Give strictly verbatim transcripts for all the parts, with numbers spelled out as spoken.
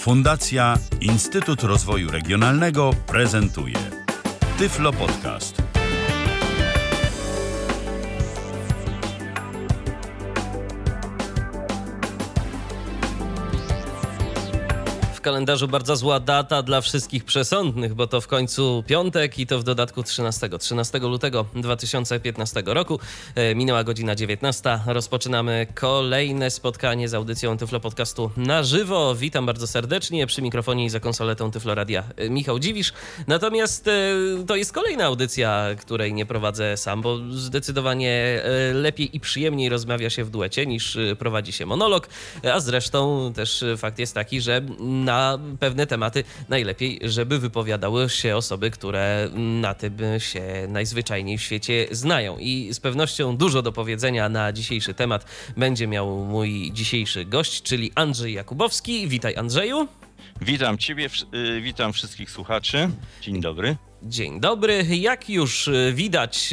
Fundacja Instytut Rozwoju Regionalnego prezentuje Tyflo Podcast. W kalendarzu bardzo zła data dla wszystkich przesądnych, bo to w końcu piątek i to w dodatku trzynastego. trzynastego lutego dwa tysiące piętnastego roku. E, minęła godzina dziewiętnasta. Rozpoczynamy kolejne spotkanie z audycją Tyflo Podcastu na żywo. Witam bardzo serdecznie przy mikrofonie i za konsoletą Tyflo Radia e, Michał Dziwisz. Natomiast e, to jest kolejna audycja, której nie prowadzę sam, bo zdecydowanie e, lepiej i przyjemniej rozmawia się w duecie niż e, prowadzi się monolog. A zresztą też fakt jest taki, że na Na pewne tematy najlepiej, żeby wypowiadały się osoby, które na tym się najzwyczajniej w świecie znają. I z pewnością dużo do powiedzenia na dzisiejszy temat będzie miał mój dzisiejszy gość, czyli Andrzej Jakubowski. Witaj, Andrzeju. Witam Ciebie, witam wszystkich słuchaczy. Dzień dobry. Dzień dobry. Jak już widać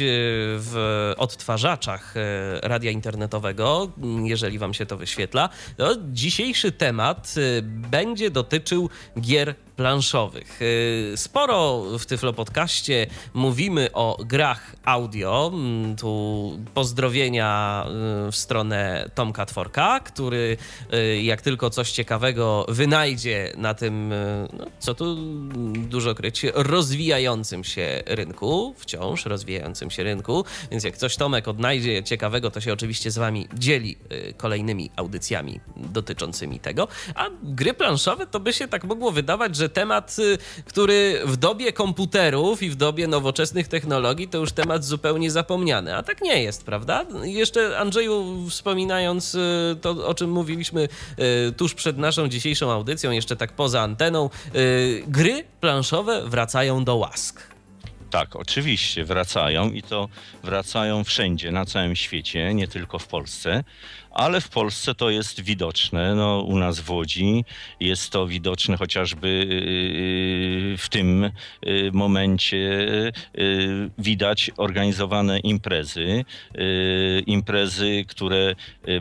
w odtwarzaczach radia internetowego, jeżeli wam się to wyświetla, to dzisiejszy temat będzie dotyczył gier planszowych. Sporo w Tyflo Podcaście mówimy o grach audio. Tu pozdrowienia w stronę Tomka Tworka, który jak tylko coś ciekawego wynajdzie na tym, no, co tu dużo kryć, rozwijającym się rynku, wciąż rozwijającym się rynku, więc jak coś Tomek odnajdzie ciekawego, to się oczywiście z wami dzieli kolejnymi audycjami dotyczącymi tego, a gry planszowe to by się tak mogło wydawać, że temat, który w dobie komputerów i w dobie nowoczesnych technologii to już temat zupełnie zapomniany, a tak nie jest, prawda? Jeszcze Andrzeju, wspominając to, o czym mówiliśmy tuż przed naszą dzisiejszą audycją, jeszcze tak poza anteną, gry planszowe wracają do łask. Tak, oczywiście wracają i to wracają wszędzie, na całym świecie, nie tylko w Polsce, ale w Polsce to jest widoczne. No, u nas w Łodzi jest to widoczne chociażby w tym momencie widać organizowane imprezy, imprezy, które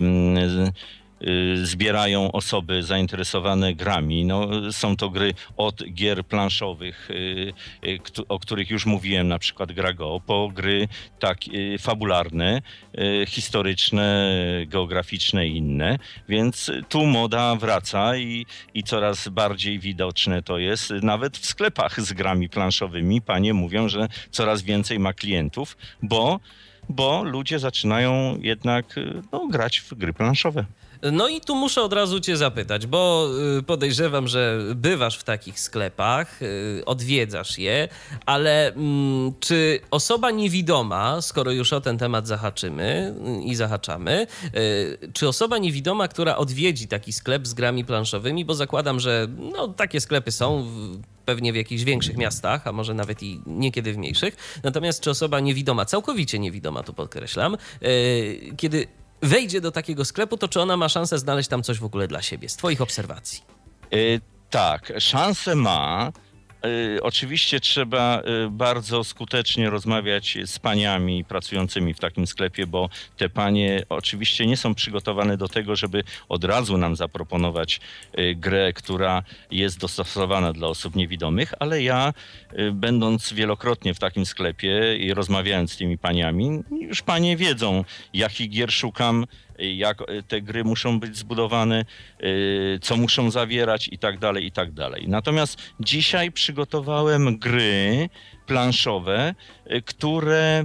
zbierają osoby zainteresowane grami. No, są to gry od gier planszowych, o których już mówiłem, na przykład gra Go, po gry tak fabularne, historyczne, geograficzne i inne. Więc tu moda wraca i, i coraz bardziej widoczne to jest. Nawet w sklepach z grami planszowymi panie mówią, że coraz więcej ma klientów, bo, bo ludzie zaczynają jednak no, grać w gry planszowe. No i tu muszę od razu cię zapytać, bo podejrzewam, że bywasz w takich sklepach, odwiedzasz je, ale czy osoba niewidoma, skoro już o ten temat zahaczymy i zahaczamy, czy osoba niewidoma, która odwiedzi taki sklep z grami planszowymi, bo zakładam, że no, takie sklepy są w, pewnie w jakichś większych miastach, a może nawet i niekiedy w mniejszych, natomiast czy osoba niewidoma, całkowicie niewidoma, tu podkreślam, kiedy wejdzie do takiego sklepu, to czy ona ma szansę znaleźć tam coś w ogóle dla siebie, z twoich obserwacji? Yy, tak, szansę ma. Yy, oczywiście trzeba yy, bardzo skutecznie rozmawiać z paniami pracującymi w takim sklepie, bo te panie oczywiście nie są przygotowane do tego, żeby od razu nam zaproponować yy, grę, która jest dostosowana dla osób niewidomych, ale ja, yy, będąc wielokrotnie w takim sklepie i rozmawiając z tymi paniami, już panie wiedzą, jakich gier szukam, jak te gry muszą być zbudowane, co muszą zawierać i tak dalej, i tak dalej. Natomiast dzisiaj przygotowałem gry planszowe, które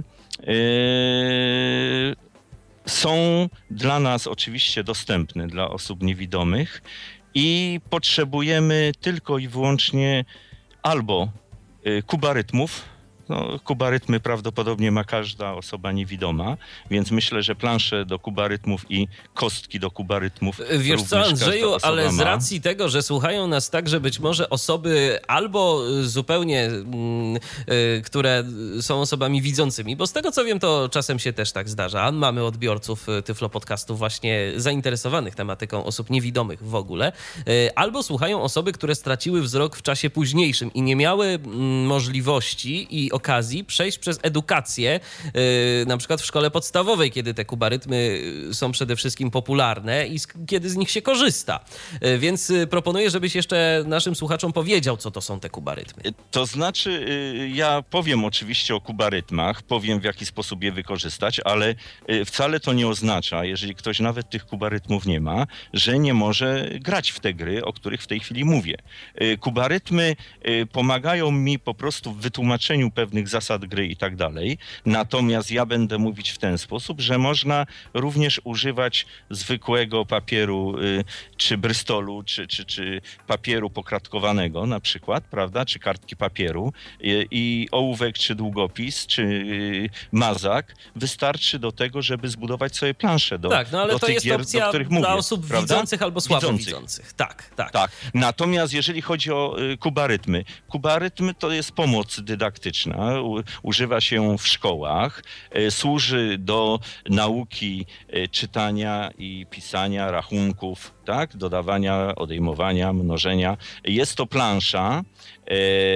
są dla nas oczywiście dostępne, dla osób niewidomych i potrzebujemy tylko i wyłącznie albo kubarytmów. No, kubarytmy prawdopodobnie ma każda osoba niewidoma, więc myślę, że plansze do kubarytmów i kostki do kubarytmów. Wiesz co, Andrzeju, ale z racji tego, że słuchają nas także być może osoby albo zupełnie, yy, które są osobami widzącymi, bo z tego co wiem, to czasem się też tak zdarza. Mamy odbiorców Tyflo Podcastów właśnie zainteresowanych tematyką osób niewidomych w ogóle, yy, albo słuchają osoby, które straciły wzrok w czasie późniejszym i nie miały yy, możliwości i okazji przejść przez edukację, na przykład w szkole podstawowej, kiedy te kubarytmy są przede wszystkim popularne i kiedy z nich się korzysta. Więc proponuję, żebyś jeszcze naszym słuchaczom powiedział, co to są te kubarytmy. To znaczy, ja powiem oczywiście o kubarytmach, powiem w jaki sposób je wykorzystać, ale wcale to nie oznacza, jeżeli ktoś nawet tych kubarytmów nie ma, że nie może grać w te gry, o których w tej chwili mówię. Kubarytmy pomagają mi po prostu w wytłumaczeniu pewnych zasad gry i tak dalej, natomiast ja będę mówić w ten sposób, że można również używać zwykłego papieru, czy brystolu, czy, czy, czy papieru pokratkowanego na przykład, prawda, czy kartki papieru i ołówek, czy długopis, czy mazak wystarczy do tego, żeby zbudować sobie planszę do, tak, no ale do to tych jest gier, opcja do których dla mówię. osób prawda? widzących albo słabo widzących. widzących. Tak, tak. Tak. Natomiast jeżeli chodzi o kubarytmy, kubarytmy to jest pomoc dydaktyczna, u, używa się w szkołach, e, służy do nauki e, czytania i pisania, rachunków, tak, dodawania, odejmowania, mnożenia. Jest to plansza e,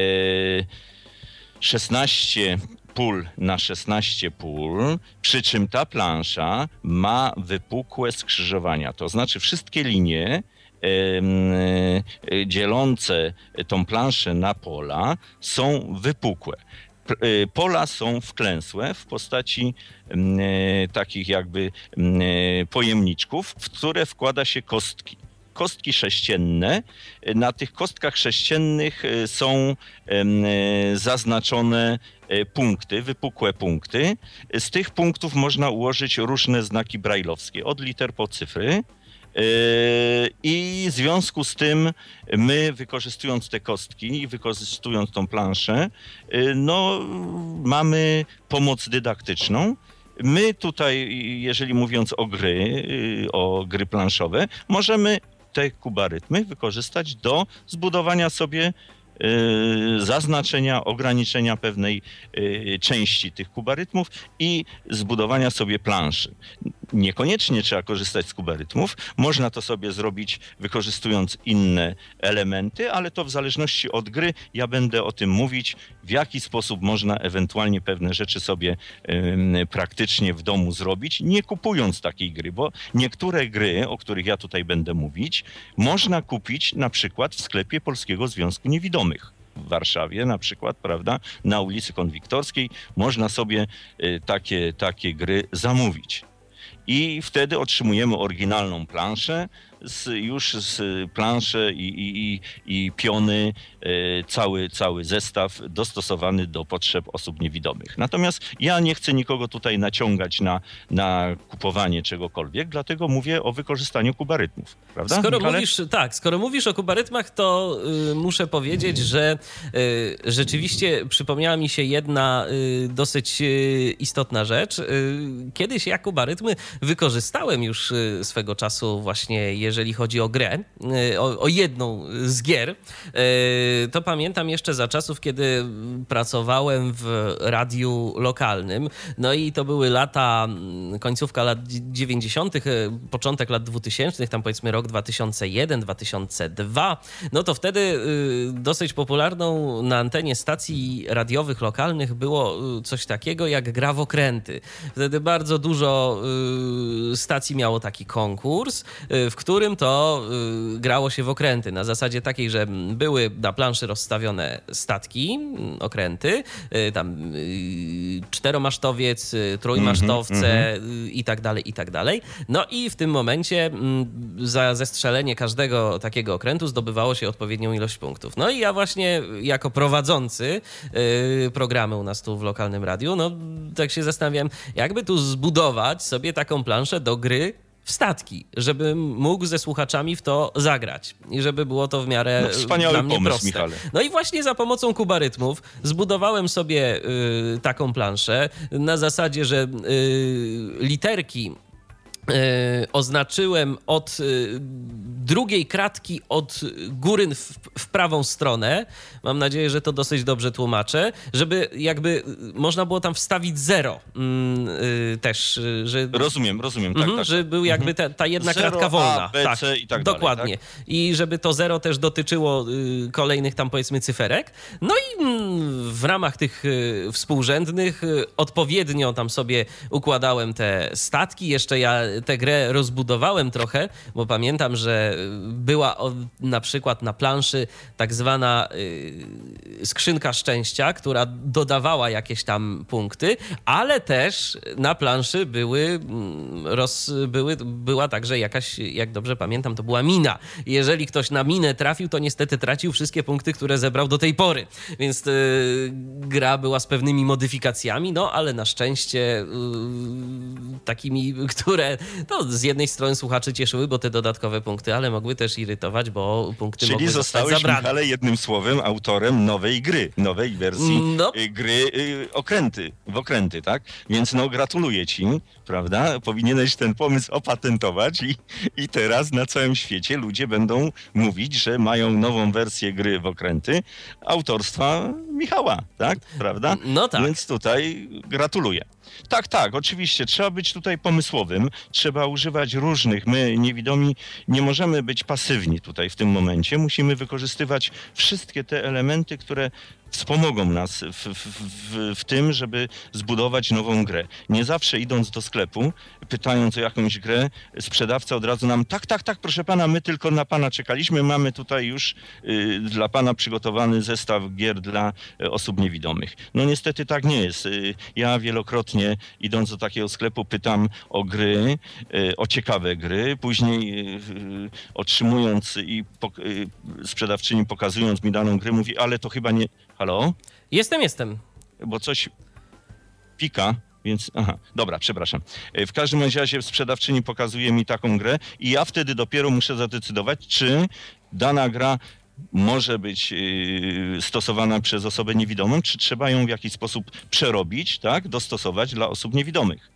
szesnaście pól na szesnaście pól, przy czym ta plansza ma wypukłe skrzyżowania, to znaczy wszystkie linie dzielące tą planszę na pola są wypukłe. Pola są wklęsłe w postaci takich jakby pojemniczków, w które wkłada się kostki. Kostki sześcienne. Na tych kostkach sześciennych są zaznaczone punkty, wypukłe punkty. Z tych punktów można ułożyć różne znaki brajlowskie, od liter po cyfry. I w związku z tym my, wykorzystując te kostki i wykorzystując tą planszę, no mamy pomoc dydaktyczną. My tutaj, jeżeli mówiąc o gry, o gry planszowe, możemy te kubarytmy wykorzystać do zbudowania sobie zaznaczenia, ograniczenia pewnej części tych kubarytmów i zbudowania sobie planszy. Niekoniecznie trzeba korzystać z kubarytmów, można to sobie zrobić wykorzystując inne elementy, ale to w zależności od gry ja będę o tym mówić, w jaki sposób można ewentualnie pewne rzeczy sobie y, praktycznie w domu zrobić, nie kupując takiej gry, bo niektóre gry, o których ja tutaj będę mówić, można kupić na przykład w sklepie Polskiego Związku Niewidomych. W Warszawie na przykład, prawda, na ulicy Konwiktorskiej można sobie y, takie, takie gry zamówić. I wtedy otrzymujemy oryginalną planszę, z, już z plansze i, i, i, i piony, e, cały, cały zestaw dostosowany do potrzeb osób niewidomych. Natomiast ja nie chcę nikogo tutaj naciągać na, na kupowanie czegokolwiek, dlatego mówię o wykorzystaniu kubarytmów. Prawda, skoro Michale? mówisz, tak, skoro mówisz o kubarytmach, to y, muszę powiedzieć, że y, rzeczywiście przypomniała mi się jedna y, dosyć y, istotna rzecz. Y, kiedyś ja kubarytmy wykorzystałem już y, swego czasu właśnie, jeżeli chodzi o grę, y, o, o jedną z gier. Y, to pamiętam jeszcze za czasów, kiedy pracowałem w radiu lokalnym. No i to były lata, końcówka lat dziewięćdziesiątych, początek lat dwutysięcznych, tam powiedzmy rok dwa tysiące jeden, dwa tysiące dwa, no to wtedy y, dosyć popularną na antenie stacji radiowych lokalnych było coś takiego jak gra w okręty. Wtedy bardzo dużo y, stacji miało taki konkurs, y, w którym to y, grało się w okręty. Na zasadzie takiej, że były na planszy rozstawione statki, okręty, y, tam y, czteromasztowiec, y, trójmasztowce mm-hmm. y, i tak dalej, i tak dalej. No i w tym momencie y, za zestrzelenie każdego takiego okrętu zdobywało się odpowiednią ilość punktów. No i ja właśnie jako prowadzący yy, programy u nas tu w lokalnym radiu, no tak się zastanawiam, jakby tu zbudować sobie taką planszę do gry w statki, żebym mógł ze słuchaczami w to zagrać i żeby było to w miarę no, wspaniały dla mnie pomysł, proste. Michale. No i właśnie za pomocą kubarytmów zbudowałem sobie yy, taką planszę na zasadzie, że yy, literki Yy, oznaczyłem od yy, drugiej kratki od góry w, w prawą stronę. Mam nadzieję, że to dosyć dobrze tłumaczę, żeby jakby można było tam wstawić zero yy, też. Że, rozumiem, rozumiem. Tak, mhm, tak. że był jakby ta, ta jedna zero, kratka wolna. A, B, tak, C i tak dokładnie. dalej, tak? I żeby to zero też dotyczyło y, kolejnych tam powiedzmy cyferek. No i mm, w ramach tych y, współrzędnych y, odpowiednio tam sobie układałem te statki. Jeszcze ja tę grę rozbudowałem trochę, bo pamiętam, że była o, na przykład na planszy tak zwana y, skrzynka szczęścia, która dodawała jakieś tam punkty, ale też na planszy były, roz, były była także jakaś, jak dobrze pamiętam, to była mina. Jeżeli ktoś na minę trafił, to niestety tracił wszystkie punkty, które zebrał do tej pory. Więc y, gra była z pewnymi modyfikacjami, no ale na szczęście y, takimi, które no, z jednej strony słuchaczy cieszyły, bo te dodatkowe punkty, ale mogły też irytować, bo punkty Czyli mogły zostać zostałeś, zabrane. Michale, jednym słowem autorem nowej gry, nowej wersji no. gry okręty, w okręty, tak? Więc no gratuluję ci, prawda? Powinieneś ten pomysł opatentować i, i teraz na całym świecie ludzie będą mówić, że mają nową wersję gry w okręty autorstwa Michała, tak? Prawda? No tak. Więc tutaj gratuluję. Tak, tak, oczywiście. Trzeba być tutaj pomysłowym, trzeba używać różnych. My, niewidomi, nie możemy być pasywni tutaj w tym momencie. Musimy wykorzystywać wszystkie te elementy, które wspomogą nas w, w, w, w tym, żeby zbudować nową grę. Nie zawsze idąc do sklepu, pytając o jakąś grę, sprzedawca od razu nam, tak, tak, tak, proszę pana, my tylko na pana czekaliśmy, mamy tutaj już y, dla pana przygotowany zestaw gier dla y, osób niewidomych. No niestety tak nie jest. Y, ja wielokrotnie idąc do takiego sklepu pytam o gry, y, o ciekawe gry, później y, y, otrzymując i pok- y, sprzedawczyni pokazując mi daną grę mówi, ale to chyba nie... Halo? Jestem, jestem. Bo coś pika, więc... Aha, dobra, przepraszam. W każdym razie sprzedawczyni pokazuje mi taką grę i ja wtedy dopiero muszę zadecydować, czy dana gra może być yy, stosowana przez osobę niewidomą, czy trzeba ją w jakiś sposób przerobić, tak, dostosować dla osób niewidomych.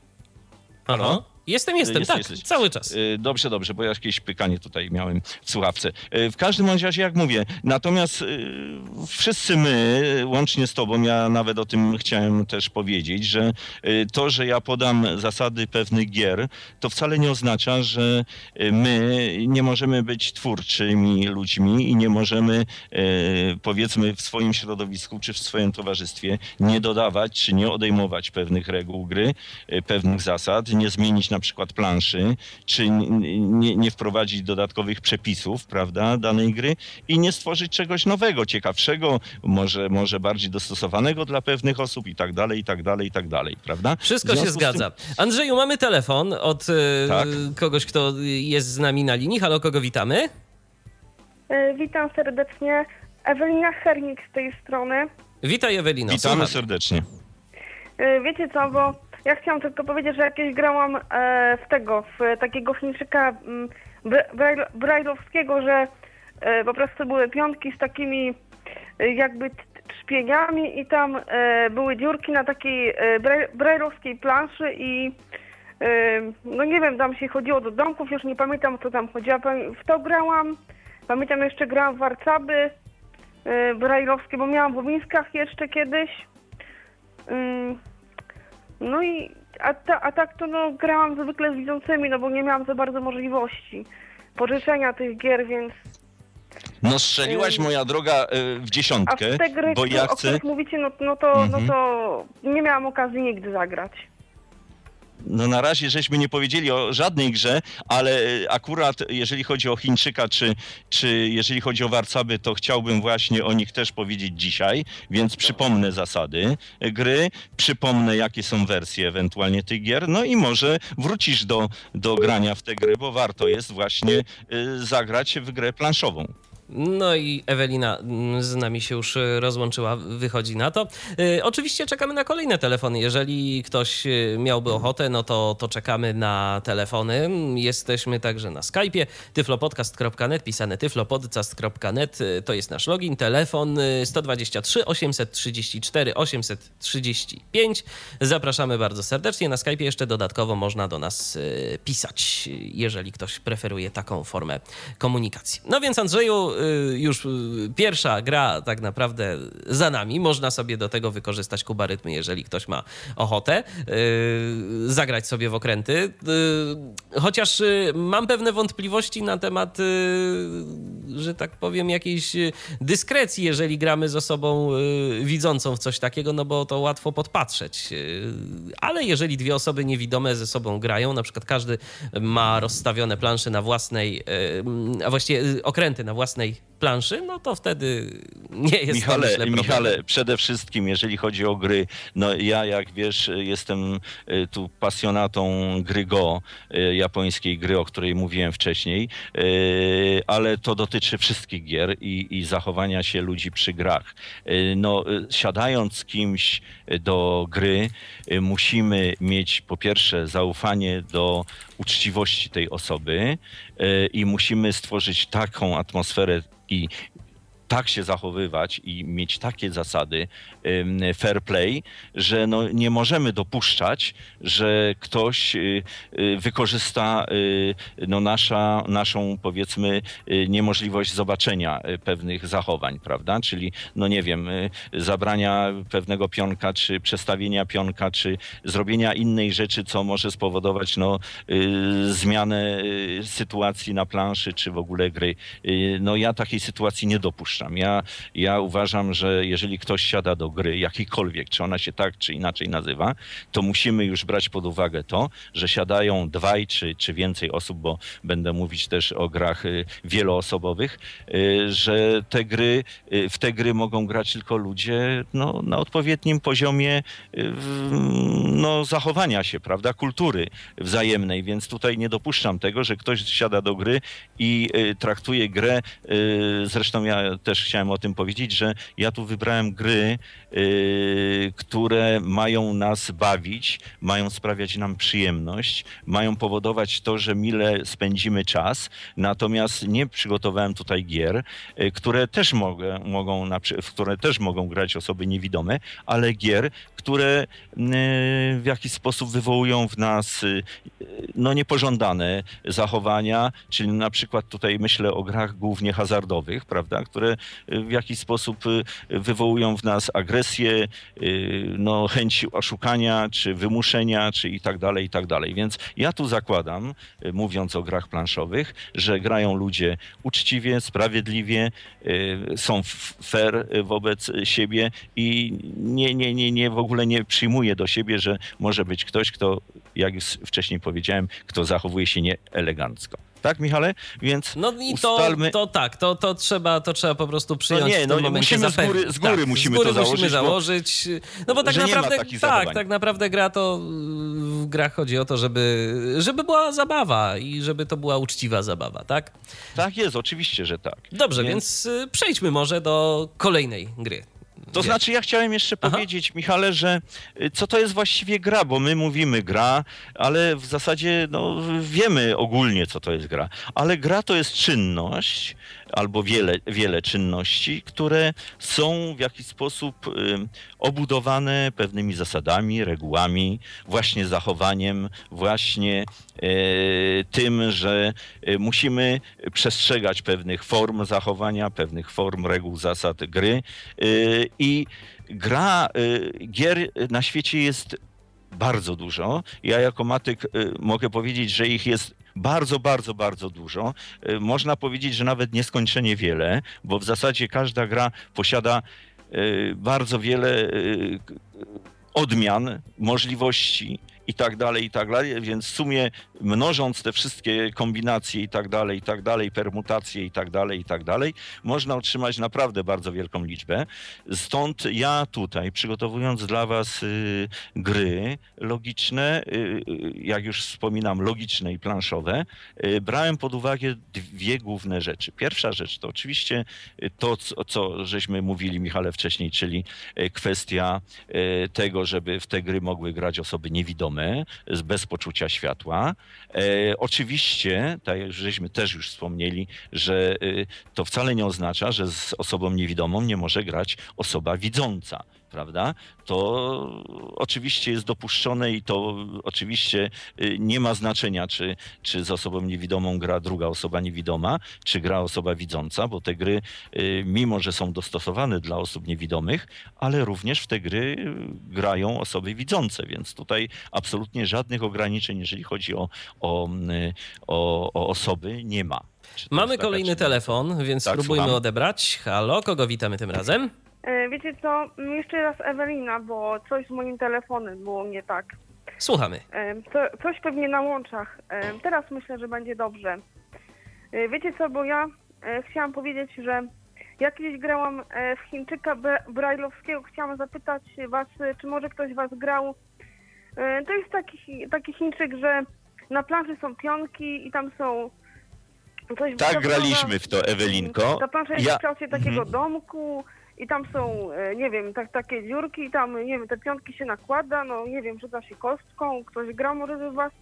Halo? Aha. Jestem, jestem, Jest, tak, jesteś. cały czas. Dobrze, dobrze, bo jakieś pykanie tutaj miałem w słuchawce. W każdym bądź razie, jak mówię, natomiast wszyscy my, łącznie z tobą, ja nawet o tym chciałem też powiedzieć, że to, że ja podam zasady pewnych gier, to wcale nie oznacza, że my nie możemy być twórczymi ludźmi i nie możemy, powiedzmy, w swoim środowisku czy w swoim towarzystwie nie dodawać czy nie odejmować pewnych reguł gry, pewnych zasad, nie zmienić na przykład planszy, czy nie, nie wprowadzić dodatkowych przepisów, prawda, danej gry i nie stworzyć czegoś nowego, ciekawszego, może, może bardziej dostosowanego dla pewnych osób i tak dalej, i tak dalej, i tak dalej, prawda? Wszystko się zgadza. Tym... Andrzeju, mamy telefon od tak. kogoś, kto jest z nami na linii. Halo, kogo witamy? Witam serdecznie. Ewelina Hernik z tej strony. Witaj, Ewelino. Witamy Słucham. serdecznie. Wiecie co, bo ja chciałam tylko powiedzieć, że jakieś grałam w tego, w takiego Chińczyka brajlowskiego, że po prostu były pionki z takimi jakby trzpieniami i tam były dziurki na takiej brajlowskiej planszy i no nie wiem, tam się chodziło do domków, już nie pamiętam, co tam chodziło. W to grałam, pamiętam jeszcze grałam w warcaby brajlowskie, bo miałam w Łomińskach jeszcze kiedyś. No i a, ta, a tak to no grałam zwykle z widzącymi, no bo nie miałam za bardzo możliwości pożyczenia tych gier, więc... No strzeliłaś, moja droga, w dziesiątkę, a w te gry, bo ja o chcę... których mówicie, no, no, to, mhm. no to nie miałam okazji nigdy zagrać. No na razie żeśmy nie powiedzieli o żadnej grze, ale akurat jeżeli chodzi o Chińczyka, czy, czy jeżeli chodzi o warcaby, to chciałbym właśnie o nich też powiedzieć dzisiaj, więc przypomnę zasady gry, przypomnę jakie są wersje ewentualnie tych gier, no i może wrócisz do, do grania w te gry, bo warto jest właśnie zagrać w grę planszową. No i Ewelina z nami się już rozłączyła, wychodzi na to. Yy, oczywiście czekamy na kolejne telefony. Jeżeli ktoś miałby ochotę, no to, to czekamy na telefony. Jesteśmy także na Skype'ie tyflopodcast kropka net, pisane tyflopodcast kropka net, to jest nasz login. Telefon sto dwadzieścia trzy osiemset trzydzieści cztery osiemset trzydzieści pięć. Zapraszamy bardzo serdecznie. Na Skype'ie jeszcze dodatkowo można do nas pisać, jeżeli ktoś preferuje taką formę komunikacji. No więc Andrzeju, już pierwsza gra tak naprawdę za nami. Można sobie do tego wykorzystać kubarytmy, jeżeli ktoś ma ochotę zagrać sobie w okręty. Chociaż mam pewne wątpliwości na temat, że tak powiem, jakiejś dyskrecji, jeżeli gramy z osobą widzącą w coś takiego, no bo to łatwo podpatrzeć. Ale jeżeli dwie osoby niewidome ze sobą grają, na przykład każdy ma rozstawione plansze na własnej, a właściwie okręty na własnej planszy, no to wtedy nie jest Michale, to, myślę, Michale, przede wszystkim, jeżeli chodzi o gry, no ja, jak wiesz, jestem tu pasjonatą gry Go, japońskiej gry, o której mówiłem wcześniej, ale to dotyczy wszystkich gier i, i zachowania się ludzi przy grach. No, siadając z kimś do gry, musimy mieć po pierwsze zaufanie do uczciwości tej osoby i musimy stworzyć taką atmosferę i tak się zachowywać i mieć takie zasady fair play, że no nie możemy dopuszczać, że ktoś wykorzysta no nasza, naszą, powiedzmy, niemożliwość zobaczenia pewnych zachowań, prawda? Czyli, no nie wiem, zabrania pewnego pionka, czy przestawienia pionka, czy zrobienia innej rzeczy, co może spowodować no, zmianę sytuacji na planszy, czy w ogóle gry. No ja takiej sytuacji nie dopuszczam. Ja, ja uważam, że jeżeli ktoś siada do gry, jakiejkolwiek, czy ona się tak czy inaczej nazywa, to musimy już brać pod uwagę to, że siadają dwaj czy, czy więcej osób, bo będę mówić też o grach wieloosobowych, że te gry, w te gry mogą grać tylko ludzie no, na odpowiednim poziomie no, zachowania się, prawda, kultury wzajemnej, więc tutaj nie dopuszczam tego, że ktoś siada do gry i traktuje grę, zresztą ja też chciałem o tym powiedzieć, że ja tu wybrałem gry, yy, które mają nas bawić, mają sprawiać nam przyjemność, mają powodować to, że mile spędzimy czas, natomiast nie przygotowałem tutaj gier, yy, które też mogę, mogą, w które też mogą grać osoby niewidome, ale gier, które yy, w jakiś sposób wywołują w nas yy, no niepożądane zachowania, czyli na przykład tutaj myślę o grach głównie hazardowych, prawda, które w jakiś sposób wywołują w nas agresję, no, chęć oszukania, czy wymuszenia, czy i tak dalej, i tak dalej. Więc ja tu zakładam, mówiąc o grach planszowych, że grają ludzie uczciwie, sprawiedliwie, są fair wobec siebie i nie, nie, nie, nie, w ogóle nie przyjmuje do siebie, że może być ktoś, kto, jak już wcześniej powiedziałem, kto zachowuje się nieelegancko. Tak, Michale? Więc no i ustalmy... to, to tak, to, to, trzeba, to trzeba po prostu przyjąć. No nie, w tym no momencie musimy z góry, z góry tak, musimy z góry to założyć. Musimy założyć. No bo tak naprawdę, tak, zachowań. tak naprawdę gra to, w grach chodzi o to, żeby, żeby była zabawa i żeby to była uczciwa zabawa, tak? Tak jest, oczywiście, że tak. Dobrze, więc, więc przejdźmy może do kolejnej gry. To Wie. znaczy ja chciałem jeszcze Aha. powiedzieć, Michale, że co to jest właściwie gra, bo my mówimy gra, ale w zasadzie no, wiemy ogólnie, co to jest gra. Ale gra to jest czynność, albo wiele, wiele czynności, które są w jakiś sposób y, obudowane pewnymi zasadami, regułami, właśnie zachowaniem, właśnie y, tym, że y, musimy przestrzegać pewnych form zachowania, pewnych form, reguł, zasad gry. Y, I gra, y, gier na świecie jest bardzo dużo. Ja jako matyk y, mogę powiedzieć, że ich jest bardzo, bardzo, bardzo dużo. Y, można powiedzieć, że nawet nieskończenie wiele, bo w zasadzie każda gra posiada y, bardzo wiele y, odmian, możliwości i tak dalej, i tak dalej, więc w sumie mnożąc te wszystkie kombinacje i tak dalej, i tak dalej, permutacje i tak dalej, i tak dalej, można otrzymać naprawdę bardzo wielką liczbę. Stąd ja tutaj, przygotowując dla was y, gry logiczne, y, jak już wspominam, logiczne i planszowe, y, brałem pod uwagę dwie główne rzeczy. Pierwsza rzecz to oczywiście to, co, co żeśmy mówili, Michale, wcześniej, czyli kwestia y, tego, żeby w te gry mogły grać osoby niewidome, bez poczucia światła. E, oczywiście, tak jak żeśmy też już wspomnieli, że y, to wcale nie oznacza, że z osobą niewidomą nie może grać osoba widząca, prawda? To oczywiście jest dopuszczone i to oczywiście y, nie ma znaczenia, czy, czy z osobą niewidomą gra druga osoba niewidoma, czy gra osoba widząca, bo te gry, y, mimo że są dostosowane dla osób niewidomych, ale również w te gry y, grają osoby widzące, więc tutaj absolutnie żadnych ograniczeń, jeżeli chodzi o, o, y, o, o osoby, nie ma. Mamy kolejny taka, telefon, więc tak, spróbujmy słucham. odebrać. Halo, kogo witamy tym razem? Wiecie co, jeszcze raz Ewelina, bo coś z moim telefonem było nie tak. Słuchamy. Co, coś pewnie na łączach. Teraz myślę, że będzie dobrze. Wiecie co, bo ja chciałam powiedzieć, że ja kiedyś grałam w Chińczyka Brajlowskiego. Chciałam zapytać was, czy może ktoś was grał. To jest taki, taki Chińczyk, że na planszy są pionki i tam są... Coś tak, graliśmy w to, Ewelinko. Ta plansza jest ja... w kształcie takiego mhm. domku. I tam są, nie wiem, tak, takie dziurki i tam, nie wiem, te piątki się nakłada, no nie wiem, rzuca się kostką, ktoś gra może z was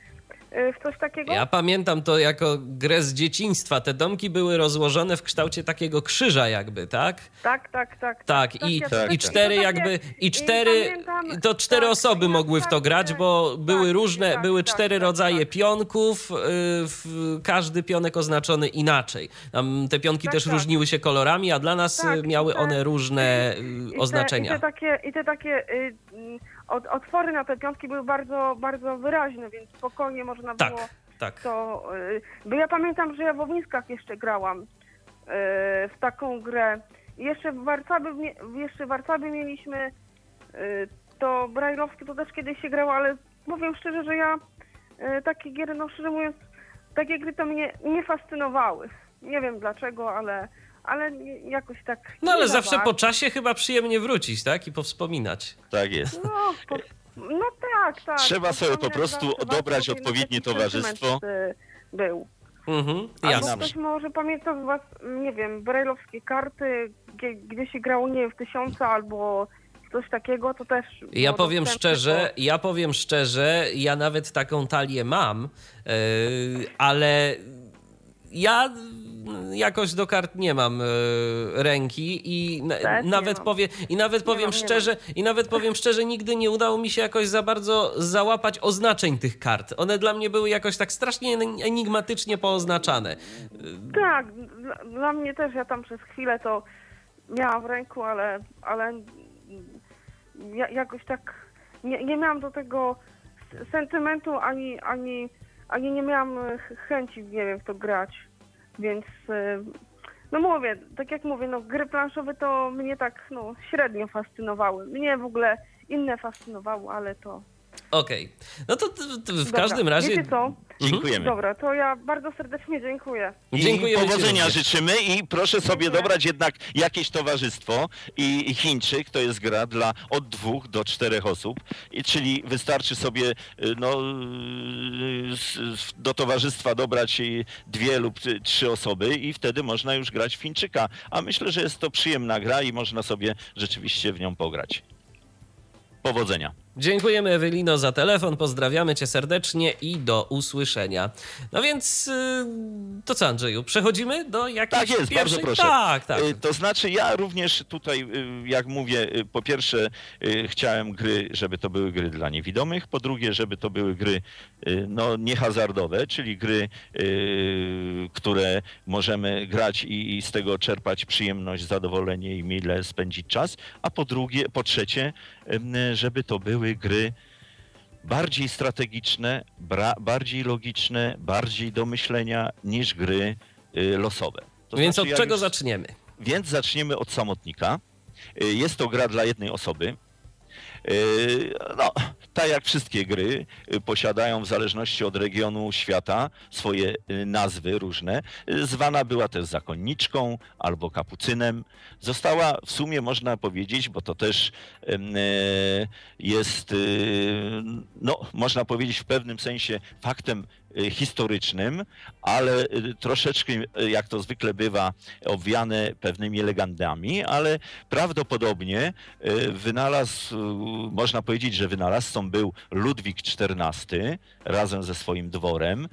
w coś takiego? Ja pamiętam to jako grę z dzieciństwa. Te domki były rozłożone w kształcie takiego krzyża jakby, tak? Tak, tak, tak. Tak, i, tak, i cztery tak. jakby, i cztery, i to cztery tak, osoby mogły w to grać, bo tak, były różne, tak, były tak, cztery tak, rodzaje tak. pionków, y, każdy pionek oznaczony inaczej. Tam te pionki tak, też tak. różniły się kolorami, a dla nas tak, miały te, one różne i oznaczenia. Te, i te takie, i te takie y, od, otwory na te piątki były bardzo, bardzo wyraźne, więc spokojnie można tak, było tak. to... Y, bo ja pamiętam, że ja w Owniskach jeszcze grałam y, w taką grę. I jeszcze w Warszawie, jeszcze w Warszawie mieliśmy y, to brajlowskie, to też kiedyś się grało, ale powiem szczerze, że ja y, takie gier, no szczerze mówiąc, takie gry to mnie nie fascynowały. Nie wiem dlaczego, ale... ale jakoś tak... No ale zawsze po czasie chyba przyjemnie wrócić, tak? I powspominać. Tak jest. No, po, no tak, tak. Trzeba sobie po prostu dobrać odpowiednie towarzystwo. Był. Mhm, jasne. Albo ktoś może pamięta z was, nie wiem, brajlowskie karty, gdzie, gdzie się grało, nie wiem, w tysiąca albo coś takiego, to też... Ja powiem szczerze, bo... ja powiem szczerze, ja nawet taką talię mam, yy, ale ja... jakoś do kart nie mam y, ręki i na, nawet powie, i nawet nie powiem mam, szczerze i nawet powiem szczerze, nigdy nie udało mi się jakoś za bardzo załapać oznaczeń tych kart. One dla mnie były jakoś tak strasznie enigmatycznie pooznaczane. Tak, dla, dla mnie też, ja tam przez chwilę to miałam w ręku, ale, ale ja, jakoś tak nie, nie miałam do tego sentymentu ani, ani, ani nie miałam chęci, nie wiem, w to grać. Więc, no mówię, tak jak mówię, no gry planszowe to mnie tak, no, średnio fascynowały. Mnie w ogóle inne fascynowały, ale to... Okej, okay. No to, to, to w Dobra. każdym razie... Wiecie co? Dziękujemy. Dobra, to ja bardzo serdecznie dziękuję. I Dziękujemy powodzenia życzymy i proszę sobie Dziękuję. dobrać jednak jakieś towarzystwo. I Chińczyk to jest gra dla od dwóch do czterech osób, I, czyli wystarczy sobie no, do towarzystwa dobrać dwie lub trzy osoby i wtedy można już grać w Chińczyka. A myślę, że jest to przyjemna gra i można sobie rzeczywiście w nią pograć. Powodzenia. Dziękujemy, Ewelino, za telefon, pozdrawiamy cię serdecznie i do usłyszenia. No więc to co, Andrzeju, przechodzimy do jakiejś Tak jest, pierwszej... bardzo proszę. Tak, tak. To znaczy ja również tutaj, jak mówię, po pierwsze chciałem gry, żeby to były gry dla niewidomych, po drugie, żeby to były gry no, niehazardowe, czyli gry, które możemy grać i, i z tego czerpać przyjemność, zadowolenie i mile spędzić czas, a po drugie, po trzecie, żeby to były gry bardziej strategiczne, bardziej logiczne, bardziej do myślenia niż gry y, losowe. To Więc znaczy, od czego już... zaczniemy? Więc zaczniemy od Samotnika. Y, jest to gra dla jednej osoby. Y, no, tak jak wszystkie gry, posiadają w zależności od regionu świata swoje nazwy różne. Zwana była też zakonniczką albo kapucynem. Została w sumie, można powiedzieć, bo to też jest, no, można powiedzieć w pewnym sensie faktem historycznym, ale troszeczkę, jak to zwykle bywa, obwiane pewnymi legendami, ale prawdopodobnie wynalazł, można powiedzieć, że wynalazcą był Ludwik czternasty razem ze swoim dworem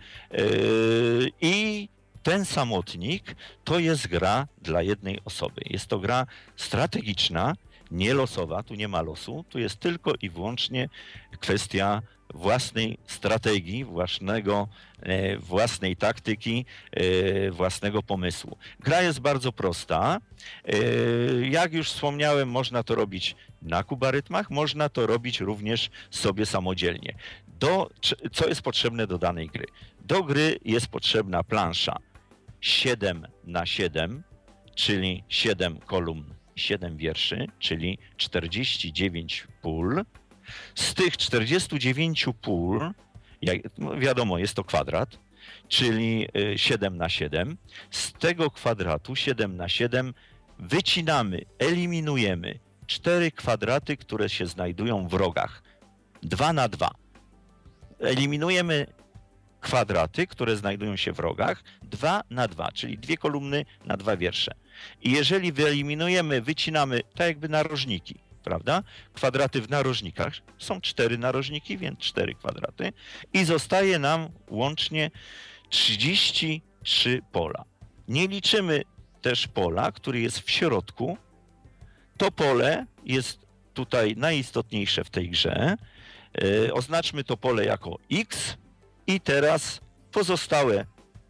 i ten Samotnik to jest gra dla jednej osoby. Jest to gra strategiczna, nie losowa, tu nie ma losu, tu jest tylko i wyłącznie kwestia własnej strategii, własnego, własnej taktyki, własnego pomysłu. Gra jest bardzo prosta. Jak już wspomniałem, można to robić na kubarytmach, można to robić również sobie samodzielnie. Do, co jest potrzebne do danej gry? Do gry jest potrzebna plansza siedem na siedem, czyli siedem kolumn, siedem wierszy, czyli czterdzieści dziewięć pól. Z tych czterdziestu dziewięciu pól, jak, no wiadomo, jest to kwadrat, czyli siedem na siedem. Z tego kwadratu siedem na siedem wycinamy, eliminujemy cztery kwadraty, które się znajdują w rogach. dwa na dwa. Eliminujemy kwadraty, które znajdują się w rogach, dwa na dwa, czyli dwie kolumny na dwa wiersze. I jeżeli wyeliminujemy, wycinamy tak jakby narożniki, prawda? Kwadraty w narożnikach, są cztery narożniki, więc cztery kwadraty i zostaje nam łącznie trzydzieści trzy pola. Nie liczymy też pola, który jest w środku. To pole jest tutaj najistotniejsze w tej grze. Yy, oznaczmy to pole jako X i teraz pozostałe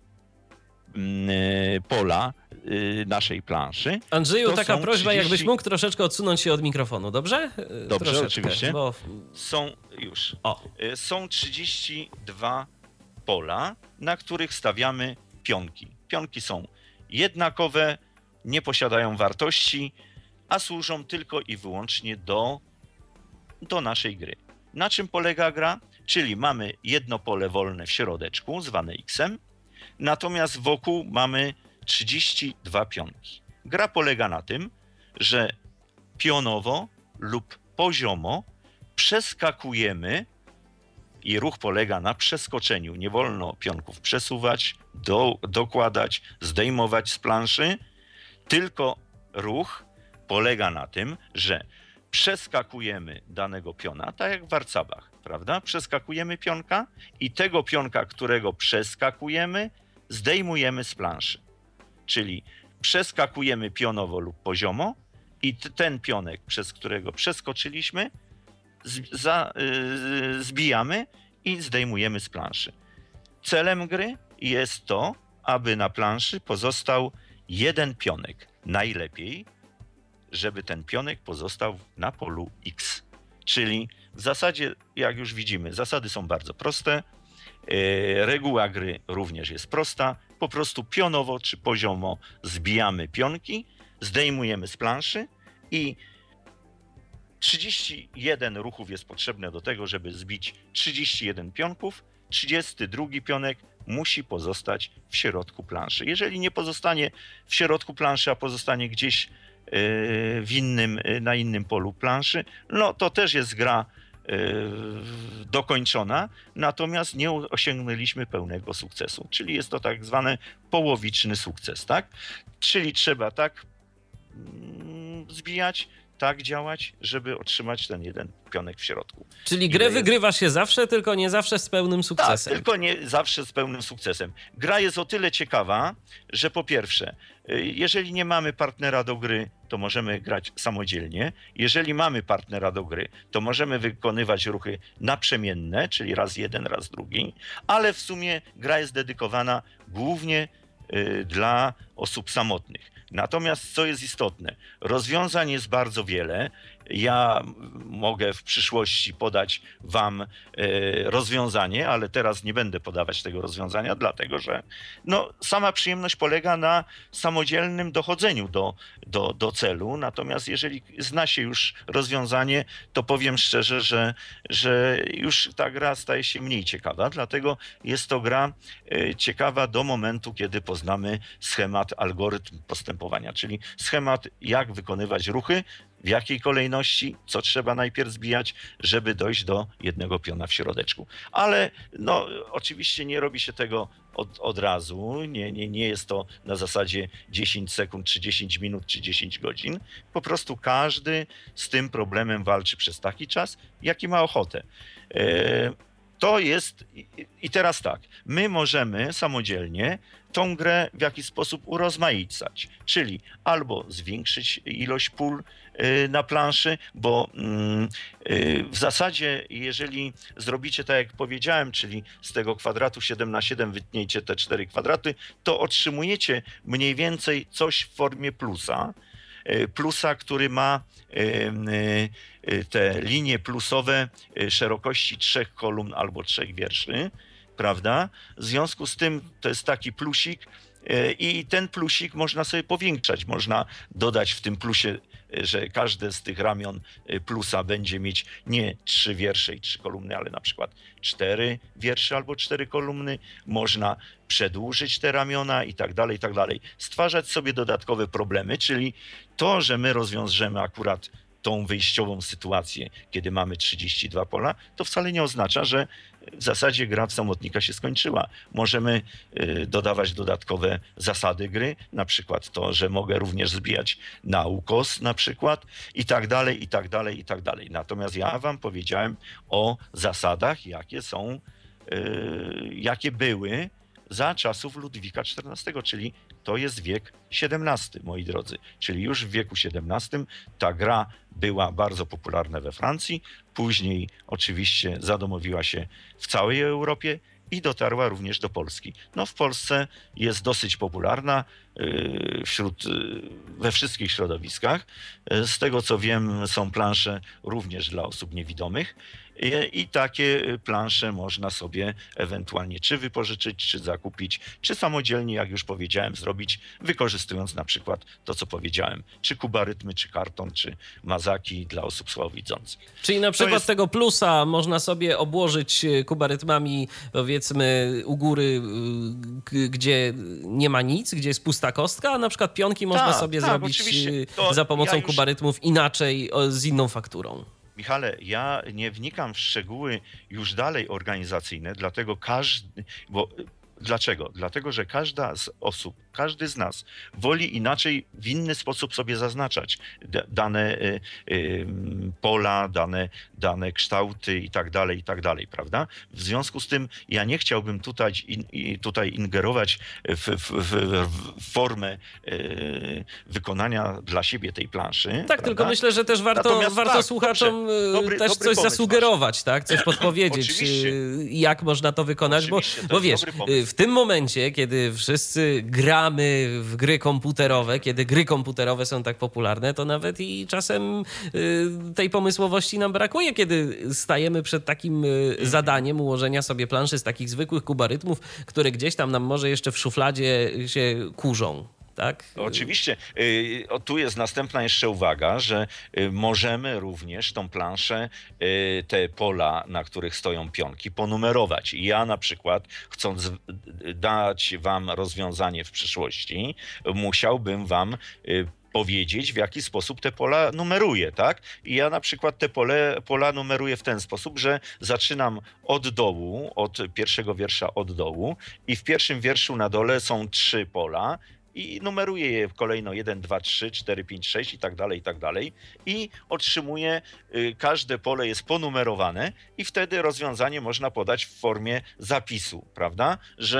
yy, pola yy, naszej planszy. Andrzeju, to taka prośba, trzydzieści... jakbyś mógł troszeczkę odsunąć się od mikrofonu, dobrze? Dobrze, troszeczkę, oczywiście. Bo... Są już. O. Yy, są trzydzieści dwa pola, na których stawiamy pionki. Pionki są jednakowe, nie posiadają wartości, a służą tylko i wyłącznie do, do naszej gry. Na czym polega gra? Czyli mamy jedno pole wolne w środeczku, zwane X-em, natomiast wokół mamy trzydzieści dwa pionki. Gra polega na tym, że pionowo lub poziomo przeskakujemy i ruch polega na przeskoczeniu. Nie wolno pionków przesuwać, do, dokładać, zdejmować z planszy, tylko ruch polega na tym, że przeskakujemy danego piona, tak jak w warcabach, prawda? Przeskakujemy pionka i tego pionka, którego przeskakujemy, zdejmujemy z planszy. Czyli przeskakujemy pionowo lub poziomo i t- ten pionek, przez którego przeskoczyliśmy, z- za, yy, zbijamy i zdejmujemy z planszy. Celem gry jest to, aby na planszy pozostał jeden pionek. Najlepiej, żeby ten pionek pozostał na polu X. Czyli w zasadzie, jak już widzimy, zasady są bardzo proste. Yy, reguła gry również jest prosta. Po prostu pionowo czy poziomo zbijamy pionki, zdejmujemy z planszy i trzydzieści jeden ruchów jest potrzebne do tego, żeby zbić trzydzieści jeden pionków. trzydziesty drugi pionek musi pozostać w środku planszy. Jeżeli nie pozostanie w środku planszy, a pozostanie gdzieś w innym, na innym polu planszy, no to też jest gra dokończona, natomiast nie osiągnęliśmy pełnego sukcesu, czyli jest to tak zwany połowiczny sukces, tak? Czyli trzeba tak zbijać, tak działać, żeby otrzymać ten jeden pionek w środku. Czyli grę jest... wygrywa się zawsze, tylko nie zawsze z pełnym sukcesem. Tak, tylko nie zawsze z pełnym sukcesem. Gra jest o tyle ciekawa, że po pierwsze, jeżeli nie mamy partnera do gry, to możemy grać samodzielnie. Jeżeli mamy partnera do gry, to możemy wykonywać ruchy naprzemienne, czyli raz jeden, raz drugi, ale w sumie gra jest dedykowana głównie y, dla osób samotnych. Natomiast co jest istotne, rozwiązań jest bardzo wiele ja mogę w przyszłości podać wam rozwiązanie, ale teraz nie będę podawać tego rozwiązania, dlatego że no, sama przyjemność polega na samodzielnym dochodzeniu do, do, do celu. Natomiast jeżeli zna się już rozwiązanie, to powiem szczerze, że, że już ta gra staje się mniej ciekawa. Dlatego jest to gra ciekawa do momentu, kiedy poznamy schemat, algorytm postępowania, czyli schemat, jak wykonywać ruchy, w jakiej kolejności, co trzeba najpierw zbijać, żeby dojść do jednego piona w środeczku. Ale no, oczywiście nie robi się tego od, od razu, nie, nie, nie jest to na zasadzie dziesięć sekund, czy dziesięć minut, czy dziesięć godzin. Po prostu każdy z tym problemem walczy przez taki czas, jaki ma ochotę. E, to jest, i teraz tak, my możemy samodzielnie tą grę w jakiś sposób urozmaicać, czyli albo zwiększyć ilość pól na planszy, bo w zasadzie jeżeli zrobicie tak jak powiedziałem, czyli z tego kwadratu siedem na siedem wytniecie te cztery kwadraty, to otrzymujecie mniej więcej coś w formie plusa, plusa, który ma te linie plusowe szerokości trzech kolumn albo trzech wierszy, prawda? W związku z tym to jest taki plusik i ten plusik można sobie powiększać. Można dodać w tym plusie, że każde z tych ramion plusa będzie mieć nie trzy wiersze i trzy kolumny, ale na przykład cztery wiersze albo cztery kolumny. Można przedłużyć te ramiona i tak dalej, i tak dalej. Stwarzać sobie dodatkowe problemy, czyli to, że my rozwiążemy akurat tą wyjściową sytuację, kiedy mamy trzydzieści dwa pola, to wcale nie oznacza, że w zasadzie gra w samotnika się skończyła. Możemy dodawać dodatkowe zasady gry, na przykład to, że mogę również zbijać na ukos na przykład i tak dalej, i tak dalej, i tak dalej. Natomiast ja wam powiedziałem o zasadach, jakie są, jakie były za czasów Ludwika czternastego, czyli to jest wiek siedemnasty, moi drodzy. Czyli już w wieku siedemnastym ta gra była bardzo popularna we Francji, później oczywiście zadomowiła się w całej Europie i dotarła również do Polski. No w Polsce jest dosyć popularna wśród, we wszystkich środowiskach. Z tego co wiem, są plansze również dla osób niewidomych. I takie plansze można sobie ewentualnie czy wypożyczyć, czy zakupić, czy samodzielnie, jak już powiedziałem, zrobić, wykorzystując na przykład to, co powiedziałem, czy kubarytmy, czy karton, czy mazaki dla osób słabowidzących. Czyli na przykład jest... tego plusa można sobie obłożyć kubarytmami, powiedzmy, u góry, gdzie nie ma nic, gdzie jest pusta kostka, a na przykład pionki można tak, sobie tak, zrobić za pomocą ja już... kubarytmów inaczej, z inną fakturą. Michale, ja nie wnikam w szczegóły już dalej organizacyjne, dlatego każdy, bo dlaczego? Dlatego, że każda z osób, każdy z nas woli inaczej, w inny sposób sobie zaznaczać dane y, y, pola, dane, dane kształty i tak dalej, i tak dalej, prawda? W związku z tym ja nie chciałbym tutaj, in, tutaj ingerować w, w, w, w formę y, wykonania dla siebie tej planszy. Tak, prawda? Tylko myślę, że też warto, warto tak, słuchaczom dobrze, dobry, też dobry coś zasugerować, masz. tak? Coś podpowiedzieć, jak można to wykonać, bo, bo wiesz, w tym momencie, kiedy wszyscy gramy w gry komputerowe, kiedy gry komputerowe są tak popularne, to nawet i czasem y, tej pomysłowości nam brakuje, kiedy stajemy przed takim y, zadaniem ułożenia sobie planszy z takich zwykłych kubarytmów, które gdzieś tam nam może jeszcze w szufladzie się kurzą. Tak? Oczywiście. O, tu jest następna jeszcze uwaga, że możemy również tą planszę, te pola, na których stoją pionki, ponumerować. Ja na przykład, chcąc dać wam rozwiązanie w przyszłości, musiałbym wam powiedzieć, w jaki sposób te pola numeruję, tak? I ja na przykład te pole, pola numeruję w ten sposób, że zaczynam od dołu, od pierwszego wiersza od dołu i w pierwszym wierszu na dole są trzy pola, i numeruję je kolejno jeden, dwa, trzy, cztery, pięć, sześć i tak dalej, i tak dalej. I otrzymuję, y, każde pole jest ponumerowane i wtedy rozwiązanie można podać w formie zapisu, prawda? Że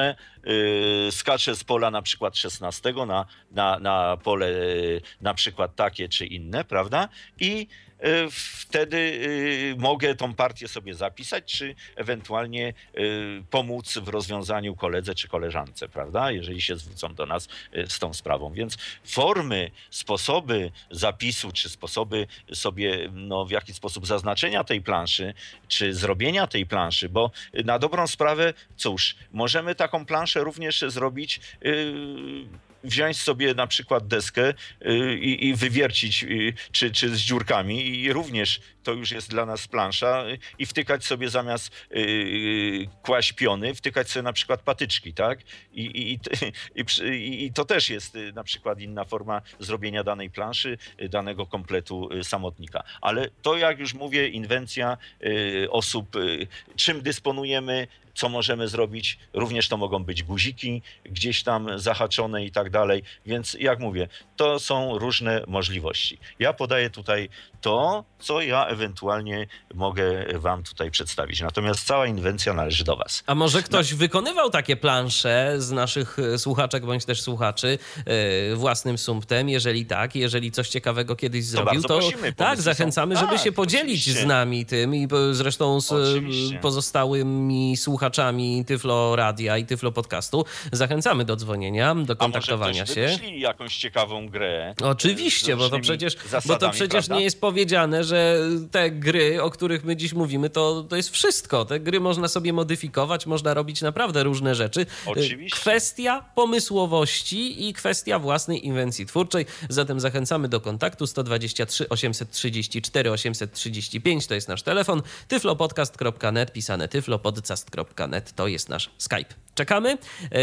y, skaczę z pola na przykład szesnastego na, na, na pole y, na przykład takie czy inne, prawda? I y, wtedy y, mogę tą partię sobie zapisać, czy ewentualnie y, pomóc w rozwiązaniu koledze czy koleżance, prawda? Jeżeli się zwrócą do nas y, z tą sprawą. Więc formy, sposoby zapisu, czy sposoby sobie no, w jakiś sposób zaznaczenia tej planszy, czy zrobienia tej planszy, bo na dobrą sprawę, cóż, możemy taką planszę również zrobić, yy, wziąć sobie na przykład deskę yy, i, i wywiercić, yy, czy, czy z dziurkami i również to już jest dla nas plansza yy, i wtykać sobie zamiast yy, kłaść piony, wtykać sobie na przykład patyczki, tak? I, i, i, i, i to też jest yy, na przykład inna forma zrobienia danej planszy, yy, danego kompletu yy, samotnika. Ale to, jak już mówię, inwencja yy, osób, yy, czym dysponujemy, co możemy zrobić. Również to mogą być guziki gdzieś tam zahaczone i tak dalej. Więc jak mówię, to są różne możliwości. Ja podaję tutaj to, co ja ewentualnie mogę wam tutaj przedstawić. Natomiast cała inwencja należy do was. A może ktoś no. wykonywał takie plansze z naszych słuchaczek bądź też słuchaczy yy, własnym sumptem? Jeżeli tak, jeżeli coś ciekawego kiedyś zrobił, to, to tak, zachęcamy, żeby tak, się podzielić oczywiście. z nami tym i zresztą z oczywiście. pozostałymi słuchaczami Tyflo Radia i Tyflo Podcastu. Zachęcamy do dzwonienia, do kontaktowania A może się. wymyślili jakąś ciekawą grę. Oczywiście, bo to przecież, zasadami, bo to przecież nie jest powiedziane, że te gry, o których my dziś mówimy, to, to jest wszystko. Te gry można sobie modyfikować, można robić naprawdę różne rzeczy. Oczywiście. Kwestia pomysłowości i kwestia własnej inwencji twórczej. Zatem zachęcamy do kontaktu. sto dwadzieścia trzy osiemset trzydzieści cztery osiemset trzydzieści pięć to jest nasz telefon. tyflopodcast kropka net, pisane tyflopodcast kropka net to jest nasz Skype. Czekamy.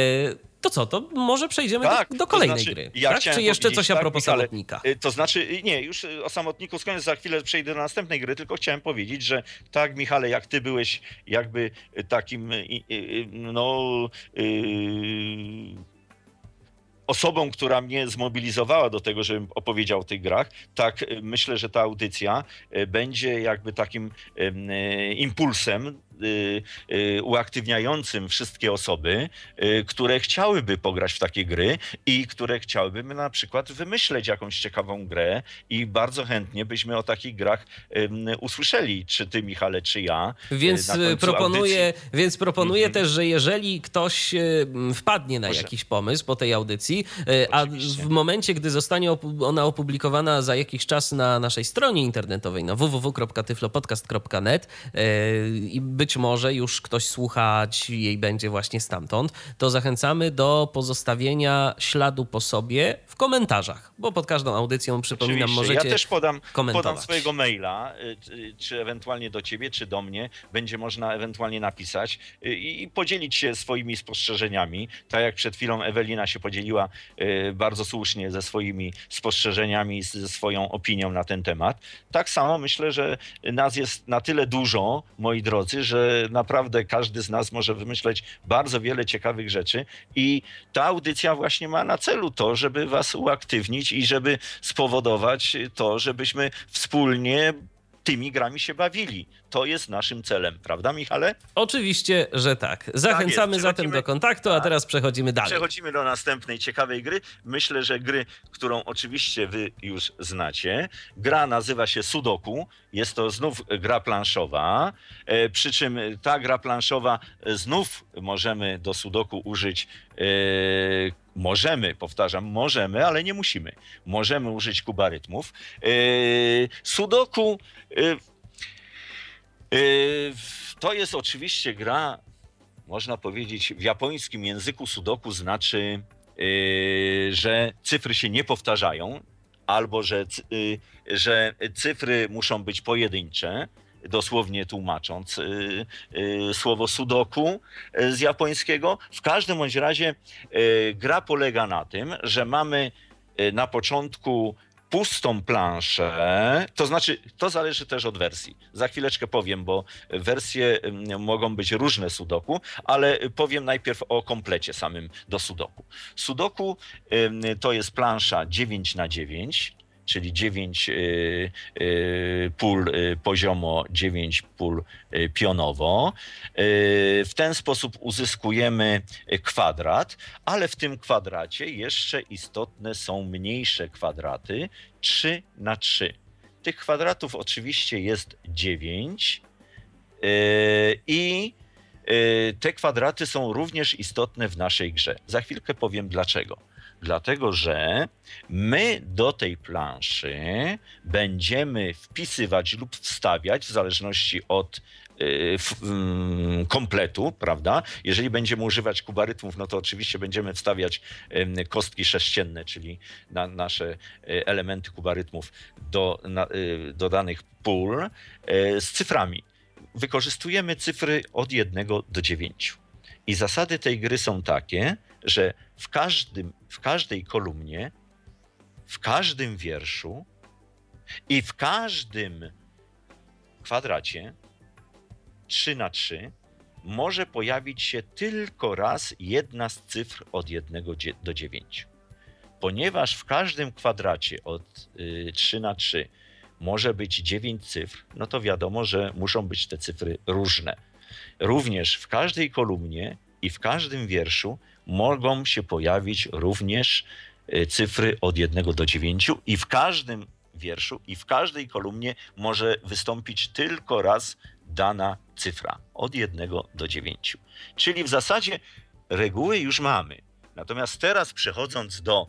To co, to może przejdziemy tak, do, do kolejnej to znaczy, gry. Ja tak? Czy jeszcze coś a propos tak, samotnika? To znaczy, nie, już o samotniku skończę, za chwilę przejdę do następnej gry, tylko chciałem powiedzieć, że tak, Michale, jak ty byłeś jakby takim, no... Yy, osobą, która mnie zmobilizowała do tego, żebym opowiedział o tych grach, tak myślę, że ta audycja będzie jakby takim impulsem uaktywniającym wszystkie osoby, które chciałyby pograć w takie gry i które chciałyby na przykład wymyśleć jakąś ciekawą grę i bardzo chętnie byśmy o takich grach usłyszeli, czy ty, Michale, czy ja. Więc proponuję, więc proponuję mm-hmm. też, że jeżeli ktoś wpadnie na Proszę. jakiś pomysł po tej audycji, a Oczywiście. w momencie, gdy zostanie ona opublikowana za jakiś czas na naszej stronie internetowej na w w w kropka tyflopodcast kropka net i być może już ktoś słuchać jej będzie właśnie stamtąd, to zachęcamy do pozostawienia śladu po sobie w komentarzach, bo pod każdą audycją, przypominam, Oczywiście. możecie Ja też podam, komentować. podam swojego maila, czy ewentualnie do ciebie, czy do mnie. Będzie można ewentualnie napisać i podzielić się swoimi spostrzeżeniami. Tak jak przed chwilą Ewelina się podzieliła bardzo słusznie ze swoimi spostrzeżeniami, ze swoją opinią na ten temat. Tak samo myślę, że nas jest na tyle dużo, moi drodzy, że naprawdę każdy z nas może wymyśleć bardzo wiele ciekawych rzeczy i ta audycja właśnie ma na celu to, żeby was uaktywnić i żeby spowodować to, żebyśmy wspólnie tymi grami się bawili. To jest naszym celem, prawda, Michale? Oczywiście, że tak. Zachęcamy tak zatem do kontaktu, a teraz przechodzimy dalej. Przechodzimy do następnej ciekawej gry. Myślę, że gry, którą oczywiście wy już znacie. Gra nazywa się Sudoku. Jest to znów gra planszowa, e, przy czym ta gra planszowa znów możemy do Sudoku użyć e, Możemy, powtarzam, możemy, ale nie musimy. Możemy użyć kubarytmów. Yy, Sudoku yy, yy, to jest oczywiście gra, można powiedzieć, w japońskim języku Sudoku znaczy, yy, że cyfry się nie powtarzają, albo że, yy, że cyfry muszą być pojedyncze. Dosłownie tłumacząc y, y, słowo sudoku y, z japońskiego. W każdym bądź razie y, gra polega na tym, że mamy y, na początku pustą planszę, to znaczy to zależy też od wersji. Za chwileczkę powiem, bo wersje y, mogą być różne sudoku, ale powiem najpierw o komplecie samym do sudoku. Sudoku y, to jest plansza dziewięć na dziewięć, czyli dziewięć y, y, pól y, poziomo, dziewięć pól y, pionowo. Y, w ten sposób uzyskujemy kwadrat, ale w tym kwadracie jeszcze istotne są mniejsze kwadraty, trzy na trzy. Tych kwadratów oczywiście jest dziewięć y, i y, te kwadraty są również istotne w naszej grze. Za chwilkę powiem dlaczego. Dlatego, że my do tej planszy będziemy wpisywać lub wstawiać w zależności od y, f, y, kompletu, prawda? Jeżeli będziemy używać kubarytmów, no to oczywiście będziemy wstawiać y, kostki sześcienne, czyli na, nasze y, elementy kubarytmów do, na, y, do danych pól y, z cyframi. Wykorzystujemy cyfry od jednego do dziewięciu. I zasady tej gry są takie, że w, każdym, w każdej kolumnie, w każdym wierszu i w każdym kwadracie trzy na trzy może pojawić się tylko raz jedna z cyfr od jednego do dziewięciu. Ponieważ w każdym kwadracie od y, trzy na trzy może być dziewięć cyfr, no to wiadomo, że muszą być te cyfry różne. Również w każdej kolumnie i w każdym wierszu mogą się pojawić również cyfry od jednego do dziewięciu i w każdym wierszu i w każdej kolumnie może wystąpić tylko raz dana cyfra od jednego do dziewięciu. Czyli w zasadzie reguły już mamy. Natomiast teraz przechodząc do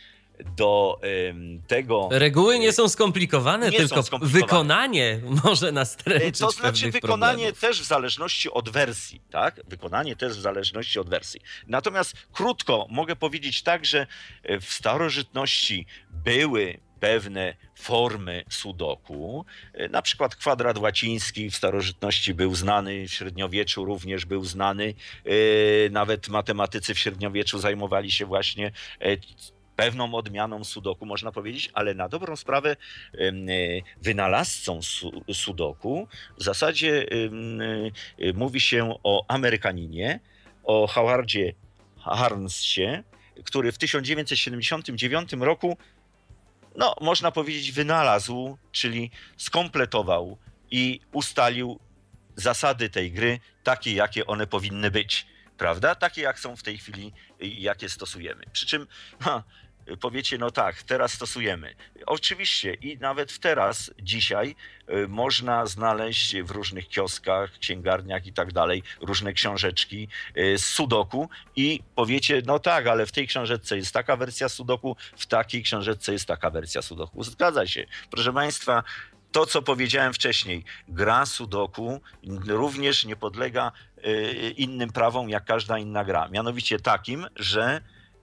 do ym, tego... Reguły nie są skomplikowane, nie tylko są skomplikowane. Wykonanie może nastręczyć To znaczy pewnych wykonanie problemów. też w zależności od wersji, tak? Wykonanie też w zależności od wersji. Natomiast krótko mogę powiedzieć tak, że w starożytności były pewne formy sudoku. Na przykład kwadrat łaciński w starożytności był znany, w średniowieczu również był znany. Nawet matematycy w średniowieczu zajmowali się właśnie pewną odmianą sudoku, można powiedzieć, ale na dobrą sprawę wynalazcą sudoku w zasadzie mówi się o Amerykaninie, o Howardzie Harnesie, który w tysiąc dziewięćset siedemdziesiątym dziewiątym roku, no można powiedzieć, wynalazł, czyli skompletował i ustalił zasady tej gry takie, jakie one powinny być, prawda? Takie, jak są w tej chwili, jakie stosujemy. Przy czym ha, powiecie, no tak, teraz stosujemy. Oczywiście i nawet teraz, dzisiaj y, można znaleźć w różnych kioskach, księgarniach i tak dalej różne książeczki y, z sudoku i powiecie, no tak, ale w tej książeczce jest taka wersja sudoku, w takiej książeczce jest taka wersja sudoku. Zgadza się. Proszę Państwa, to, co powiedziałem wcześniej, gra sudoku również nie podlega y, innym prawom jak każda inna gra. Mianowicie takim, że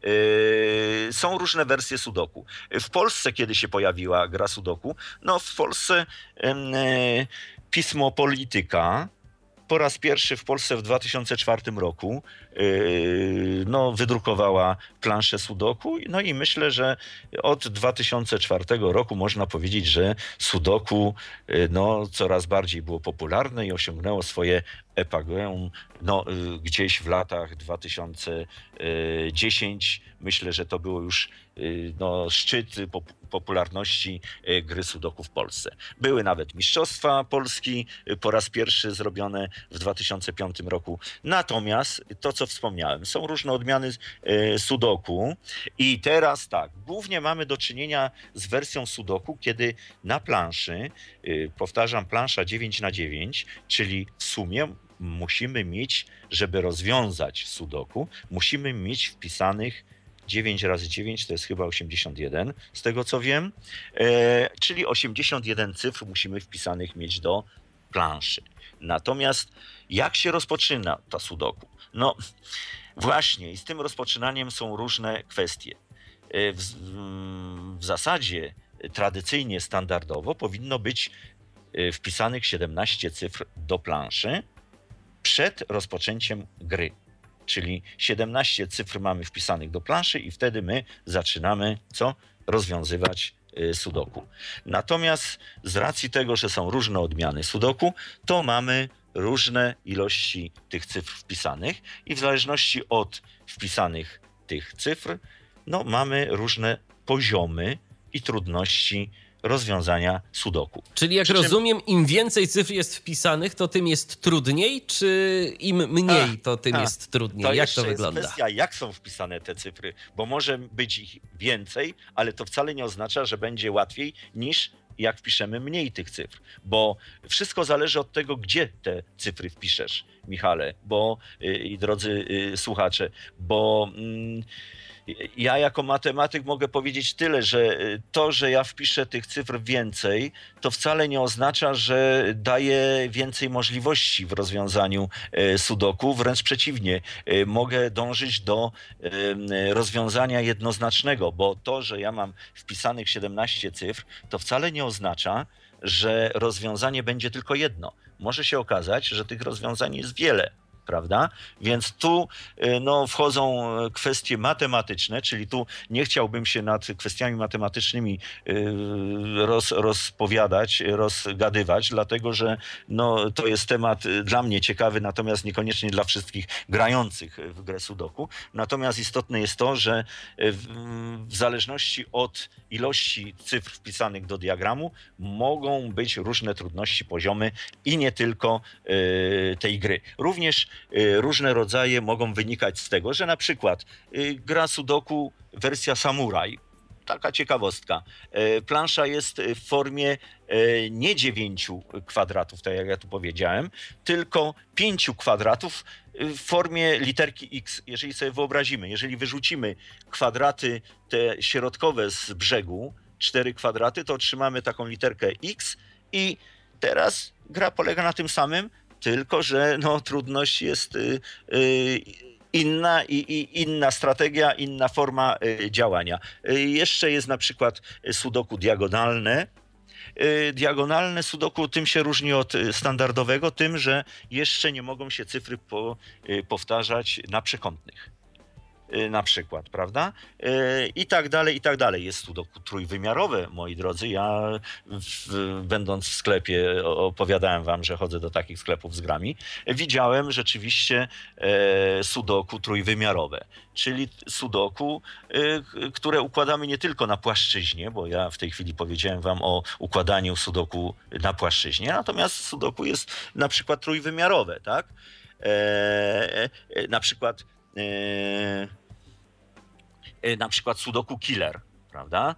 Yy, są różne wersje sudoku. W Polsce, kiedy się pojawiła gra sudoku, no w Polsce yy, pismo Polityka po raz pierwszy w Polsce w dwa tysiące czwartym roku yy, no, wydrukowała planszę sudoku. No i myślę, że od dwa tysiące czwartego roku można powiedzieć, że sudoku yy, no, coraz bardziej było popularne i osiągnęło swoje epogeum no, yy, gdzieś w latach dwa tysiące dziesiątym. Myślę, że to było już yy, no, szczyt pop- popularności yy, gry sudoku w Polsce. Były nawet mistrzostwa Polski yy, po raz pierwszy zrobione w dwa tysiące piątym roku. Natomiast to, co wspomniałem, są różne odmiany yy, sudoku i teraz tak, głównie mamy do czynienia z wersją sudoku, kiedy na planszy, yy, powtarzam, plansza dziewięć na dziewięć, czyli w sumie musimy mieć, żeby rozwiązać sudoku, musimy mieć wpisanych dziewięć razy dziewięć to jest chyba osiemdziesiąt jeden, z tego co wiem, e, czyli osiemdziesiąt jeden cyfr musimy wpisanych mieć do planszy. Natomiast jak się rozpoczyna ta sudoku? No właśnie i z tym rozpoczynaniem są różne kwestie. E, w, w zasadzie tradycyjnie, standardowo powinno być wpisanych siedemnaście cyfr do planszy przed rozpoczęciem gry. Czyli siedemnaście cyfr mamy wpisanych do planszy i wtedy my zaczynamy co? Rozwiązywać sudoku. Natomiast z racji tego, że są różne odmiany sudoku, to mamy różne ilości tych cyfr wpisanych i w zależności od wpisanych tych cyfr, no mamy różne poziomy i trudności rozwiązania sudoku. Czyli jak Przy czym... rozumiem, im więcej cyfr jest wpisanych, to tym jest trudniej, czy im mniej, a, to tym a, jest trudniej? To jak to jest wygląda? Kwestia, jak są wpisane te cyfry, bo może być ich więcej, ale to wcale nie oznacza, że będzie łatwiej niż jak wpiszemy mniej tych cyfr, bo wszystko zależy od tego, gdzie te cyfry wpiszesz, Michale, bo i drodzy słuchacze, bo mm, ja jako matematyk mogę powiedzieć tyle, że to, że ja wpiszę tych cyfr więcej, to wcale nie oznacza, że daję więcej możliwości w rozwiązaniu sudoku. Wręcz przeciwnie, mogę dążyć do rozwiązania jednoznacznego, bo to, że ja mam wpisanych siedemnaście cyfr, to wcale nie oznacza, że rozwiązanie będzie tylko jedno. Może się okazać, że tych rozwiązań jest wiele. Prawda? Więc tu no, wchodzą kwestie matematyczne, czyli tu nie chciałbym się nad kwestiami matematycznymi roz, rozpowiadać, rozgadywać, dlatego że no, to jest temat dla mnie ciekawy, natomiast niekoniecznie dla wszystkich grających w grę sudoku. Natomiast istotne jest to, że w, w zależności od ilości cyfr wpisanych do diagramu mogą być różne trudności, poziomy i nie tylko y, tej gry. Również y, różne rodzaje mogą wynikać z tego, że na przykład y, gra sudoku wersja samuraj, taka ciekawostka, y, plansza jest w formie y, nie dziewięciu kwadratów, tak jak ja tu powiedziałem, tylko pięciu kwadratów w formie literki X. Jeżeli sobie wyobrazimy, jeżeli wyrzucimy kwadraty te środkowe z brzegu, cztery kwadraty, to otrzymamy taką literkę X i teraz gra polega na tym samym, tylko że no, trudność jest y, y, inna i, i inna strategia, inna forma y, działania. Y, jeszcze jest na przykład sudoku diagonalne. Y, diagonalne sudoku tym się różni od standardowego, tym, że jeszcze nie mogą się cyfry po, y, powtarzać na przekątnych. Na przykład, prawda? I tak dalej, i tak dalej. Jest sudoku trójwymiarowe, moi drodzy. Ja w, będąc w sklepie, opowiadałem wam, że chodzę do takich sklepów z grami. Widziałem rzeczywiście e, sudoku trójwymiarowe, czyli sudoku, e, które układamy nie tylko na płaszczyźnie, bo ja w tej chwili powiedziałem wam o układaniu sudoku na płaszczyźnie, natomiast sudoku jest na przykład trójwymiarowe, tak? E, e, na przykład e, na przykład sudoku killer, prawda?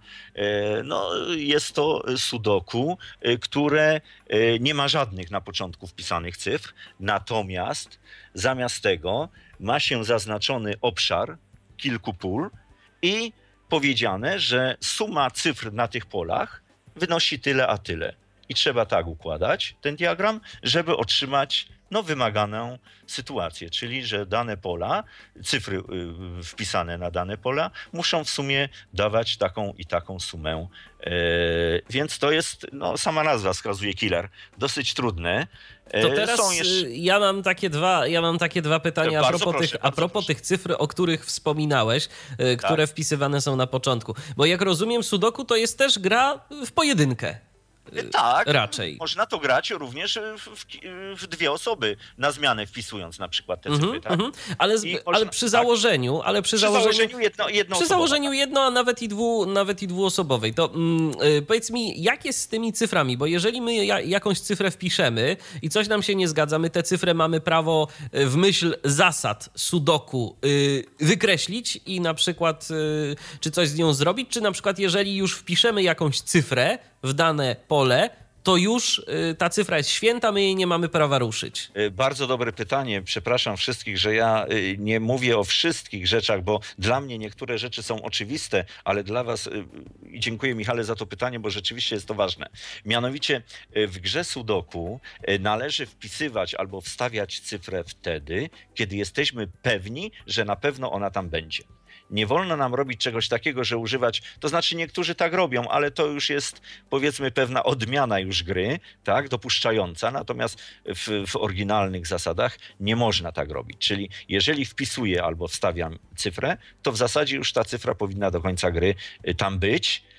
No, jest to sudoku, które nie ma żadnych na początku wpisanych cyfr, natomiast zamiast tego ma się zaznaczony obszar kilku pól i powiedziane, że suma cyfr na tych polach wynosi tyle a tyle. I trzeba tak układać ten diagram, żeby otrzymać no, wymaganą sytuację, czyli że dane pola, cyfry y, wpisane na dane pola muszą w sumie dawać taką i taką sumę. E, więc to jest, no, sama nazwa wskazuje killer, dosyć trudne. E, to teraz są jeszcze... ja mam takie dwa, ja mam takie dwa pytania a propos, proszę, tych, a propos tych cyfr, o których wspominałeś, y, które tak. wpisywane są na początku. Bo jak rozumiem, sudoku to jest też gra w pojedynkę. Tak, raczej. Można to grać również w, w, w dwie osoby na zmianę, wpisując na przykład te cyfry, mm-hmm, tak? Mm-hmm. Ale, z, ale można, przy założeniu, tak, ale przy, przy założeniu, założeniu jedno, jedno przy założeniu jedno, a nawet i, dwu, nawet i dwuosobowej, to mm, powiedz mi, jak jest z tymi cyframi? Bo jeżeli my ja, jakąś cyfrę wpiszemy i coś nam się nie zgadza, my tę cyfrę mamy prawo w myśl zasad sudoku y, wykreślić i na przykład y, czy coś z nią zrobić, czy na przykład jeżeli już wpiszemy jakąś cyfrę w dane pole, to już y, ta cyfra jest święta, my jej nie mamy prawa ruszyć. Bardzo dobre pytanie. Przepraszam wszystkich, że ja y, nie mówię o wszystkich rzeczach, bo dla mnie niektóre rzeczy są oczywiste, ale dla was, y, dziękuję Michale za to pytanie, bo rzeczywiście jest to ważne. Mianowicie y, w grze sudoku y, należy wpisywać albo wstawiać cyfrę wtedy, kiedy jesteśmy pewni, że na pewno ona tam będzie. Nie wolno nam robić czegoś takiego, że używać, to znaczy niektórzy tak robią, ale to już jest powiedzmy pewna odmiana już gry, tak, dopuszczająca, natomiast w, w oryginalnych zasadach nie można tak robić. Czyli jeżeli wpisuję albo wstawiam cyfrę, to w zasadzie już ta cyfra powinna do końca gry tam być,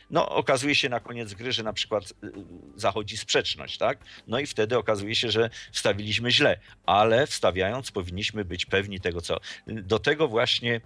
no okazuje się na koniec gry, że na przykład zachodzi sprzeczność, tak? No i wtedy okazuje się, że wstawiliśmy źle, ale wstawiając powinniśmy być pewni tego, co... Do tego właśnie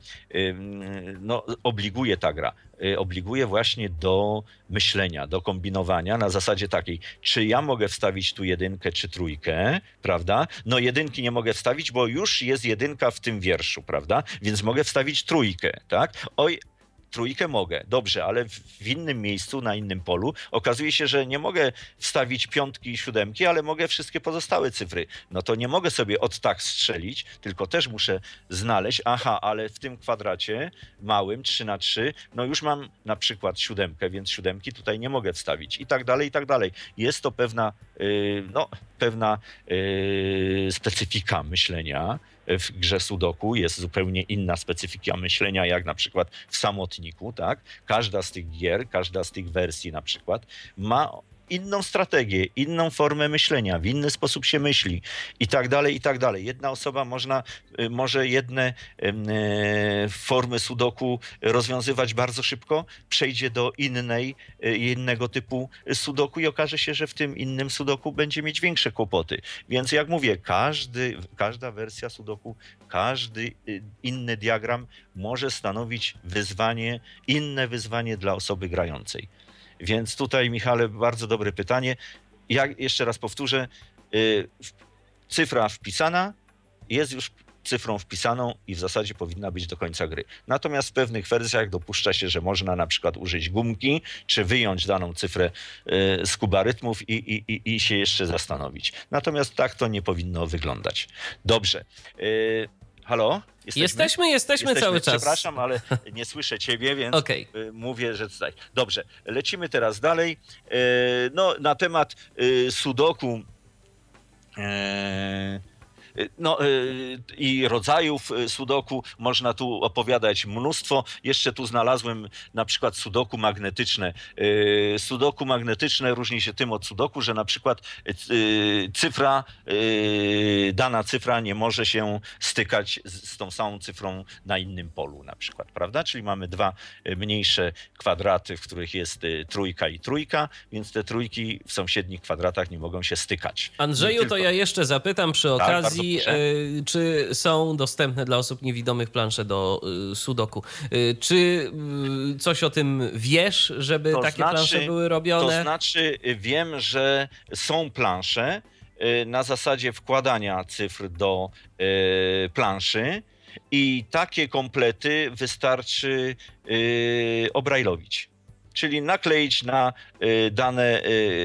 no, obliguje ta gra. Obliguje właśnie do myślenia, do kombinowania na zasadzie takiej, czy ja mogę wstawić tu jedynkę czy trójkę, prawda? No jedynki nie mogę wstawić, bo już jest jedynka w tym wierszu, prawda? Więc mogę wstawić trójkę, tak? Oj, trójkę mogę, dobrze, ale w innym miejscu, na innym polu okazuje się, że nie mogę wstawić piątki i siódemki, ale mogę wszystkie pozostałe cyfry. No to nie mogę sobie od tak strzelić, tylko też muszę znaleźć, aha, ale w tym kwadracie małym, trzy na trzy, no już mam na przykład siódemkę, więc siódemki tutaj nie mogę wstawić i tak dalej, i tak dalej. Jest to pewna, yy, no, pewna yy, specyfika myślenia. W grze Sudoku jest zupełnie inna specyfika myślenia, jak na przykład w Samotniku, tak? Każda z tych gier, każda z tych wersji na przykład ma inną strategię, inną formę myślenia, w inny sposób się myśli i tak dalej, i tak dalej. Jedna osoba można, może jedne e, formy Sudoku rozwiązywać bardzo szybko, przejdzie do innej, innego typu Sudoku i okaże się, że w tym innym Sudoku będzie mieć większe kłopoty. Więc jak mówię, każdy, każda wersja Sudoku, każdy inny diagram może stanowić wyzwanie, inne wyzwanie dla osoby grającej. Więc tutaj, Michale, bardzo dobre pytanie. Ja jeszcze raz powtórzę, yy, cyfra wpisana jest już cyfrą wpisaną i w zasadzie powinna być do końca gry. Natomiast w pewnych wersjach dopuszcza się, że można na przykład użyć gumki, czy wyjąć daną cyfrę yy, z kubarytmów i, i, i, i się jeszcze zastanowić. Natomiast tak to nie powinno wyglądać. Dobrze. Yy, halo? Jesteśmy, jesteśmy, jesteśmy cały czas. Przepraszam, ale nie słyszę ciebie, więc okay. mówię, że tutaj. Dobrze, lecimy teraz dalej. No, na temat Sudoku no, i rodzajów Sudoku można tu opowiadać mnóstwo. Jeszcze tu znalazłem na przykład Sudoku magnetyczne. Sudoku magnetyczne różni się tym od Sudoku, że na przykład cyfra, dana cyfra nie może się stykać z tą samą cyfrą na innym polu na przykład, prawda? Czyli mamy dwa mniejsze kwadraty, w których jest trójka i trójka, więc te trójki w sąsiednich kwadratach nie mogą się stykać. Andrzeju, tylko... to ja jeszcze zapytam przy tak, okazji, czy są dostępne dla osób niewidomych plansze do Sudoku? Czy coś o tym wiesz, żeby to takie znaczy, plansze były robione? To znaczy wiem, że są plansze na zasadzie wkładania cyfr do planszy i takie komplety wystarczy obrajlowić. Czyli nakleić na y, dane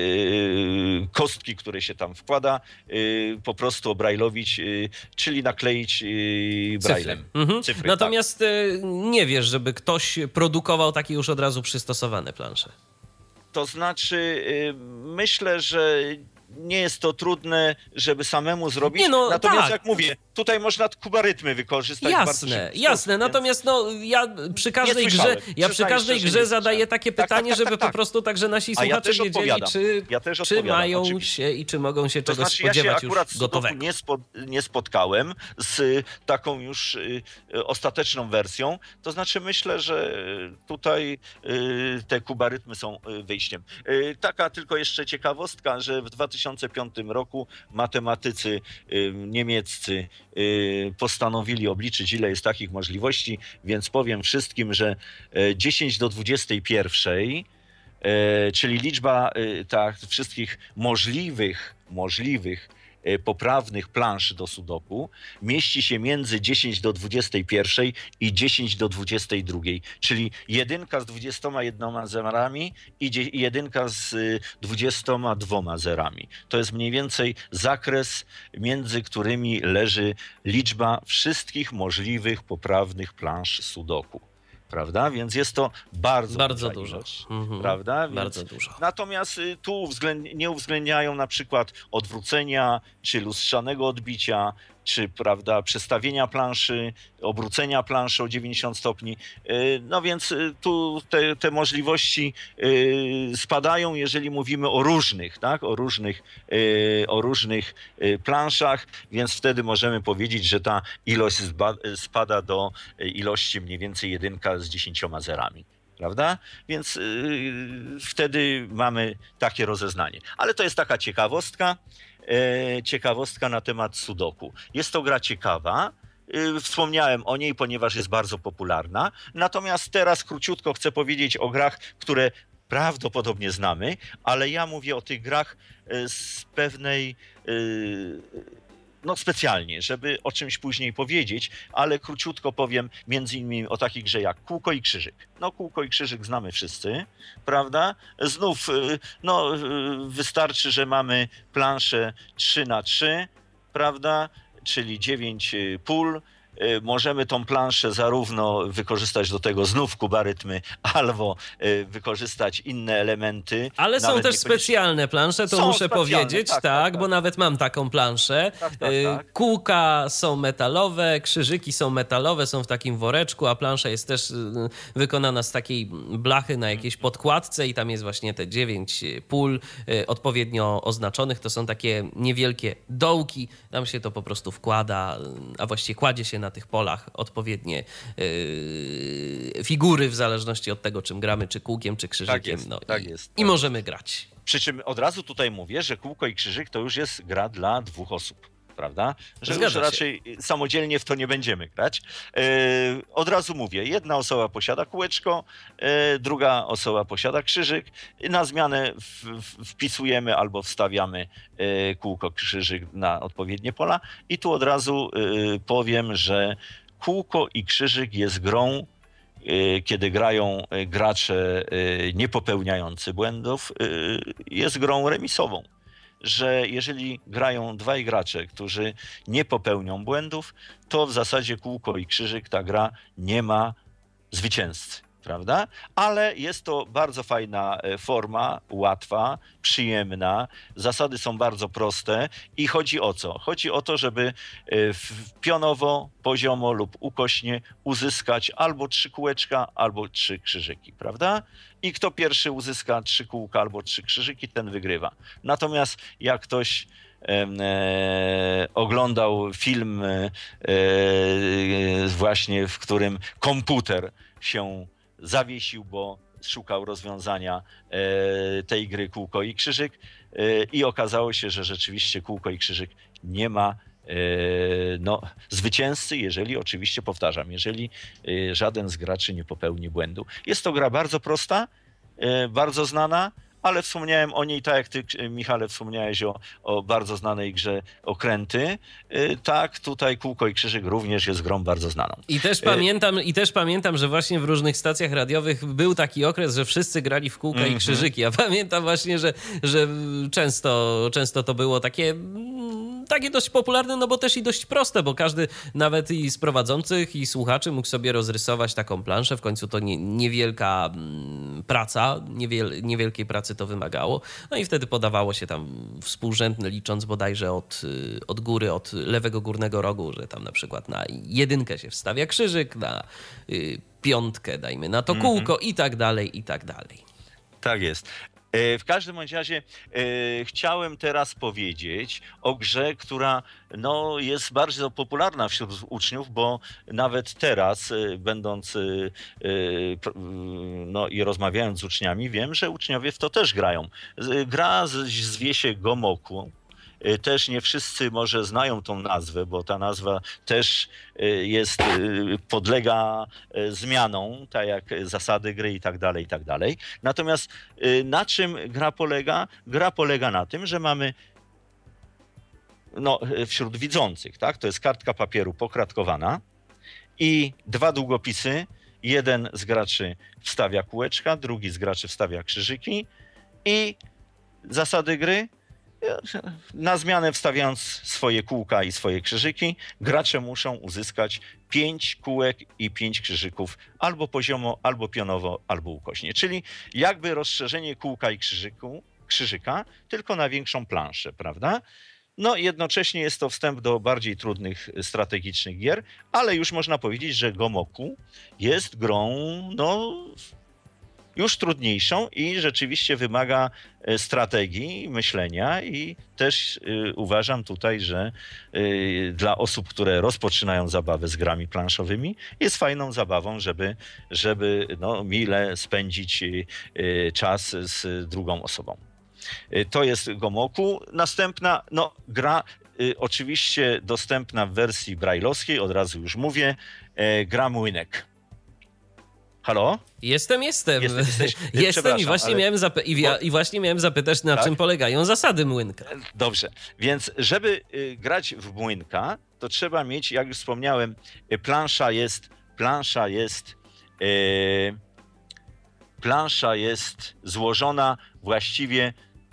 y, kostki, które się tam wkłada, y, po prostu obrajlowić, y, czyli nakleić y, brajlem. Cyfry. Mhm. Cyfry, Natomiast tak. y, nie wiesz, żeby ktoś produkował takie już od razu przystosowane plansze. To znaczy, y, myślę, że nie jest to trudne, żeby samemu zrobić. Nie, no, Natomiast tak. jak mówię, tutaj można kubarytmy wykorzystać. Jasne, bardzo jasne. sposób, Natomiast no, ja przy każdej grze, ja przy każdej grze nie zadaję takie tak, pytanie, tak, tak, żeby tak. po prostu także nasi A ja słuchacze też wiedzieli, czy, ja też czy mają oczywiście. się i czy mogą się To czegoś znaczy, spodziewać ja się akurat już gotowego. Nie, spod, nie spotkałem z taką już y, ostateczną wersją. To znaczy myślę, że tutaj y, te kubarytmy są wyjściem. Y, taka tylko jeszcze ciekawostka, że w dwa tysiące piątym roku matematycy y, niemieccy y, postanowili obliczyć, ile jest takich możliwości, więc powiem wszystkim, że dziesięć do dwudziestej pierwszej, czyli liczba tak, wszystkich możliwych, możliwych poprawnych plansz do Sudoku mieści się między dziesięć do dwudziestej pierwszej i dziesięć do dwudziestej drugiej, czyli jedynka z dwudziestoma jednoma zerami i jedynka z dwudziestoma dwoma zerami. To jest mniej więcej zakres, między którymi leży liczba wszystkich możliwych poprawnych plansz Sudoku. Prawda? Więc jest to bardzo, bardzo duża dużo. Ilość, mhm. prawda? Więc bardzo dużo. Natomiast tu nie uwzględniają na przykład odwrócenia, czy lustrzanego odbicia, czy prawda, przestawienia planszy, obrócenia planszy o dziewięćdziesiąt stopni. No więc tu te, te możliwości spadają, jeżeli mówimy o różnych, tak? o różnych, o różnych planszach, więc wtedy możemy powiedzieć, że ta ilość spada do ilości mniej więcej jedynka z dziesięcioma zerami. prawda? Więc yy, wtedy mamy takie rozeznanie. Ale to jest taka ciekawostka, yy, ciekawostka na temat sudoku. Jest to gra ciekawa. Yy, wspomniałem o niej, ponieważ jest bardzo popularna. Natomiast teraz króciutko chcę powiedzieć o grach, które prawdopodobnie znamy, ale ja mówię o tych grach yy, z pewnej... Yy, No specjalnie, żeby o czymś później powiedzieć, ale króciutko powiem między innymi o takiej grze jak Kółko i Krzyżyk. No Kółko i Krzyżyk znamy wszyscy, prawda? Znów no, wystarczy, że mamy planszę trzy na trzy, prawda? Czyli dziewięć pól. Możemy tą planszę zarówno wykorzystać do tego znów kubarytmy, albo wykorzystać inne elementy. Ale są też specjalne plansze, to są muszę powiedzieć, tak, tak, tak, tak, bo nawet mam taką planszę. Tak, tak, tak. Kółka są metalowe, krzyżyki są metalowe, są w takim woreczku, a plansza jest też wykonana z takiej blachy na jakiejś podkładce i tam jest właśnie te dziewięć pól odpowiednio oznaczonych. To są takie niewielkie dołki, tam się to po prostu wkłada, a właściwie kładzie się na tych polach odpowiednie yy, figury w zależności od tego, czym gramy, czy kółkiem, czy krzyżykiem. Tak jest, no tak i, jest, i tak możemy grać. Przy czym od razu tutaj mówię, że Kółko i Krzyżyk to już jest gra dla dwóch osób, prawda? Że Zgadza już się. raczej samodzielnie w to nie będziemy grać. Yy, od razu mówię, jedna osoba posiada kółeczko, yy, druga osoba posiada krzyżyk. Na zmianę w, w, wpisujemy albo wstawiamy yy, kółko, krzyżyk na odpowiednie pola. I tu od razu yy, powiem, że Kółko i Krzyżyk jest grą, kiedy grają gracze nie popełniający błędów, jest grą remisową. Że jeżeli grają dwaj gracze, którzy nie popełnią błędów, to w zasadzie Kółko i Krzyżyk, ta gra nie ma zwycięzcy, prawda? Ale jest to bardzo fajna forma, łatwa, przyjemna. Zasady są bardzo proste i chodzi o co? Chodzi o to, żeby pionowo, poziomo lub ukośnie uzyskać albo trzy kółeczka, albo trzy krzyżyki, prawda? I kto pierwszy uzyska trzy kółka albo trzy krzyżyki, ten wygrywa. Natomiast jak ktoś E, oglądał film e, właśnie, w którym komputer się zawiesił, bo szukał rozwiązania e, tej gry Kółko i Krzyżyk e, i okazało się, że rzeczywiście Kółko i Krzyżyk nie ma e, no, zwycięzcy, jeżeli oczywiście, powtarzam, jeżeli e, żaden z graczy nie popełni błędu. Jest to gra bardzo prosta, e, bardzo znana, ale wspomniałem o niej, tak jak ty, Michale, wspomniałeś o, o bardzo znanej grze Okręty. Tak, tutaj Kółko i Krzyżyk również jest grą bardzo znaną. I też pamiętam, i też pamiętam, że właśnie w różnych stacjach radiowych był taki okres, że wszyscy grali w Kółka mm-hmm. i Krzyżyki. Ja pamiętam właśnie, że, że często, często to było takie, takie dość popularne, no bo też i dość proste, bo każdy, nawet i z prowadzących, i słuchaczy mógł sobie rozrysować taką planszę. W końcu to nie, niewielka praca, niewiel, niewielkiej pracy to wymagało. No i wtedy podawało się tam współrzędne, licząc bodajże od, od góry, od lewego górnego rogu, że tam na przykład na jedynkę się wstawia krzyżyk, na y, piątkę dajmy na to kółko mm-hmm. i tak dalej, i tak dalej. Tak jest. W każdym bądź razie e, chciałem teraz powiedzieć o grze, która no, jest bardzo popularna wśród uczniów, bo nawet teraz, e, będąc e, e, no, i rozmawiając z uczniami, wiem, że uczniowie w to też grają. Gra zwie się Gomoku. Też nie wszyscy może znają tą nazwę, bo ta nazwa też jest, podlega zmianom, tak jak zasady gry i tak dalej, i tak dalej. Natomiast na czym gra polega? Gra polega na tym, że mamy no, wśród widzących, tak? To jest kartka papieru pokratkowana i dwa długopisy. Jeden z graczy wstawia kółeczka, drugi z graczy wstawia krzyżyki i zasady gry. Na zmianę wstawiając swoje kółka i swoje krzyżyki, gracze muszą uzyskać pięć kółek i pięć krzyżyków albo poziomo, albo pionowo, albo ukośnie. Czyli jakby rozszerzenie kółka i krzyżyku, krzyżyka, tylko na większą planszę, prawda? No jednocześnie jest to wstęp do bardziej trudnych strategicznych gier, ale już można powiedzieć, że Gomoku jest grą, no, już trudniejszą i rzeczywiście wymaga strategii, myślenia i też y, uważam tutaj, że y, dla osób, które rozpoczynają zabawę z grami planszowymi, jest fajną zabawą, żeby, żeby no, mile spędzić y, y, czas z drugą osobą. Y, to jest Gomoku. Następna no, gra, y, oczywiście dostępna w wersji brajlowskiej, od razu już mówię, y, gra Młynek. Halo? Jestem, jestem. Jestem, jesteś? Jestem i właśnie, ale... miałem zapy- i, ja, i właśnie miałem zapytać, na Tak? czym polegają zasady Młynka. Dobrze, więc żeby y, grać w Młynka, to trzeba mieć, jak już wspomniałem, y, plansza jest, plansza jest, y, plansza jest złożona właściwie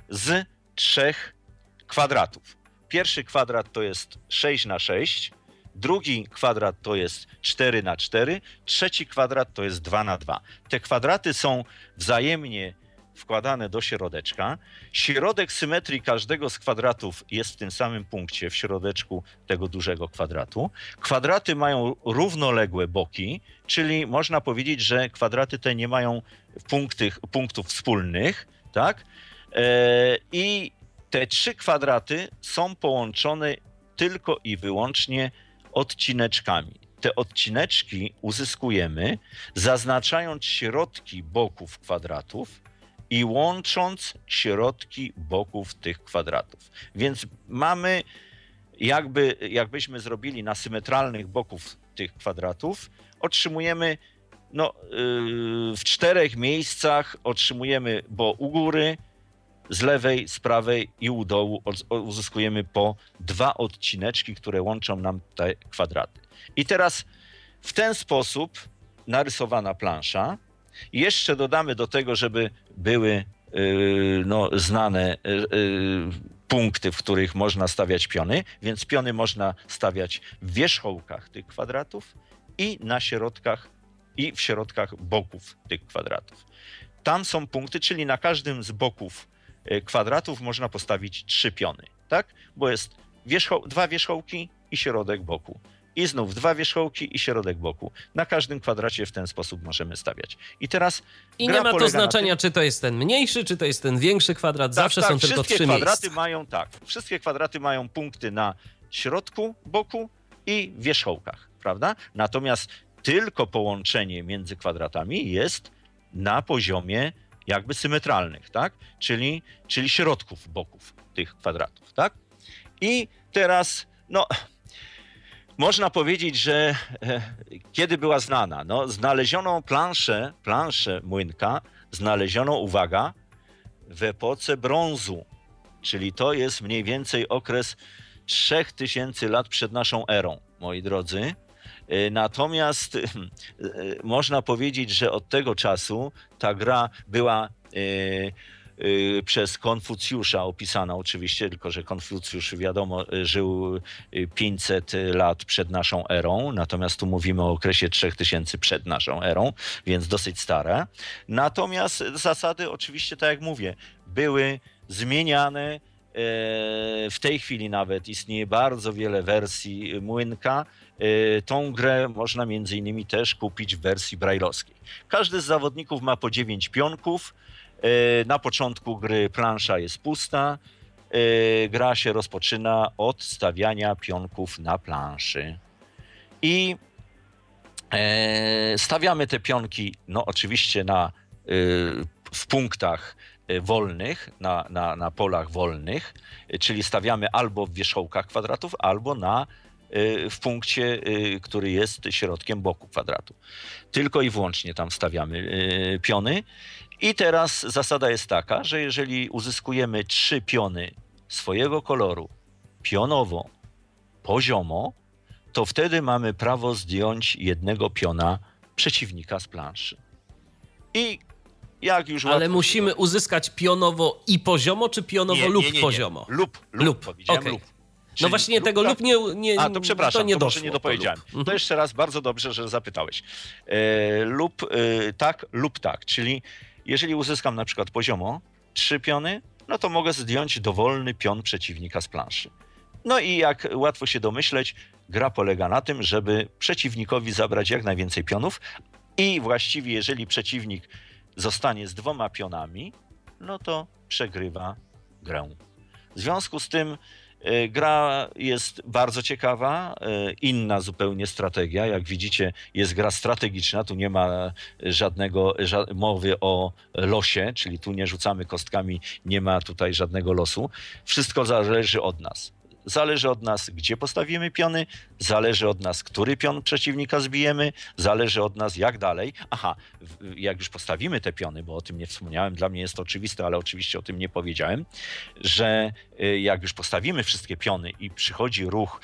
z trzech kwadratów. Pierwszy kwadrat to jest sześć na sześć, drugi kwadrat to jest cztery na cztery, trzeci kwadrat to jest dwa na dwa. Te kwadraty są wzajemnie wkładane do środeczka. Środek symetrii każdego z kwadratów jest w tym samym punkcie, w środeczku tego dużego kwadratu. Kwadraty mają równoległe boki, czyli można powiedzieć, że kwadraty te nie mają punkty, punktów wspólnych, tak? E, I te trzy kwadraty są połączone tylko i wyłącznie odcineczkami. Te odcineczki uzyskujemy zaznaczając środki boków kwadratów i łącząc środki boków tych kwadratów. Więc mamy jakby, jakbyśmy zrobili na symetralnych boków tych kwadratów, otrzymujemy no, yy, w czterech miejscach otrzymujemy, bo u góry, z lewej, z prawej i u dołu uzyskujemy po dwa odcineczki, które łączą nam te kwadraty. I teraz w ten sposób narysowana plansza. Jeszcze dodamy do tego, żeby były yy, no, znane yy, punkty, w których można stawiać piony, więc piony można stawiać w wierzchołkach tych kwadratów i na środkach i w środkach boków tych kwadratów. Tam są punkty, czyli na każdym z boków kwadratów można postawić trzy piony, tak? Bo jest wierzchoł, dwa wierzchołki i środek boku. I znów dwa wierzchołki i środek boku. Na każdym kwadracie w ten sposób możemy stawiać. I teraz I nie ma to znaczenia, czy to jest ten mniejszy, czy to jest ten większy kwadrat. Tak, Zawsze tak, są tylko trzy kwadraty miejsca. mają tak. Wszystkie kwadraty mają punkty na środku boku i wierzchołkach, prawda? Natomiast tylko połączenie między kwadratami jest na poziomie jakby symetralnych, tak? Czyli, czyli środków boków tych kwadratów, tak? I teraz, no, można powiedzieć, że e, kiedy była znana? No, znaleziono planszę, planszę Młynka, znaleziono, uwaga, w epoce brązu, czyli to jest mniej więcej okres trzech tysięcy lat przed naszą erą, moi drodzy. Natomiast można powiedzieć, że od tego czasu ta gra była przez Konfucjusza opisana oczywiście, tylko że Konfucjusz, wiadomo, żył pięćset lat przed naszą erą, natomiast tu mówimy o okresie trzech tysięcy przed naszą erą, więc dosyć stare. Natomiast zasady oczywiście, tak jak mówię, były zmieniane. W tej chwili nawet istnieje bardzo wiele wersji Młynka. Tą grę można między innymi też kupić w wersji brajlowskiej. Każdy z zawodników ma po dziewięć pionków. Na początku gry plansza jest pusta. Gra się rozpoczyna od stawiania pionków na planszy. I stawiamy te pionki, no oczywiście na, w punktach wolnych, na, na, na polach wolnych, czyli stawiamy albo w wierzchołkach kwadratów, albo na, w punkcie, który jest środkiem boku kwadratu. Tylko i wyłącznie tam stawiamy piony. I teraz zasada jest taka, że jeżeli uzyskujemy trzy piony swojego koloru pionowo, poziomo, to wtedy mamy prawo zdjąć jednego piona przeciwnika z planszy. I jak już Ale łatwo musimy się... uzyskać pionowo i poziomo, czy pionowo nie, lub nie, nie, nie. poziomo? Lub, lub, Lub, powiedziałem okej. lub. No Czyli właśnie lub, tego lub nie, nie A, to przepraszam, to nie to doszło. może nie dopowiedziałem. To, To, lub. jeszcze raz bardzo dobrze, że zapytałeś. E, lub e, tak, lub tak. Czyli jeżeli uzyskam na przykład poziomo trzy piony, no to mogę zdjąć dowolny pion przeciwnika z planszy. No i jak łatwo się domyśleć, gra polega na tym, żeby przeciwnikowi zabrać jak najwięcej pionów i właściwie jeżeli przeciwnik zostanie z dwoma pionami, no to przegrywa grę. W związku z tym y, gra jest bardzo ciekawa, y, inna zupełnie strategia. Jak widzicie, jest gra strategiczna, tu nie ma żadnego ża mowy o losie, czyli tu nie rzucamy kostkami, nie ma tutaj żadnego losu. Wszystko zależy od nas. Zależy od nas, gdzie postawimy piony, zależy od nas, który pion przeciwnika zbijemy, zależy od nas, jak dalej. Aha, jak już postawimy te piony, bo o tym nie wspomniałem, dla mnie jest to oczywiste, ale oczywiście o tym nie powiedziałem, że jak już postawimy wszystkie piony i przychodzi ruch,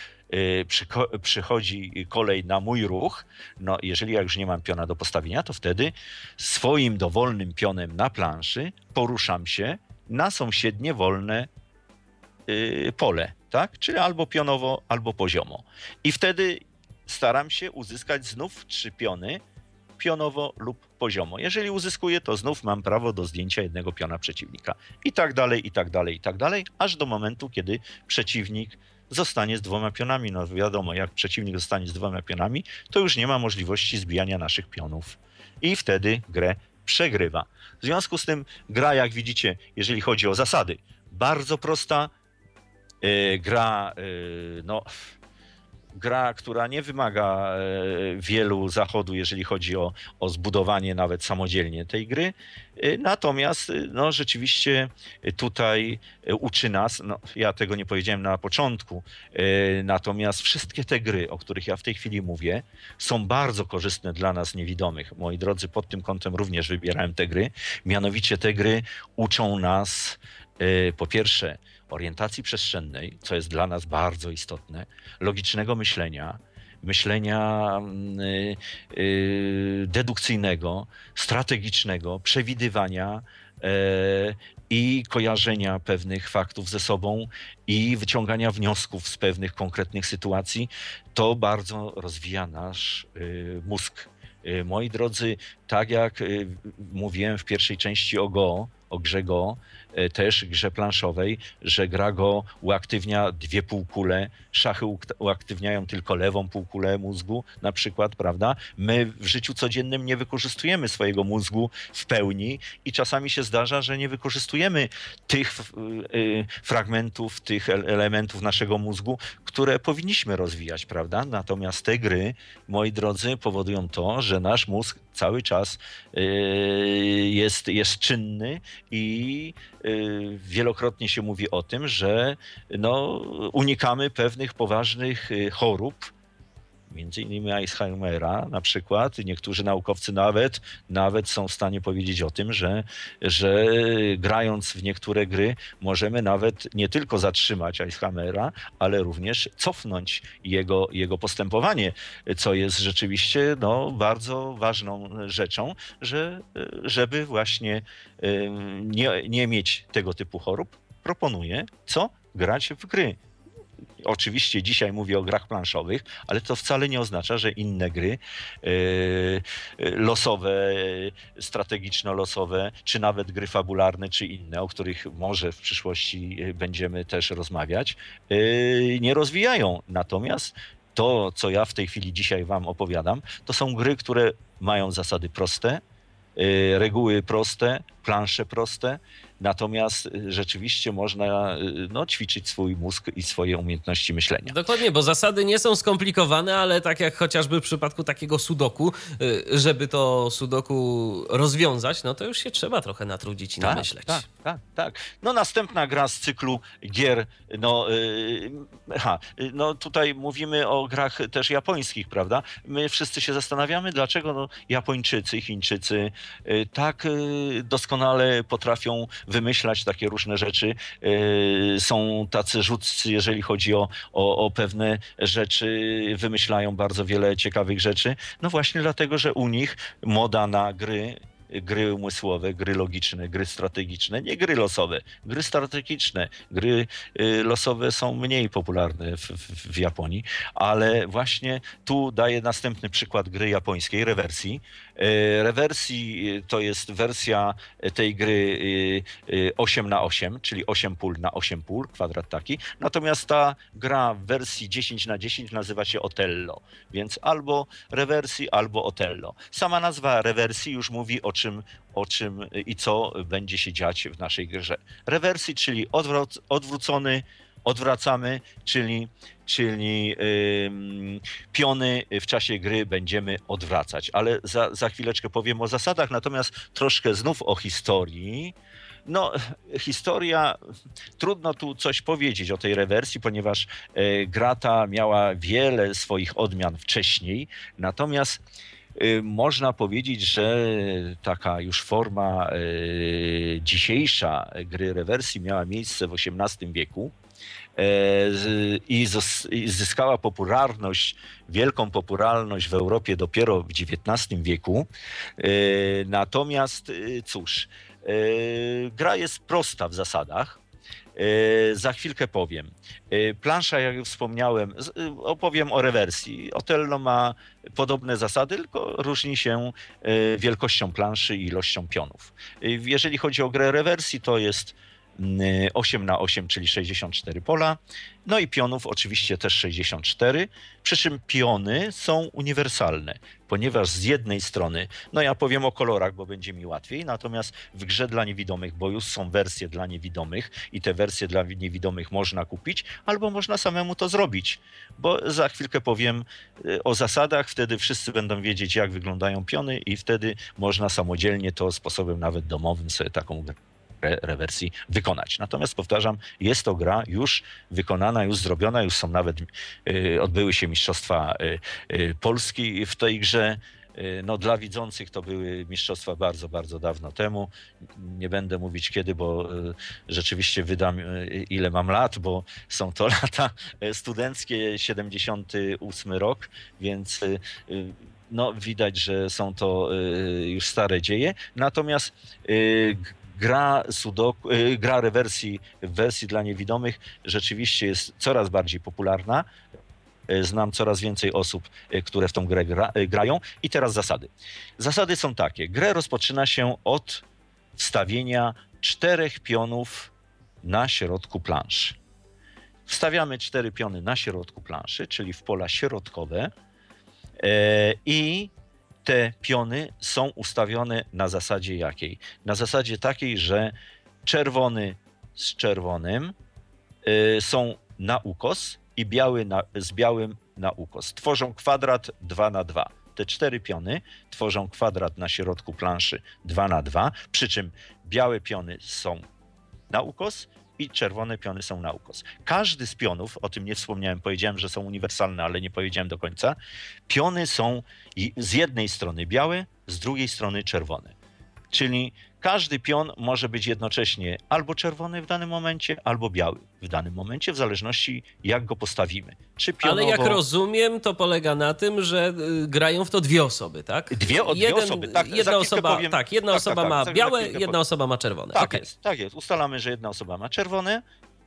przychodzi kolej na mój ruch, no jeżeli ja już nie mam piona do postawienia, to wtedy swoim dowolnym pionem na planszy poruszam się na sąsiednie wolne pole, tak? Czyli albo pionowo, albo poziomo. I wtedy staram się uzyskać znów trzy piony, pionowo lub poziomo. Jeżeli uzyskuję, to znów mam prawo do zdjęcia jednego piona przeciwnika. I tak dalej, i tak dalej, i tak dalej, aż do momentu, kiedy przeciwnik zostanie z dwoma pionami. No wiadomo, jak przeciwnik zostanie z dwoma pionami, to już nie ma możliwości zbijania naszych pionów. I wtedy grę przegrywa. W związku z tym gra, jak widzicie, jeżeli chodzi o zasady, bardzo prosta, Yy, gra, yy, no, gra, która nie wymaga yy, wielu zachodu, jeżeli chodzi o, o zbudowanie nawet samodzielnie tej gry. Yy, natomiast yy, no, rzeczywiście tutaj yy, uczy nas, no, ja tego nie powiedziałem na początku, yy, natomiast wszystkie te gry, o których ja w tej chwili mówię, są bardzo korzystne dla nas niewidomych. Moi drodzy, pod tym kątem również wybierałem te gry. Mianowicie te gry uczą nas yy, po pierwsze orientacji przestrzennej, co jest dla nas bardzo istotne, logicznego myślenia, myślenia yy, yy, dedukcyjnego, strategicznego, przewidywania yy, i kojarzenia pewnych faktów ze sobą i wyciągania wniosków z pewnych konkretnych sytuacji. To bardzo rozwija nasz yy, mózg. Yy, moi drodzy, tak jak yy, mówiłem w pierwszej części o Go, o grze Go, też grze planszowej, że gra Go uaktywnia dwie półkule, szachy uaktywniają tylko lewą półkulę mózgu na przykład, prawda? My w życiu codziennym nie wykorzystujemy swojego mózgu w pełni i czasami się zdarza, że nie wykorzystujemy tych y, fragmentów, tych elementów naszego mózgu, które powinniśmy rozwijać, prawda? Natomiast te gry, moi drodzy, powodują to, że nasz mózg cały czas y, jest, jest czynny i y, wielokrotnie się mówi o tym, że no, unikamy pewnych poważnych chorób, między innymi Alzheimera na przykład. Niektórzy naukowcy nawet, nawet są w stanie powiedzieć o tym, że, że grając w niektóre gry możemy nawet nie tylko zatrzymać Alzheimera, ale również cofnąć jego, jego postępowanie, co jest rzeczywiście no, bardzo ważną rzeczą, że, żeby właśnie nie, nie mieć tego typu chorób, proponuję co? Grać w gry. Oczywiście dzisiaj mówię o grach planszowych, ale to wcale nie oznacza, że inne gry yy, losowe, strategiczno-losowe, czy nawet gry fabularne, czy inne, o których może w przyszłości będziemy też rozmawiać, yy, nie rozwijają. Natomiast to, co ja w tej chwili dzisiaj wam opowiadam, to są gry, które mają zasady proste, yy, reguły proste, plansze proste, natomiast rzeczywiście można no, ćwiczyć swój mózg i swoje umiejętności myślenia. Dokładnie, bo zasady nie są skomplikowane, ale tak jak chociażby w przypadku takiego sudoku, żeby to sudoku rozwiązać, no to już się trzeba trochę natrudzić i tak, namyśleć. Tak, tak, tak. No następna gra z cyklu gier, no, yy, ha, no tutaj mówimy o grach też japońskich, prawda? My wszyscy się zastanawiamy, dlaczego no, Japończycy, Chińczycy yy, tak yy, doskonale potrafią wymyślać takie różne rzeczy. Yy, są tacy rzutcy, jeżeli chodzi o, o, o pewne rzeczy, wymyślają bardzo wiele ciekawych rzeczy. No właśnie dlatego, że u nich moda na gry, gry umysłowe, gry logiczne, gry strategiczne, nie gry losowe, gry strategiczne, gry y, losowe są mniej popularne w, w, w Japonii, ale właśnie tu daję następny przykład gry japońskiej, rewersji. Rewersji to jest wersja tej gry osiem na osiem, czyli osiem pól na osiem pól, kwadrat taki. Natomiast ta gra w wersji dziesięć na dziesięć nazywa się Otello, więc albo rewersji, albo Otello. Sama nazwa rewersji już mówi o czym, o czym i co będzie się dziać w naszej grze. Rewersji, czyli odwróc, odwrócony, odwracamy, czyli, czyli yy, piony w czasie gry będziemy odwracać. Ale za, za chwileczkę powiem o zasadach, natomiast troszkę znów o historii. No, historia, trudno tu coś powiedzieć o tej rewersji, ponieważ y, gra ta miała wiele swoich odmian wcześniej, natomiast y, można powiedzieć, że taka już forma y, dzisiejsza gry rewersji miała miejsce w osiemnastym wieku. I zyskała popularność, wielką popularność w Europie dopiero w dziewiętnastym wieku. Natomiast cóż, gra jest prosta w zasadach. Za chwilkę powiem. Plansza, jak już wspomniałem, opowiem o rewersji. Otello ma podobne zasady, tylko różni się wielkością planszy i ilością pionów. Jeżeli chodzi o grę rewersji, to jest osiem na osiem, czyli sześćdziesiąt cztery pola. No i pionów oczywiście też sześćdziesiąt cztery, przy czym piony są uniwersalne, ponieważ z jednej strony, no ja powiem o kolorach, bo będzie mi łatwiej, natomiast w grze dla niewidomych, bo już są wersje dla niewidomych i te wersje dla niewidomych można kupić, albo można samemu to zrobić, bo za chwilkę powiem o zasadach, wtedy wszyscy będą wiedzieć, jak wyglądają piony i wtedy można samodzielnie to sposobem nawet domowym sobie taką grę rewersji wykonać. Natomiast powtarzam, jest to gra już wykonana, już zrobiona, już są nawet, y, odbyły się mistrzostwa y, y, Polski w tej grze. Y, no, dla widzących to były mistrzostwa bardzo, bardzo dawno temu. Nie będę mówić kiedy, bo y, rzeczywiście wydam y, ile mam lat, bo są to lata studenckie, siedemdziesiąty ósmy rok, więc y, y, no, widać, że są to y, już stare dzieje. Natomiast y, Gra, sudoku, gra rewersji w wersji dla niewidomych rzeczywiście jest coraz bardziej popularna. Znam coraz więcej osób, które w tą grę gra, grają. I teraz zasady. Zasady są takie. Grę rozpoczyna się od wstawienia czterech pionów na środku planszy. Wstawiamy cztery piony na środku planszy, czyli w pola środkowe i te piony są ustawione na zasadzie jakiej? Na zasadzie takiej, że czerwony z czerwonym y, są na ukos i biały na, z białym na ukos. Tworzą kwadrat dwa na dwa. Te cztery piony tworzą kwadrat na środku planszy dwa na dwa, przy czym białe piony są na ukos i czerwone piony są na ukos. Każdy z pionów, o tym nie wspomniałem, powiedziałem, że są uniwersalne, ale nie powiedziałem do końca, piony są z jednej strony białe, z drugiej strony czerwone. Czyli każdy pion może być jednocześnie albo czerwony w danym momencie, albo biały w danym momencie, w zależności jak go postawimy. Czy pionowo... Ale jak rozumiem, to polega na tym, że grają w to dwie osoby, tak? Dwie, dwie Jeden, osoby, tak. Jedna osoba, powiem... tak, jedna tak, osoba tak, ma tak, białe, jedna powiem. osoba ma czerwone. Tak okay. jest, tak jest. Ustalamy, że jedna osoba ma czerwone,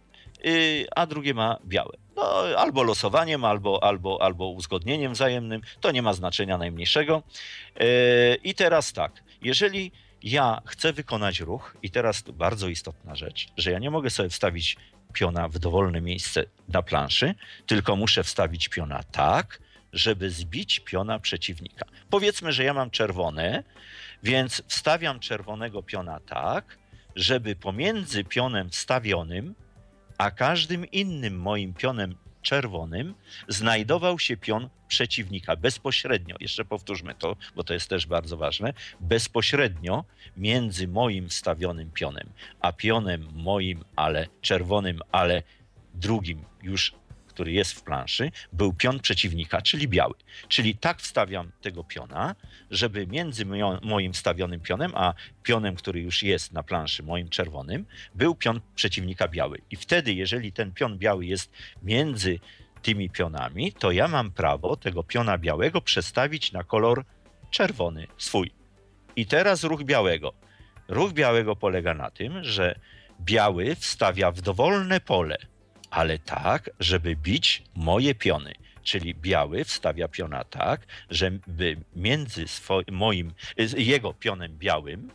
yy, a drugie ma białe. No, albo losowaniem, albo, albo, albo uzgodnieniem wzajemnym. To nie ma znaczenia najmniejszego. Yy, I teraz tak, jeżeli ja chcę wykonać ruch, i teraz to bardzo istotna rzecz, że ja nie mogę sobie wstawić piona w dowolne miejsce na planszy, tylko muszę wstawić piona tak, żeby zbić piona przeciwnika. Powiedzmy, że ja mam czerwone, więc wstawiam czerwonego piona tak, żeby pomiędzy pionem wstawionym, a każdym innym moim pionem czerwonym znajdował się pion przeciwnika bezpośrednio. Jeszcze powtórzmy to, bo to jest też bardzo ważne. Bezpośrednio między moim wstawionym pionem, a pionem moim, ale czerwonym, ale drugim już, który jest w planszy, był pion przeciwnika, czyli biały. Czyli tak wstawiam tego piona, żeby między moim wstawionym pionem, a pionem, który już jest na planszy, moim czerwonym, był pion przeciwnika biały. I wtedy, jeżeli ten pion biały jest między tymi pionami, to ja mam prawo tego piona białego przestawić na kolor czerwony swój. I teraz ruch białego. Ruch białego polega na tym, że biały wstawia w dowolne pole, ale tak, żeby bić moje piony. Czyli biały wstawia piona tak, żeby między swo- moim, jego pionem białym,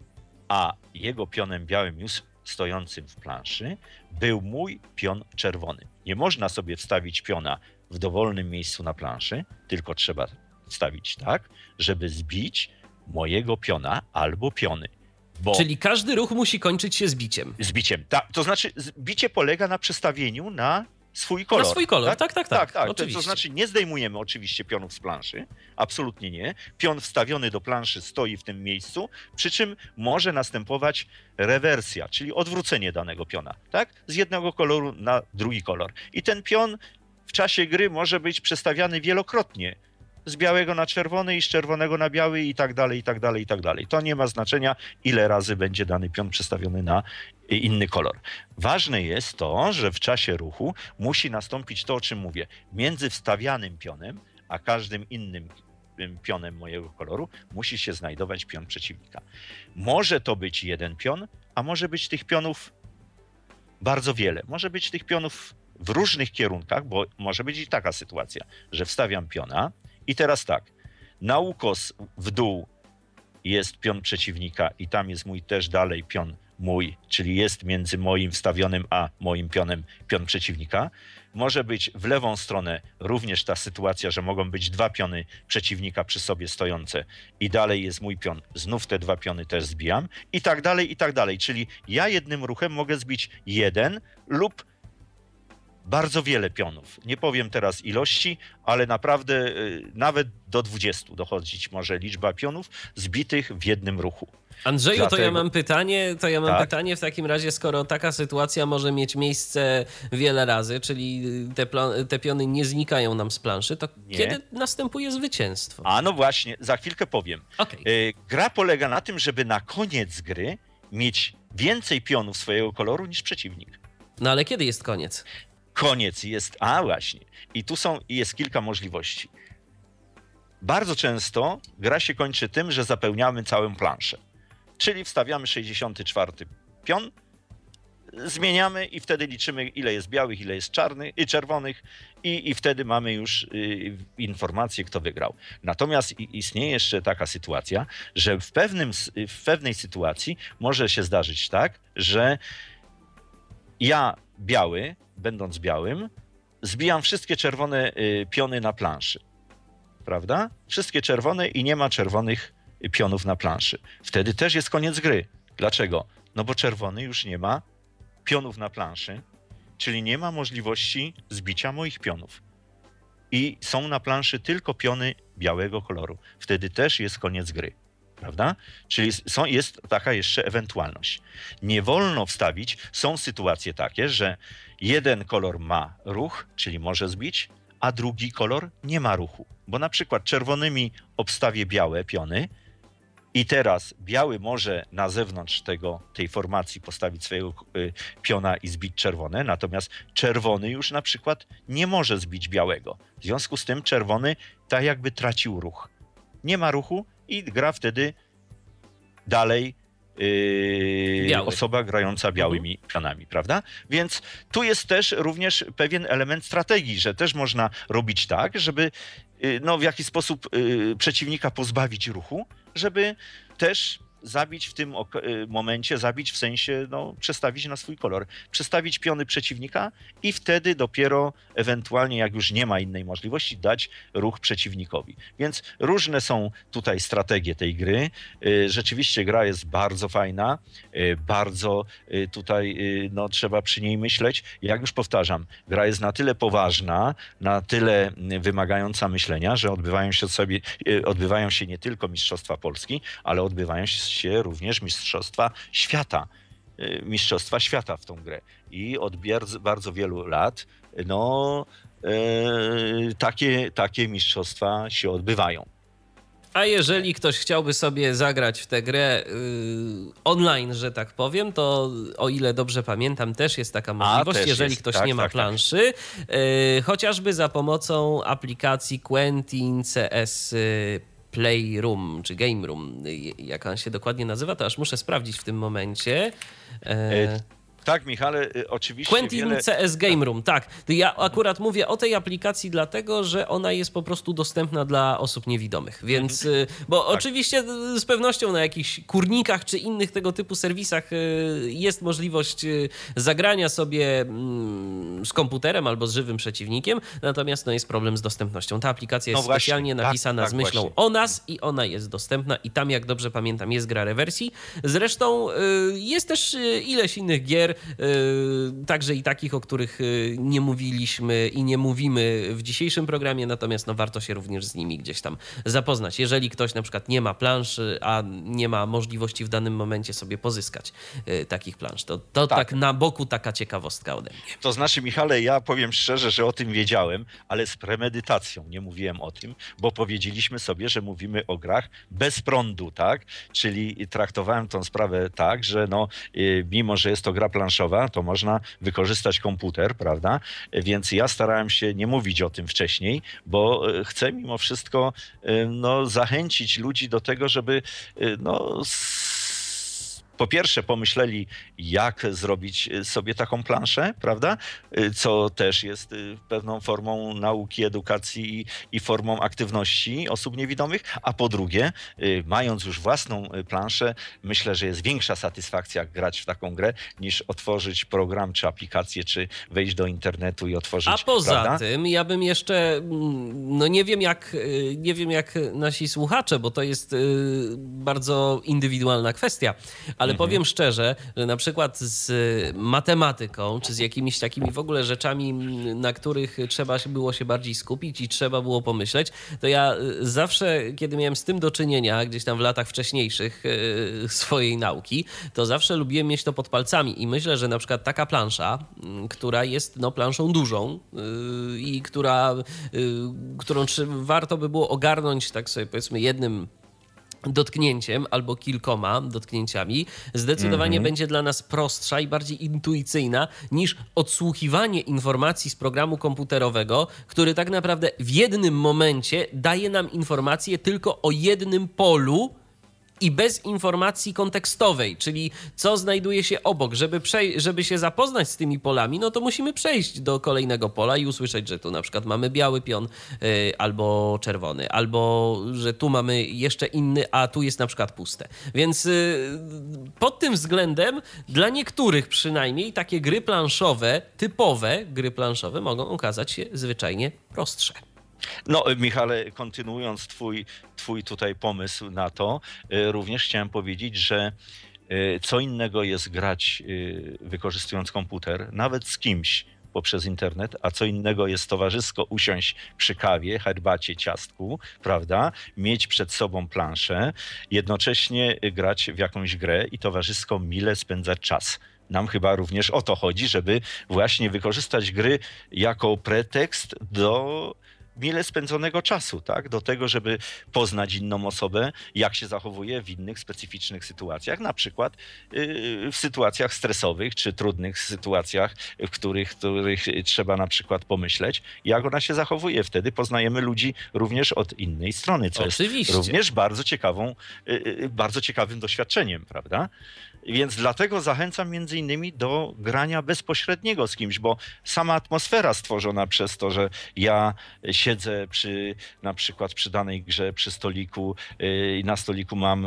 a jego pionem białym już stojącym w planszy był mój pion czerwony. Nie można sobie wstawić piona w dowolnym miejscu na planszy, tylko trzeba wstawić tak, żeby zbić mojego piona albo piony. Bo Czyli każdy ruch musi kończyć się zbiciem. zbiciem. Ta, to znaczy zbicie polega na przestawieniu na swój kolor. Na swój kolor, tak, tak, tak. tak, tak. To, oczywiście. to znaczy nie zdejmujemy oczywiście pionów z planszy, absolutnie nie. Pion wstawiony do planszy stoi w tym miejscu, przy czym może następować rewersja, czyli odwrócenie danego piona, tak? Z jednego koloru na drugi kolor. I ten pion w czasie gry może być przestawiany wielokrotnie. Z białego na czerwony i z czerwonego na biały i tak dalej, i tak dalej, i tak dalej. To nie ma znaczenia, ile razy będzie dany pion przestawiony na inny kolor. Ważne jest to, że w czasie ruchu musi nastąpić to, o czym mówię. Między wstawianym pionem, a każdym innym pionem mojego koloru musi się znajdować pion przeciwnika. Może to być jeden pion, a może być tych pionów bardzo wiele. Może być tych pionów w różnych kierunkach, bo może być i taka sytuacja, że wstawiam piona i teraz tak, na ukos w dół jest pion przeciwnika i tam jest mój też dalej pion mój, czyli jest między moim wstawionym a moim pionem pion przeciwnika. Może być w lewą stronę również ta sytuacja, że mogą być dwa piony przeciwnika przy sobie stojące i dalej jest mój pion. Znów te dwa piony też zbijam i tak dalej, i tak dalej. Czyli ja jednym ruchem mogę zbić jeden lub bardzo wiele pionów. Nie powiem teraz ilości, ale naprawdę y, nawet do dwudziestu dochodzić może liczba pionów zbitych w jednym ruchu. Andrzeju, Dlatego... to ja mam pytanie, to ja mam tak? pytanie w takim razie, skoro taka sytuacja może mieć miejsce wiele razy, czyli te, pla- te piony nie znikają nam z planszy, to Nie. kiedy następuje zwycięstwo? A no właśnie, za chwilkę powiem. Okej. Y, gra polega na tym, żeby na koniec gry mieć więcej pionów swojego koloru niż przeciwnik. No ale kiedy jest koniec? Koniec jest, a właśnie, i tu są, jest kilka możliwości. Bardzo często gra się kończy tym, że zapełniamy całą planszę. Czyli wstawiamy sześćdziesiąty czwarty pion, zmieniamy i wtedy liczymy, ile jest białych, ile jest czarnych i czerwonych i, i wtedy mamy już y, informację, kto wygrał. Natomiast i, istnieje jeszcze taka sytuacja, że w, pewnym, w pewnej sytuacji może się zdarzyć tak, że ja biały, będąc białym, zbijam wszystkie czerwone y, piony na planszy. Prawda? Wszystkie czerwone i nie ma czerwonych pionów na planszy. Wtedy też jest koniec gry. Dlaczego? No bo czerwony już nie ma pionów na planszy, czyli nie ma możliwości zbicia moich pionów. I są na planszy tylko piony białego koloru. Wtedy też jest koniec gry. Prawda? Czyli są, jest taka jeszcze ewentualność. Nie wolno wstawić, są sytuacje takie, że jeden kolor ma ruch, czyli może zbić, a drugi kolor nie ma ruchu. Bo na przykład czerwonymi obstawię białe piony i teraz biały może na zewnątrz tego, tej formacji postawić swojego y, piona i zbić czerwone, natomiast czerwony już na przykład nie może zbić białego. W związku z tym czerwony tak jakby tracił ruch. Nie ma ruchu i gra wtedy dalej yy, osoba grająca białymi mhm. pionami, prawda? Więc tu jest też również pewien element strategii, że też można robić tak, żeby yy, no, w jakiś sposób yy, przeciwnika pozbawić ruchu, żeby też zabić w tym momencie, zabić w sensie no, przestawić na swój kolor, przestawić piony przeciwnika i wtedy dopiero ewentualnie, jak już nie ma innej możliwości, dać ruch przeciwnikowi. Więc różne są tutaj strategie tej gry. Rzeczywiście gra jest bardzo fajna, bardzo tutaj no, trzeba przy niej myśleć. Jak już powtarzam, gra jest na tyle poważna, na tyle wymagająca myślenia, że odbywają się sobie, odbywają się nie tylko Mistrzostwa Polski, ale odbywają się się również Mistrzostwa Świata. Mistrzostwa Świata w tą grę. I od bardzo, bardzo wielu lat no, e, takie, takie mistrzostwa się odbywają. A jeżeli ktoś chciałby sobie zagrać w tę grę yy, online, że tak powiem, to o ile dobrze pamiętam, też jest taka możliwość, też jeżeli jest. ktoś tak, nie ma tak, planszy, tak. Yy, chociażby za pomocą aplikacji Quentin C S Playroom, czy Game Room, jak on się dokładnie nazywa, to aż muszę sprawdzić w tym momencie. E... Tak, Michale, oczywiście Quentin wiele... C S Game Room, tak. Ja akurat mówię o tej aplikacji dlatego, że ona jest po prostu dostępna dla osób niewidomych, więc, bo tak. oczywiście z pewnością na jakichś kurnikach czy innych tego typu serwisach jest możliwość zagrania sobie z komputerem albo z żywym przeciwnikiem, natomiast no, jest problem z dostępnością. Ta aplikacja jest no właśnie, specjalnie napisana tak, tak, z myślą właśnie. o nas i ona jest dostępna i tam, jak dobrze pamiętam, jest gra rewersji. Zresztą jest też ileś innych gier, także i takich, o których nie mówiliśmy i nie mówimy w dzisiejszym programie, natomiast no, warto się również z nimi gdzieś tam zapoznać. Jeżeli ktoś na przykład nie ma planszy, a nie ma możliwości w danym momencie sobie pozyskać takich plansz, to, to tak. tak na boku taka ciekawostka ode mnie. To znaczy, Michale, ja powiem szczerze, że o tym wiedziałem, ale z premedytacją nie mówiłem o tym, bo powiedzieliśmy sobie, że mówimy o grach bez prądu, tak? Czyli traktowałem tą sprawę tak, że no, mimo, że jest to gra planszowa, to można wykorzystać komputer, prawda? Więc ja starałem się nie mówić o tym wcześniej, bo chcę mimo wszystko no, zachęcić ludzi do tego, żeby no, po pierwsze pomyśleli, jak zrobić sobie taką planszę, prawda? Co też jest pewną formą nauki, edukacji i, i formą aktywności osób niewidomych. A po drugie, mając już własną planszę, myślę, że jest większa satysfakcja grać w taką grę, niż otworzyć program, czy aplikację, czy wejść do internetu i otworzyć. A poza prawda? tym, ja bym jeszcze, no nie wiem jak, nie wiem jak nasi słuchacze, bo to jest bardzo indywidualna kwestia, ale mhm. powiem szczerze, że na przykład z matematyką, czy z jakimiś takimi w ogóle rzeczami, na których trzeba było się bardziej skupić i trzeba było pomyśleć, to ja zawsze, kiedy miałem z tym do czynienia, gdzieś tam w latach wcześniejszych swojej nauki, to zawsze lubiłem mieć to pod palcami i myślę, że na przykład taka plansza, która jest no, planszą dużą i która, którą warto by było ogarnąć, tak sobie powiedzmy, jednym dotknięciem albo kilkoma dotknięciami, zdecydowanie mm-hmm. będzie dla nas prostsza i bardziej intuicyjna niż odsłuchiwanie informacji z programu komputerowego, który tak naprawdę w jednym momencie daje nam informację tylko o jednym polu i bez informacji kontekstowej, czyli co znajduje się obok. Żeby, przej- żeby się zapoznać z tymi polami, no to musimy przejść do kolejnego pola i usłyszeć, że tu na przykład mamy biały pion yy, albo czerwony, albo że tu mamy jeszcze inny, a tu jest na przykład puste. Więc yy, pod tym względem dla niektórych przynajmniej takie gry planszowe, typowe gry planszowe mogą okazać się zwyczajnie prostsze. No, Michale, kontynuując twój, twój tutaj pomysł na to, również chciałem powiedzieć, że co innego jest grać wykorzystując komputer, nawet z kimś poprzez internet, a co innego jest towarzysko usiąść przy kawie, herbacie, ciastku, prawda, mieć przed sobą planszę, jednocześnie grać w jakąś grę i towarzysko mile spędzać czas. Nam chyba również o to chodzi, żeby właśnie wykorzystać gry jako pretekst do mile spędzonego czasu, tak? Do tego, żeby poznać inną osobę, jak się zachowuje w innych specyficznych sytuacjach, na przykład yy, w sytuacjach stresowych czy trudnych sytuacjach, w których, których trzeba na przykład pomyśleć, jak ona się zachowuje. Wtedy poznajemy ludzi również od innej strony, co Oczywiście. jest również bardzo ciekawą, yy, bardzo ciekawym doświadczeniem, prawda? Więc dlatego zachęcam między innymi do grania bezpośredniego z kimś, bo sama atmosfera stworzona przez to, że ja siedzę przy, na przykład przy danej grze, przy stoliku i na stoliku mam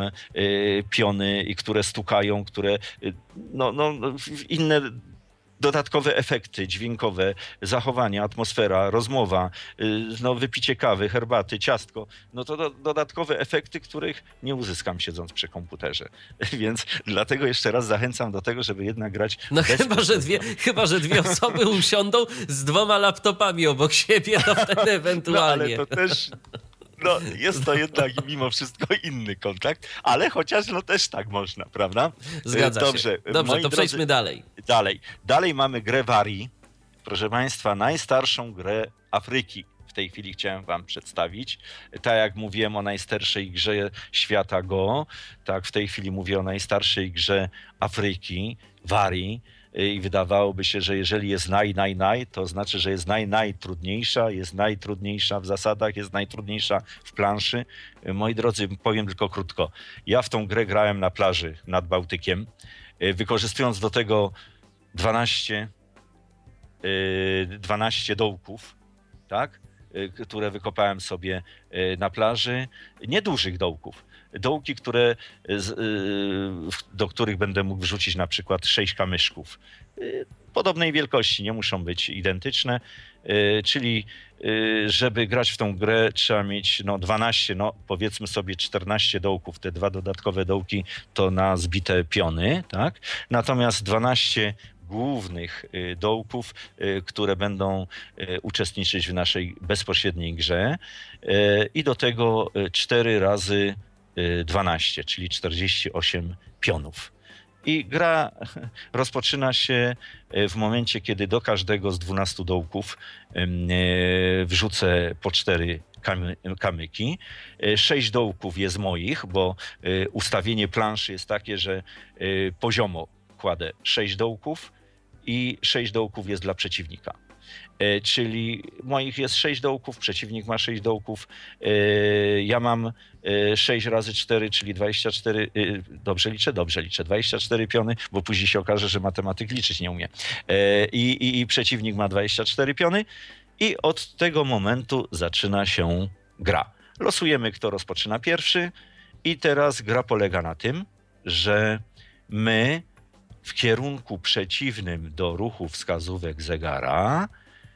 piony, które stukają, które no, no inne dodatkowe efekty dźwiękowe, zachowania, atmosfera, rozmowa, no, wypicie kawy, herbaty, ciastko, no to do, dodatkowe efekty, których nie uzyskam siedząc przy komputerze. Więc dlatego jeszcze raz zachęcam do tego, żeby jednak grać No chyba że, dwie, chyba, że dwie osoby usiądą z dwoma laptopami obok siebie, to wtedy ewentualnie. No ale to też... No, jest to jednak mimo wszystko inny kontakt, ale chociaż no też tak można, prawda? Zgadza Dobrze, się. Dobrze, to przejdźmy drodzy, dalej. Dalej. Dalej mamy grę Vari. Proszę Państwa, najstarszą grę Afryki w tej chwili chciałem Wam przedstawić. Tak jak mówiłem o najstarszej grze świata Go, tak w tej chwili mówię o najstarszej grze Afryki, Vari. I wydawałoby się, że jeżeli jest naj, naj, naj, to znaczy, że jest naj, najtrudniejsza, jest najtrudniejsza w zasadach, jest najtrudniejsza w planszy. Moi drodzy, powiem tylko krótko. Ja w tą grę grałem na plaży nad Bałtykiem, wykorzystując do tego dwanaście, dwanaście dołków, tak? Które wykopałem sobie na plaży, niedużych dołków. Dołki, które, do których będę mógł wrzucić na przykład sześć kamyszków. Podobnej wielkości, nie muszą być identyczne, czyli żeby grać w tą grę trzeba mieć no dwanaście, no powiedzmy sobie czternaście dołków, te dwa dodatkowe dołki to na zbite piony, tak? Natomiast dwanaście głównych dołków, które będą uczestniczyć w naszej bezpośredniej grze i do tego cztery razy dwanaście, czyli czterdzieści osiem pionów. I gra rozpoczyna się w momencie, kiedy do każdego z dwunastu dołków wrzucę po cztery kamyki. Sześć dołków jest moich, bo ustawienie planszy jest takie, że poziomo kładę sześć dołków i sześć dołków jest dla przeciwnika. Czyli moich jest sześć dołków, przeciwnik ma sześć dołków, ja mam sześć razy cztery, czyli dwadzieścia cztery, dobrze liczę? Dobrze liczę, dwadzieścia cztery piony, bo później się okaże, że matematyk liczyć nie umie. I, i, i przeciwnik ma dwadzieścia cztery piony i od tego momentu zaczyna się gra. Losujemy, kto rozpoczyna pierwszy i teraz gra polega na tym, że my w kierunku przeciwnym do ruchu wskazówek zegara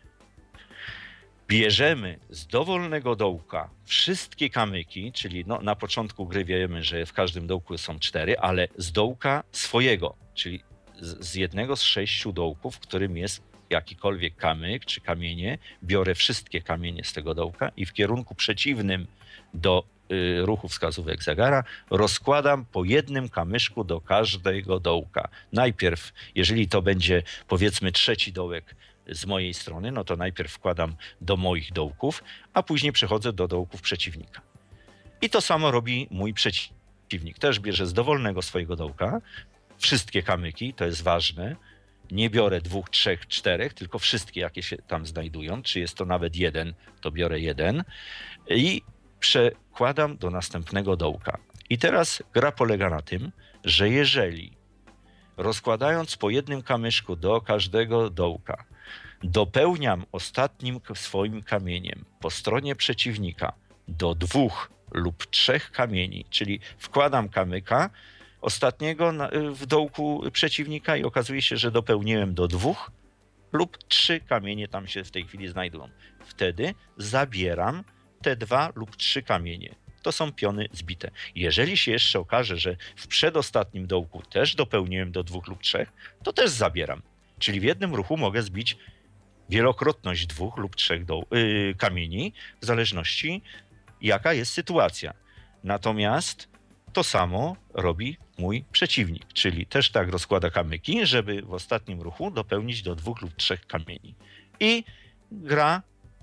bierzemy z dowolnego dołka wszystkie kamyki, czyli no, na początku gry wiemy, że w każdym dołku są cztery, ale z dołka swojego, czyli z, z jednego z sześciu dołków, w którym jest jakikolwiek kamyk czy kamienie, biorę wszystkie kamienie z tego dołka i w kierunku przeciwnym do y, ruchu wskazówek zegara rozkładam po jednym kamyszku do każdego dołka. Najpierw, jeżeli to będzie powiedzmy trzeci dołek z mojej strony, no to najpierw wkładam do moich dołków, a później przechodzę do dołków przeciwnika. I to samo robi mój przeciwnik. Też bierze z dowolnego swojego dołka wszystkie kamyki, to jest ważne. Nie biorę dwóch, trzech, czterech, tylko wszystkie, jakie się tam znajdują. Czy jest to nawet jeden, to biorę jeden i przekładam do następnego dołka. I teraz gra polega na tym, że jeżeli rozkładając po jednym kamyszku do każdego dołka, dopełniam ostatnim swoim kamieniem po stronie przeciwnika do dwóch lub trzech kamieni, czyli wkładam kamyka ostatniego w dołku przeciwnika i okazuje się, że dopełniłem do dwóch lub trzy kamienie tam się w tej chwili znajdują. Wtedy zabieram te dwa lub trzy kamienie. To są piony zbite. Jeżeli się jeszcze okaże, że w przedostatnim dołku też dopełniłem do dwóch lub trzech, to też zabieram. Czyli w jednym ruchu mogę zbić wielokrotność dwóch lub trzech doł- yy, kamieni, w zależności jaka jest sytuacja. Natomiast to samo robi mój przeciwnik, czyli też tak rozkłada kamyki, żeby w ostatnim ruchu dopełnić do dwóch lub trzech kamieni. I gra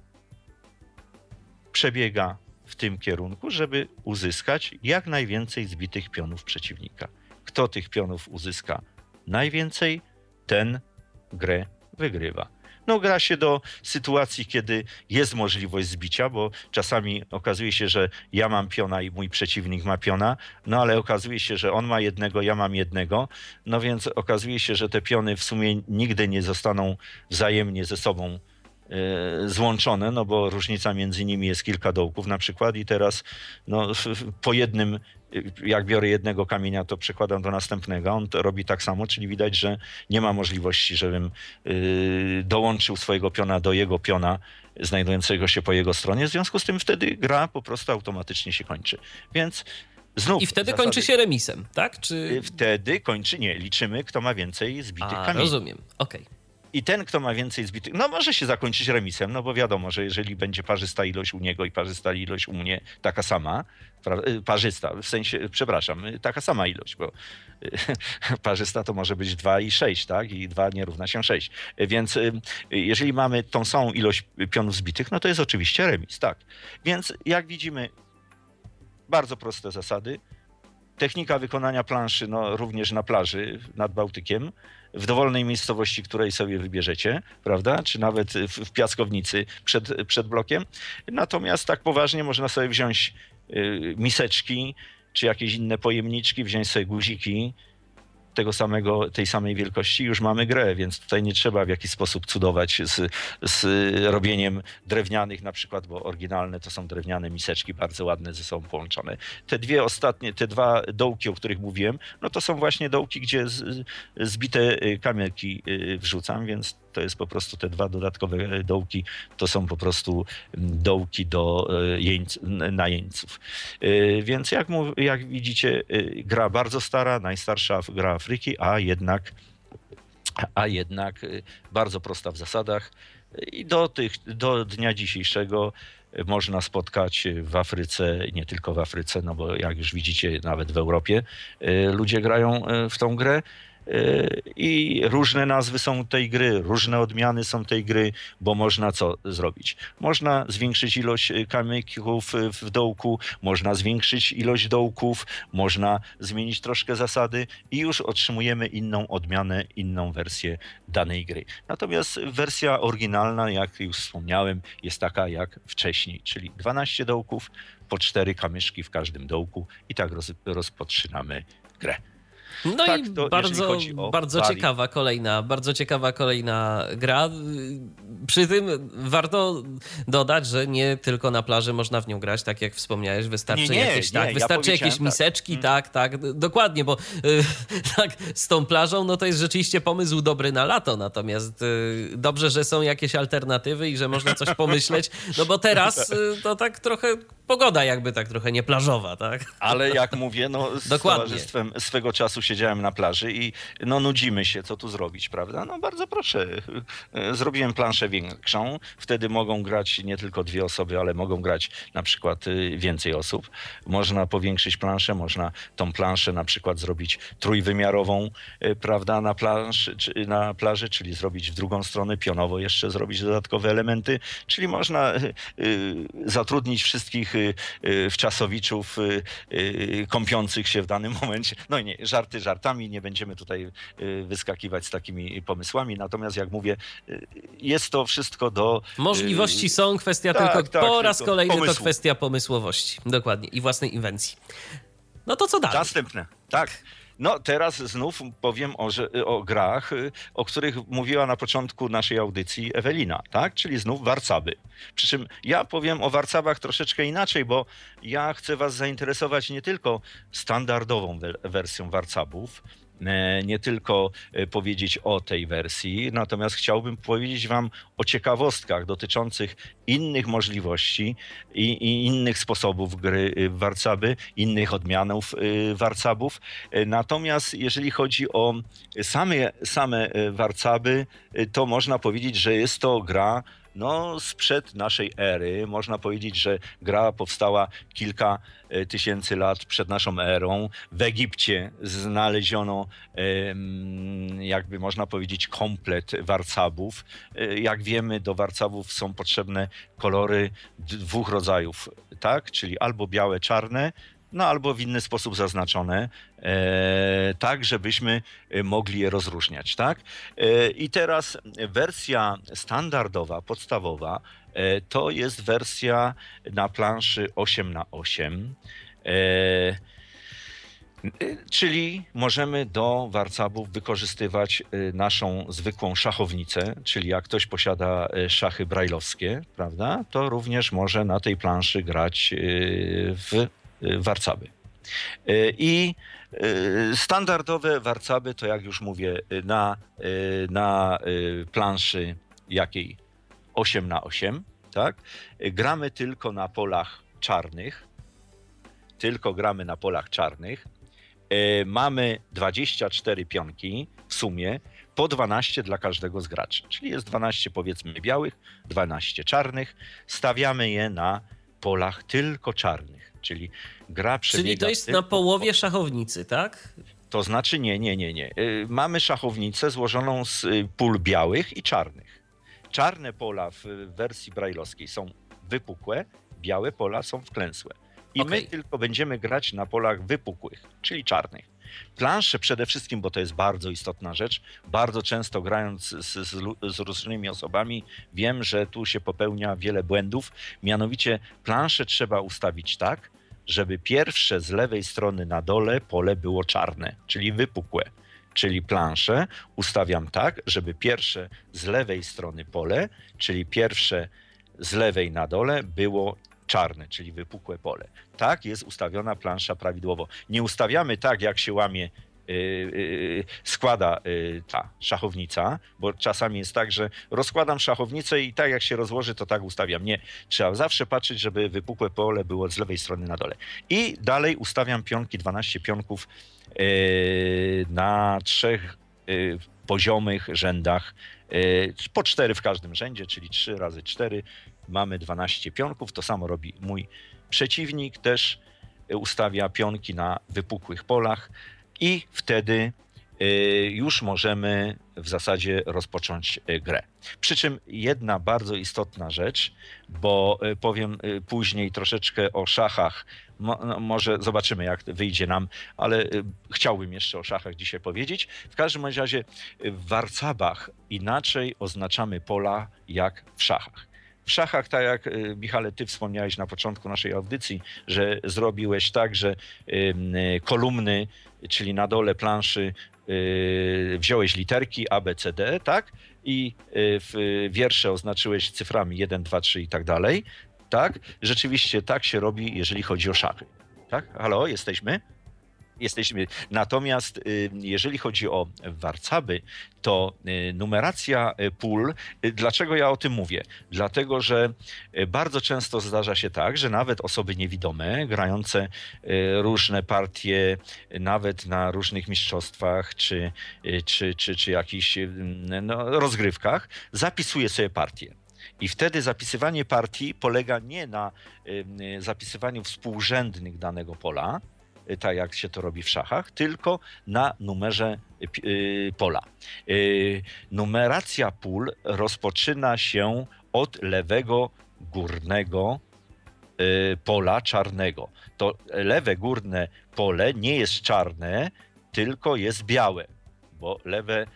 przebiega w tym kierunku, żeby uzyskać jak najwięcej zbitych pionów przeciwnika. Kto tych pionów uzyska najwięcej, ten grę wygrywa. No gra się do sytuacji, kiedy jest możliwość zbicia, bo czasami okazuje się, że ja mam piona i mój przeciwnik ma piona, no ale okazuje się, że on ma jednego, ja mam jednego, no więc okazuje się, że te piony w sumie nigdy nie zostaną wzajemnie ze sobą złączone, no bo różnica między nimi jest kilka dołków na przykład i teraz no, po jednym, jak biorę jednego kamienia, to przekładam do następnego, on to robi tak samo, czyli widać, że nie ma możliwości, żebym yy, dołączył swojego piona do jego piona znajdującego się po jego stronie, w związku z tym wtedy gra po prostu automatycznie się kończy. Więc znów I wtedy zasady, kończy się remisem, tak? Czy... Wtedy kończy, nie, liczymy, kto ma więcej zbitych A, kamieni. rozumiem, okej. Okay. I ten, kto ma więcej zbitych, no może się zakończyć remisem, no bo wiadomo, że jeżeli będzie parzysta ilość u niego i parzysta ilość u mnie taka sama, parzysta, w sensie, przepraszam, taka sama ilość, bo parzysta to może być dwa i sześć, tak? I dwa nie równa się sześć. Więc jeżeli mamy tą samą ilość pionów zbitych, no to jest oczywiście remis, tak. Więc jak widzimy, bardzo proste zasady. Technika wykonania planszy, no również na plaży nad Bałtykiem, w dowolnej miejscowości, której sobie wybierzecie, prawda? Czy nawet w, w piaskownicy przed, przed blokiem. Natomiast tak poważnie można sobie wziąć y, miseczki, czy jakieś inne pojemniczki, wziąć sobie guziki, tego samego, tej samej wielkości już mamy grę, więc tutaj nie trzeba w jakiś sposób cudować z, z robieniem drewnianych na przykład, bo oryginalne to są drewniane miseczki, bardzo ładne, ze sobą połączone. Te dwie ostatnie, te dwa dołki, o których mówiłem, no to są właśnie dołki, gdzie z, zbite kamyki wrzucam, więc to jest po prostu te dwa dodatkowe dołki, to są po prostu dołki do jeńc, na jeńców. Więc jak, mów, jak widzicie, gra bardzo stara, najstarsza gra Afryki, a jednak, a jednak bardzo prosta w zasadach i do, tych, do dnia dzisiejszego można spotkać w Afryce, nie tylko w Afryce, no bo jak już widzicie, nawet w Europie ludzie grają w tą grę. I różne nazwy są tej gry, różne odmiany są tej gry, bo można co zrobić? Można zwiększyć ilość kamyków w dołku, można zwiększyć ilość dołków, można zmienić troszkę zasady i już otrzymujemy inną odmianę, inną wersję danej gry. Natomiast wersja oryginalna, jak już wspomniałem, jest taka jak wcześniej, czyli dwanaście dołków, po cztery kamyszki w każdym dołku i tak roz, rozpoczynamy grę. No tak, i to, bardzo, bardzo ciekawa kolejna, bardzo ciekawa kolejna gra. Przy tym warto dodać, że nie tylko na plaży można w nią grać, tak jak wspomniałeś, wystarczy nie, nie, jakieś, nie, tak, ja wystarczy jakieś miseczki, tak, tak, tak, dokładnie, bo y, tak, z tą plażą, no to jest rzeczywiście pomysł dobry na lato, natomiast y, dobrze, że są jakieś alternatywy i że można coś pomyśleć, no bo teraz y, to tak trochę pogoda jakby tak trochę nie plażowa, tak? Ale jak mówię, no z Dokładnie. towarzystwem swego czasu siedziałem na plaży i no nudzimy się, co tu zrobić, prawda? No bardzo proszę, zrobiłem planszę większą, wtedy mogą grać nie tylko dwie osoby, ale mogą grać na przykład więcej osób. Można powiększyć planszę, można tą planszę na przykład zrobić trójwymiarową, prawda, na, planszy, czy na plaży, czyli zrobić w drugą stronę, pionowo jeszcze zrobić dodatkowe elementy, czyli można zatrudnić wszystkich wczasowiczów kąpiących się w danym momencie. No i nie, żarty żartami, nie będziemy tutaj wyskakiwać z takimi pomysłami, natomiast jak mówię, jest to wszystko do... Możliwości są, kwestia tak, tylko tak, po raz tylko kolejny pomysłu. to kwestia pomysłowości. Dokładnie. I własnej inwencji. No to co dalej? Następne, tak. No teraz znów powiem o, o grach, o których mówiła na początku naszej audycji Ewelina, tak? Czyli znów warcaby. Przy czym ja powiem o warcabach troszeczkę inaczej, bo ja chcę was zainteresować nie tylko standardową wersją warcabów, nie tylko powiedzieć o tej wersji, natomiast chciałbym powiedzieć wam o ciekawostkach dotyczących innych możliwości i, i innych sposobów gry w warcaby, innych odmianów warcabów. Natomiast jeżeli chodzi o same, same warcaby, to można powiedzieć, że jest to gra no, sprzed naszej ery. Można powiedzieć, że gra powstała kilka tysięcy lat przed naszą erą. W Egipcie znaleziono, jakby można powiedzieć, komplet warcabów. Jak wiemy, do warcabów są potrzebne kolory dwóch rodzajów, tak? Czyli albo białe, czarne, no albo w inny sposób zaznaczone, e, tak żebyśmy mogli je rozróżniać, tak? E, I teraz wersja standardowa, podstawowa, e, to jest wersja na planszy osiem na osiem, e, czyli możemy do warcabów wykorzystywać naszą zwykłą szachownicę, czyli jak ktoś posiada szachy brajlowskie, prawda, to również może na tej planszy grać w warcaby. I standardowe warcaby to, jak już mówię, na, na planszy jakiej osiem na osiem, tak? Gramy tylko na polach czarnych, tylko gramy na polach czarnych. Mamy dwadzieścia cztery pionki w sumie, po dwanaście dla każdego z graczy, czyli jest dwanaście powiedzmy białych, dwanaście czarnych. Stawiamy je na polach tylko czarnych, czyli gra przebiega... Czyli to jest na połowie szachownicy, tak? To znaczy nie, nie, nie, nie. Mamy szachownicę złożoną z pól białych i czarnych. Czarne pola w wersji brajlowskiej są wypukłe, białe pola są wklęsłe. I okay. my tylko będziemy grać na polach wypukłych, czyli czarnych. Plansze przede wszystkim, bo to jest bardzo istotna rzecz, bardzo często grając z, z, z różnymi osobami wiem, że tu się popełnia wiele błędów. Mianowicie plansze trzeba ustawić tak, żeby pierwsze z lewej strony na dole pole było czarne, czyli wypukłe. czyli planszę, ustawiam tak, żeby pierwsze z lewej strony pole, czyli pierwsze z lewej na dole było czarne, czyli wypukłe pole. Tak jest ustawiona plansza prawidłowo. Nie ustawiamy tak, jak się łamie, yy, yy, składa yy, ta szachownica, bo czasami jest tak, że rozkładam szachownicę i tak jak się rozłoży, to tak ustawiam. Nie. Trzeba zawsze patrzeć, żeby wypukłe pole było z lewej strony na dole. I dalej ustawiam pionki, dwanaście pionków yy, na trzech yy, poziomych rzędach, yy, po cztery w każdym rzędzie, czyli trzy razy cztery. Mamy dwanaście pionków, to samo robi mój przeciwnik, też ustawia pionki na wypukłych polach i wtedy już możemy w zasadzie rozpocząć grę. Przy czym jedna bardzo istotna rzecz, bo powiem później troszeczkę o szachach, Mo, może zobaczymy jak wyjdzie nam, ale chciałbym jeszcze o szachach dzisiaj powiedzieć. W każdym razie w warcabach inaczej oznaczamy pola jak w szachach. W szachach, tak jak Michale, ty wspomniałeś na początku naszej audycji, że zrobiłeś tak, że kolumny, czyli na dole planszy wziąłeś literki A, B, C, D, tak? I w wiersze oznaczyłeś cyframi jeden, dwa, trzy i tak dalej, tak? Rzeczywiście tak się robi, jeżeli chodzi o szachy. Tak? Halo, jesteśmy? Jesteśmy. Natomiast jeżeli chodzi o warcaby, to numeracja pól, dlaczego ja o tym mówię? Dlatego, że bardzo często zdarza się tak, że nawet osoby niewidome, grające różne partie, nawet na różnych mistrzostwach czy, czy, czy, czy jakichś no, rozgrywkach, zapisuje sobie partię. I wtedy zapisywanie partii polega nie na zapisywaniu współrzędnych danego pola, tak jak się to robi w szachach, tylko na numerze pola. Numeracja pól rozpoczyna się od lewego górnego pola czarnego. To lewe górne pole nie jest czarne, tylko jest białe, bo lewe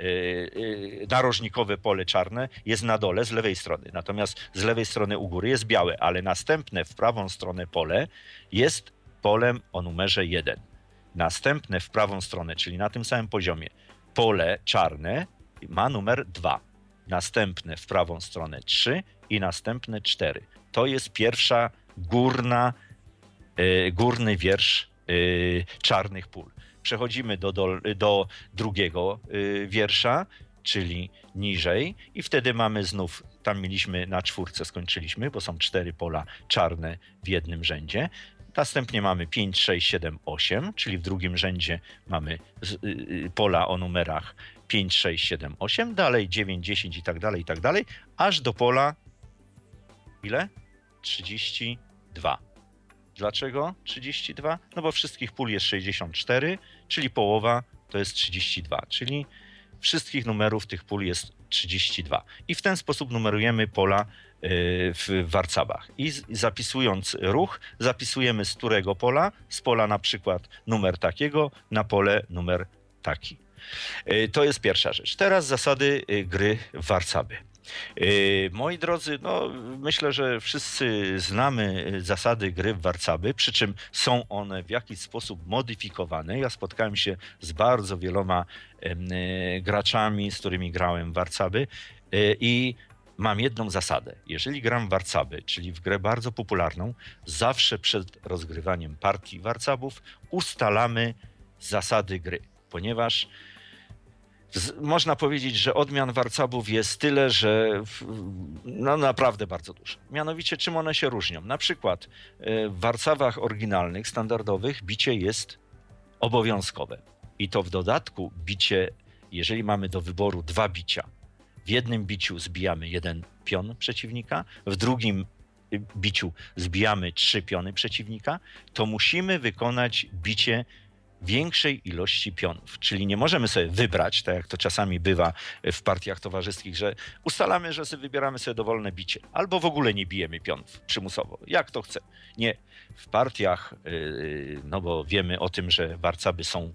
narożnikowe pole czarne jest na dole z lewej strony, natomiast z lewej strony u góry jest białe, ale następne w prawą stronę pole jest polem o numerze jeden. Następne w prawą stronę, czyli na tym samym poziomie, pole czarne ma numer dwa. Następne w prawą stronę trzy i następne cztery. To jest pierwsza górna, yy, górny wiersz yy, czarnych pól. Przechodzimy do, do, do drugiego yy, wiersza, czyli niżej i wtedy mamy znów, tam mieliśmy na czwórce skończyliśmy, bo są cztery pola czarne w jednym rzędzie. Następnie mamy pięć, sześć, siedem, osiem, czyli w drugim rzędzie mamy pola o numerach pięć, sześć, siedem, osiem, dalej dziewięć, dziesięć i tak dalej, i tak dalej, aż do pola ile? trzydzieści dwa. Dlaczego trzydzieści dwa? No bo wszystkich pól jest sześćdziesiąt cztery, czyli połowa to jest trzydzieści dwa, czyli wszystkich numerów tych pól jest trzydzieści dwa. I w ten sposób numerujemy pola w warcabach. I zapisując ruch, zapisujemy z którego pola, z pola na przykład numer takiego, na pole numer taki. To jest pierwsza rzecz. Teraz zasady gry w warcaby. Moi drodzy, no myślę, że wszyscy znamy zasady gry w warcaby, przy czym są one w jakiś sposób modyfikowane. Ja spotkałem się z bardzo wieloma graczami, z którymi grałem w warcaby i mam jedną zasadę. Jeżeli gram w warcaby, czyli w grę bardzo popularną, zawsze przed rozgrywaniem partii warcabów ustalamy zasady gry, ponieważ z, można powiedzieć, że odmian warcabów jest tyle, że no naprawdę bardzo dużo. Mianowicie czym one się różnią? Na przykład w warcabach oryginalnych, standardowych bicie jest obowiązkowe. I to w dodatku bicie, jeżeli mamy do wyboru dwa bicia, w jednym biciu zbijamy jeden pion przeciwnika, w drugim biciu zbijamy trzy piony przeciwnika, to musimy wykonać bicie większej ilości pionów. Czyli nie możemy sobie wybrać, tak jak to czasami bywa w partiach towarzyskich, że ustalamy, że sobie wybieramy sobie dowolne bicie, albo w ogóle nie bijemy pionów przymusowo, jak to chce. Nie. W partiach, no bo wiemy o tym, że warcaby są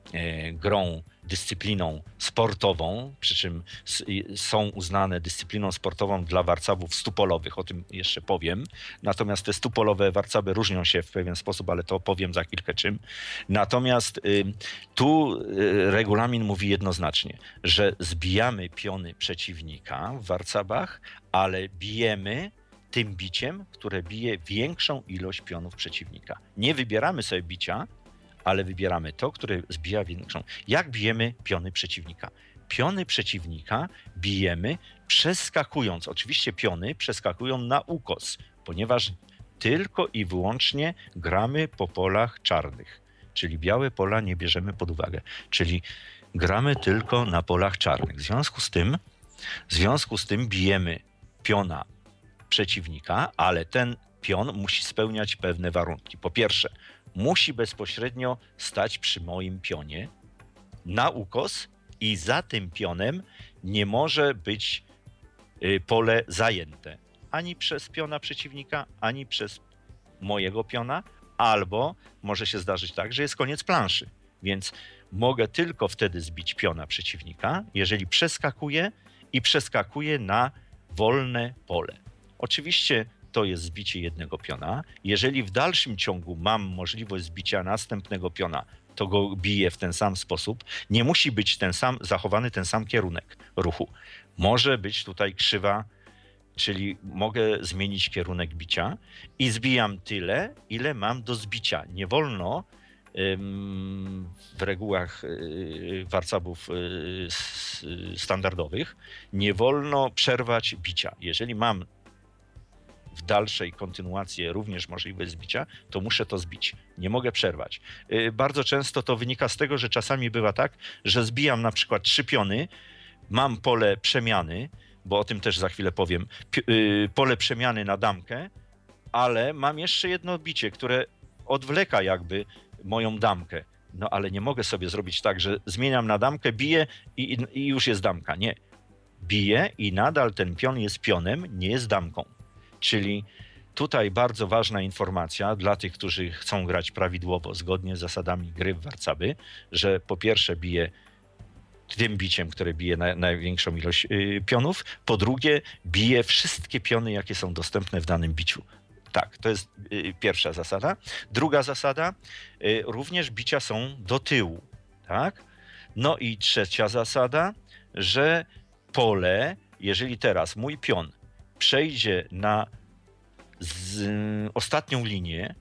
grą, dyscypliną sportową, przy czym są uznane dyscypliną sportową dla warcabów stupolowych, o tym jeszcze powiem. Natomiast te stupolowe warcaby różnią się w pewien sposób, ale to powiem za chwilkę czym. Natomiast tu regulamin mówi jednoznacznie, że zbijamy piony przeciwnika w warcabach, ale bijemy tym biciem, które bije większą ilość pionów przeciwnika. Nie wybieramy sobie bicia, ale wybieramy to, które zbija większą. Jak bijemy piony przeciwnika? Piony przeciwnika bijemy przeskakując. Oczywiście piony przeskakują na ukos, ponieważ tylko i wyłącznie gramy po polach czarnych. Czyli białe pola nie bierzemy pod uwagę. Czyli gramy tylko na polach czarnych. W związku z tym, w związku z tym bijemy piona przeciwnika, ale ten pion musi spełniać pewne warunki. Po pierwsze, musi bezpośrednio stać przy moim pionie na ukos i za tym pionem nie może być pole zajęte ani przez piona przeciwnika, ani przez mojego piona, albo może się zdarzyć tak, że jest koniec planszy. Więc mogę tylko wtedy zbić piona przeciwnika, jeżeli przeskakuje i przeskakuje na wolne pole. Oczywiście to jest zbicie jednego piona. Jeżeli w dalszym ciągu mam możliwość zbicia następnego piona, to go biję w ten sam sposób. Nie musi być ten sam, zachowany ten sam kierunek ruchu. Może być tutaj krzywa, czyli mogę zmienić kierunek bicia i zbijam tyle, ile mam do zbicia. Nie wolno ym, w regułach y, warcabów y, standardowych, nie wolno przerwać bicia. Jeżeli mam w dalszej kontynuacji również możliwość zbicia, to muszę to zbić. Nie mogę przerwać. Bardzo często to wynika z tego, że czasami bywa tak, że zbijam na przykład trzy piony, mam pole przemiany, bo o tym też za chwilę powiem, pole przemiany na damkę, ale mam jeszcze jedno bicie, które odwleka jakby moją damkę. No ale nie mogę sobie zrobić tak, że zmieniam na damkę, biję i, i już jest damka. Nie. Biję i nadal ten pion jest pionem, nie jest damką. Czyli tutaj bardzo ważna informacja dla tych, którzy chcą grać prawidłowo, zgodnie z zasadami gry w warcaby, że po pierwsze bije tym biciem, które bije na, największą ilość y, pionów, po drugie bije wszystkie piony, jakie są dostępne w danym biciu. Tak, to jest y, pierwsza zasada. Druga zasada, y, również bicia są do tyłu, tak? No i trzecia zasada, że pole, jeżeli teraz mój pion przejdzie na z, ostatnią linię,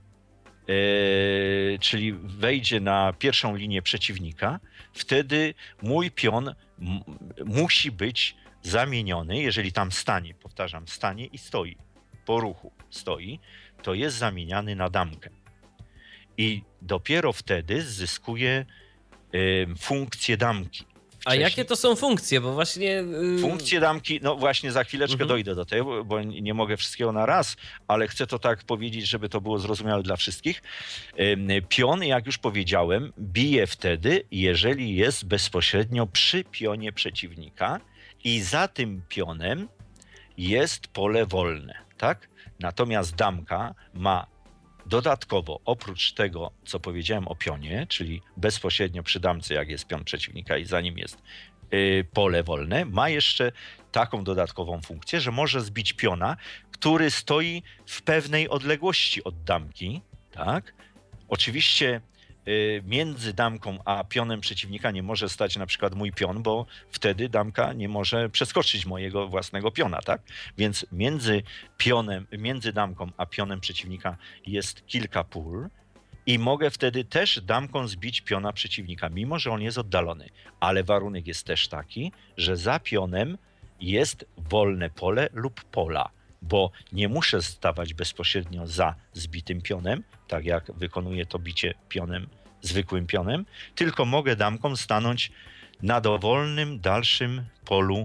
yy, czyli wejdzie na pierwszą linię przeciwnika, wtedy mój pion m- musi być zamieniony, jeżeli tam stanie, powtarzam, stanie i stoi, po ruchu stoi, to jest zamieniany na damkę. I dopiero wtedy zyskuje yy, funkcję damki. Wcześniej. A jakie to są funkcje? Bo właśnie... Yy... Funkcje damki, no właśnie za chwileczkę mhm. dojdę do tego, bo nie mogę wszystkiego na raz, ale chcę to tak powiedzieć, żeby to było zrozumiałe dla wszystkich. Pion, jak już powiedziałem, bije wtedy, jeżeli jest bezpośrednio przy pionie przeciwnika i za tym pionem jest pole wolne, tak? Natomiast damka ma dodatkowo, oprócz tego, co powiedziałem o pionie, czyli bezpośrednio przy damce, jak jest pion przeciwnika i za nim jest y, pole wolne, ma jeszcze taką dodatkową funkcję, że może zbić piona, który stoi w pewnej odległości od damki, tak? Oczywiście y, między damką a pionem przeciwnika nie może stać na przykład mój pion, bo wtedy damka nie może przeskoczyć mojego własnego piona, tak? Więc między pionem, między damką a pionem przeciwnika jest kilka pól i mogę wtedy też damką zbić piona przeciwnika, mimo że on jest oddalony. Ale warunek jest też taki, że za pionem jest wolne pole lub pola, bo nie muszę stawać bezpośrednio za zbitym pionem, tak jak wykonuję to bicie pionem, zwykłym pionem, tylko mogę damką stanąć na dowolnym dalszym polu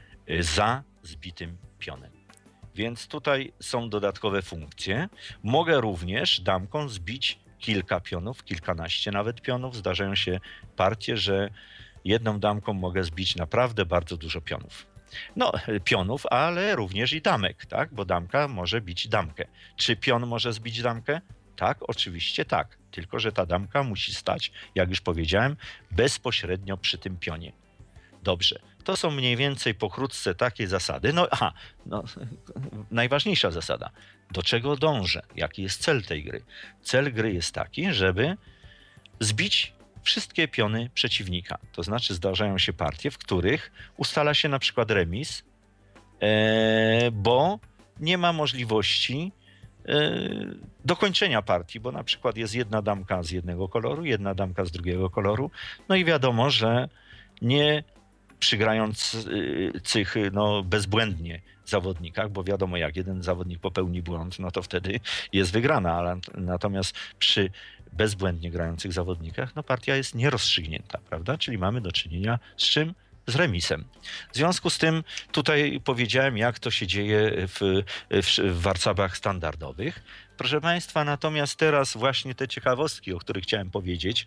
za zbitym pionem. Więc tutaj są dodatkowe funkcje. Mogę również damką zbić kilka pionów, kilkanaście nawet pionów. Zdarzają się partie, że jedną damką mogę zbić naprawdę bardzo dużo pionów. No, pionów, ale również i damek, tak? Bo damka może bić damkę. Czy pion może zbić damkę? Tak, oczywiście tak. Tylko że ta damka musi stać, jak już powiedziałem, bezpośrednio przy tym pionie. Dobrze. To są mniej więcej pokrótce takie zasady. No aha, no, najważniejsza zasada. Do czego dążę? Jaki jest cel tej gry? Cel gry jest taki, żeby zbić wszystkie piony przeciwnika. To znaczy zdarzają się partie, w których ustala się na przykład remis, e, bo nie ma możliwości e, dokończenia partii, bo na przykład jest jedna damka z jednego koloru, jedna damka z drugiego koloru, no i wiadomo, że nie przygrając cych no, bezbłędnie zawodnikach, bo wiadomo, jak jeden zawodnik popełni błąd, no to wtedy jest wygrana, ale natomiast przy bezbłędnie grających zawodnikach, no partia jest nierozstrzygnięta, prawda? Czyli mamy do czynienia z czym? Z remisem. W związku z tym tutaj powiedziałem, jak to się dzieje w, w, w warcabach standardowych. Proszę Państwa, natomiast teraz właśnie te ciekawostki, o których chciałem powiedzieć.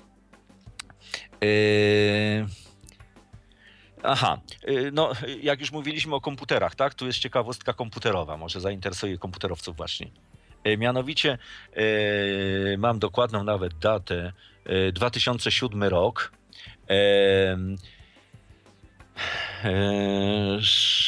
Yy... Aha, no jak już mówiliśmy o komputerach, tak? Tu jest ciekawostka komputerowa, może zainteresuje komputerowców właśnie. Mianowicie e, mam dokładną nawet datę, e, dwa tysiące siódmy rok. E, e,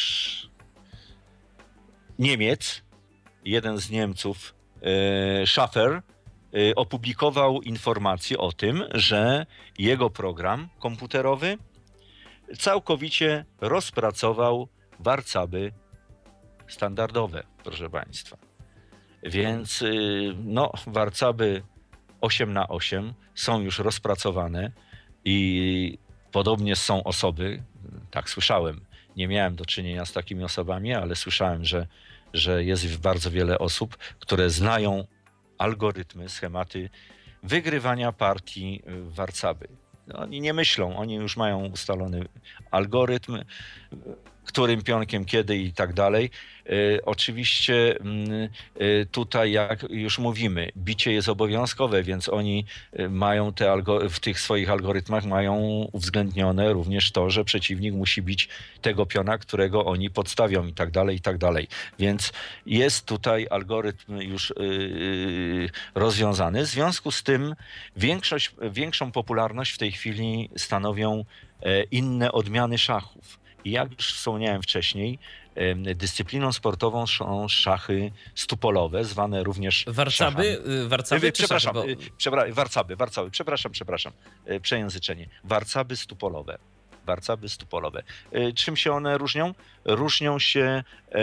Niemiec, jeden z Niemców, e, Schaffer, e, opublikował informację o tym, że jego program komputerowy całkowicie rozpracował warcaby standardowe, proszę Państwa. Więc no, warcaby osiem na osiem są już rozpracowane i podobnie są osoby, tak słyszałem, nie miałem do czynienia z takimi osobami, ale słyszałem, że, że jest bardzo wiele osób, które znają algorytmy, schematy wygrywania partii w warcaby. Oni nie myślą, oni już mają ustalony algorytm, którym pionkiem, kiedy i tak dalej. E, oczywiście e, tutaj, jak już mówimy, bicie jest obowiązkowe, więc oni mają te algo- w tych swoich algorytmach mają uwzględnione również to, że przeciwnik musi bić tego piona, którego oni podstawią i tak dalej, i tak dalej. Więc jest tutaj algorytm już e, rozwiązany. W związku z tym większość, większą popularność w tej chwili stanowią e, inne odmiany szachów. I jak już wspomniałem wcześniej, dyscypliną sportową są szachy stupolowe, zwane również warcaby, szachami. Warcaby Przepraszam, szachy, bo... przebra- warcaby, warcaby, przepraszam, przepraszam, przejęzyczenie. Warcaby stupolowe. Warcaby stupolowe. Czym się one różnią? Różnią się,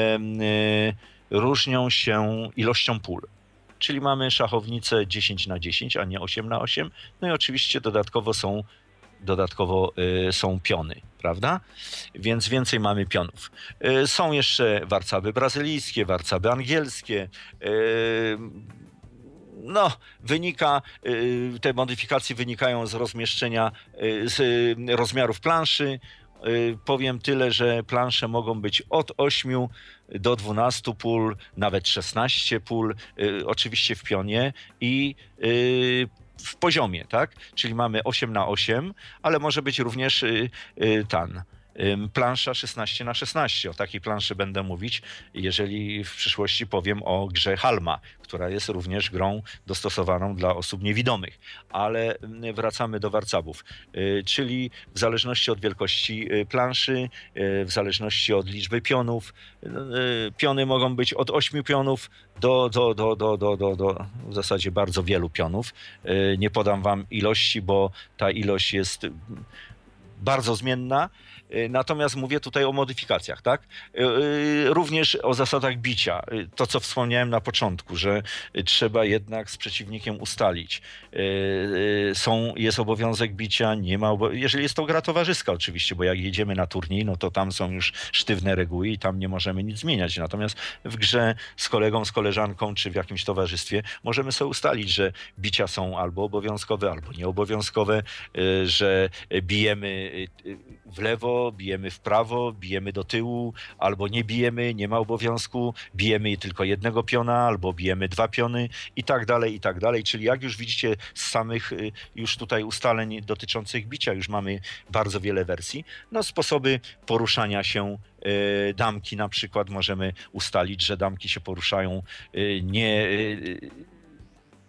różnią się ilością pól. Czyli mamy szachownicę dziesięć na dziesięć, a nie osiem na osiem. No i oczywiście dodatkowo są Dodatkowo y, są piony, prawda? Więc więcej mamy pionów. Y, są jeszcze warcaby brazylijskie, warcaby angielskie. Y, no, wynika, y, te modyfikacje wynikają z rozmieszczenia, y, z y, rozmiarów planszy. Y, powiem tyle, że plansze mogą być od ośmiu do dwunastu pól, nawet szesnaście pól, y, oczywiście w pionie i y, w poziomie, tak? Czyli mamy osiem na osiem, ale może być również y, y, tan. Plansza szesnaście na szesnaście. O takiej planszy będę mówić, jeżeli w przyszłości powiem o grze Halma, która jest również grą dostosowaną dla osób niewidomych. Ale wracamy do warcabów, czyli w zależności od wielkości planszy, w zależności od liczby pionów, piony mogą być od ośmiu pionów do, do, do, do, do, do, do w zasadzie bardzo wielu pionów. Nie podam wam ilości, bo ta ilość jest bardzo zmienna. Natomiast mówię tutaj o modyfikacjach, tak? Również o zasadach bicia. To, co wspomniałem na początku, że trzeba jednak z przeciwnikiem ustalić. Są, jest obowiązek bicia, nie ma obo- jeżeli jest to gra towarzyska oczywiście, bo jak jedziemy na turniej, no to tam są już sztywne reguły i tam nie możemy nic zmieniać. Natomiast w grze z kolegą, z koleżanką, czy w jakimś towarzystwie możemy sobie ustalić, że bicia są albo obowiązkowe, albo nieobowiązkowe, że bijemy w lewo, bijemy w prawo, bijemy do tyłu, albo nie bijemy, nie ma obowiązku, bijemy tylko jednego piona, albo bijemy dwa piony i tak dalej, i tak dalej. Czyli jak już widzicie z samych już tutaj ustaleń dotyczących bicia, już mamy bardzo wiele wersji. No sposoby poruszania się damki na przykład możemy ustalić, że damki się poruszają nie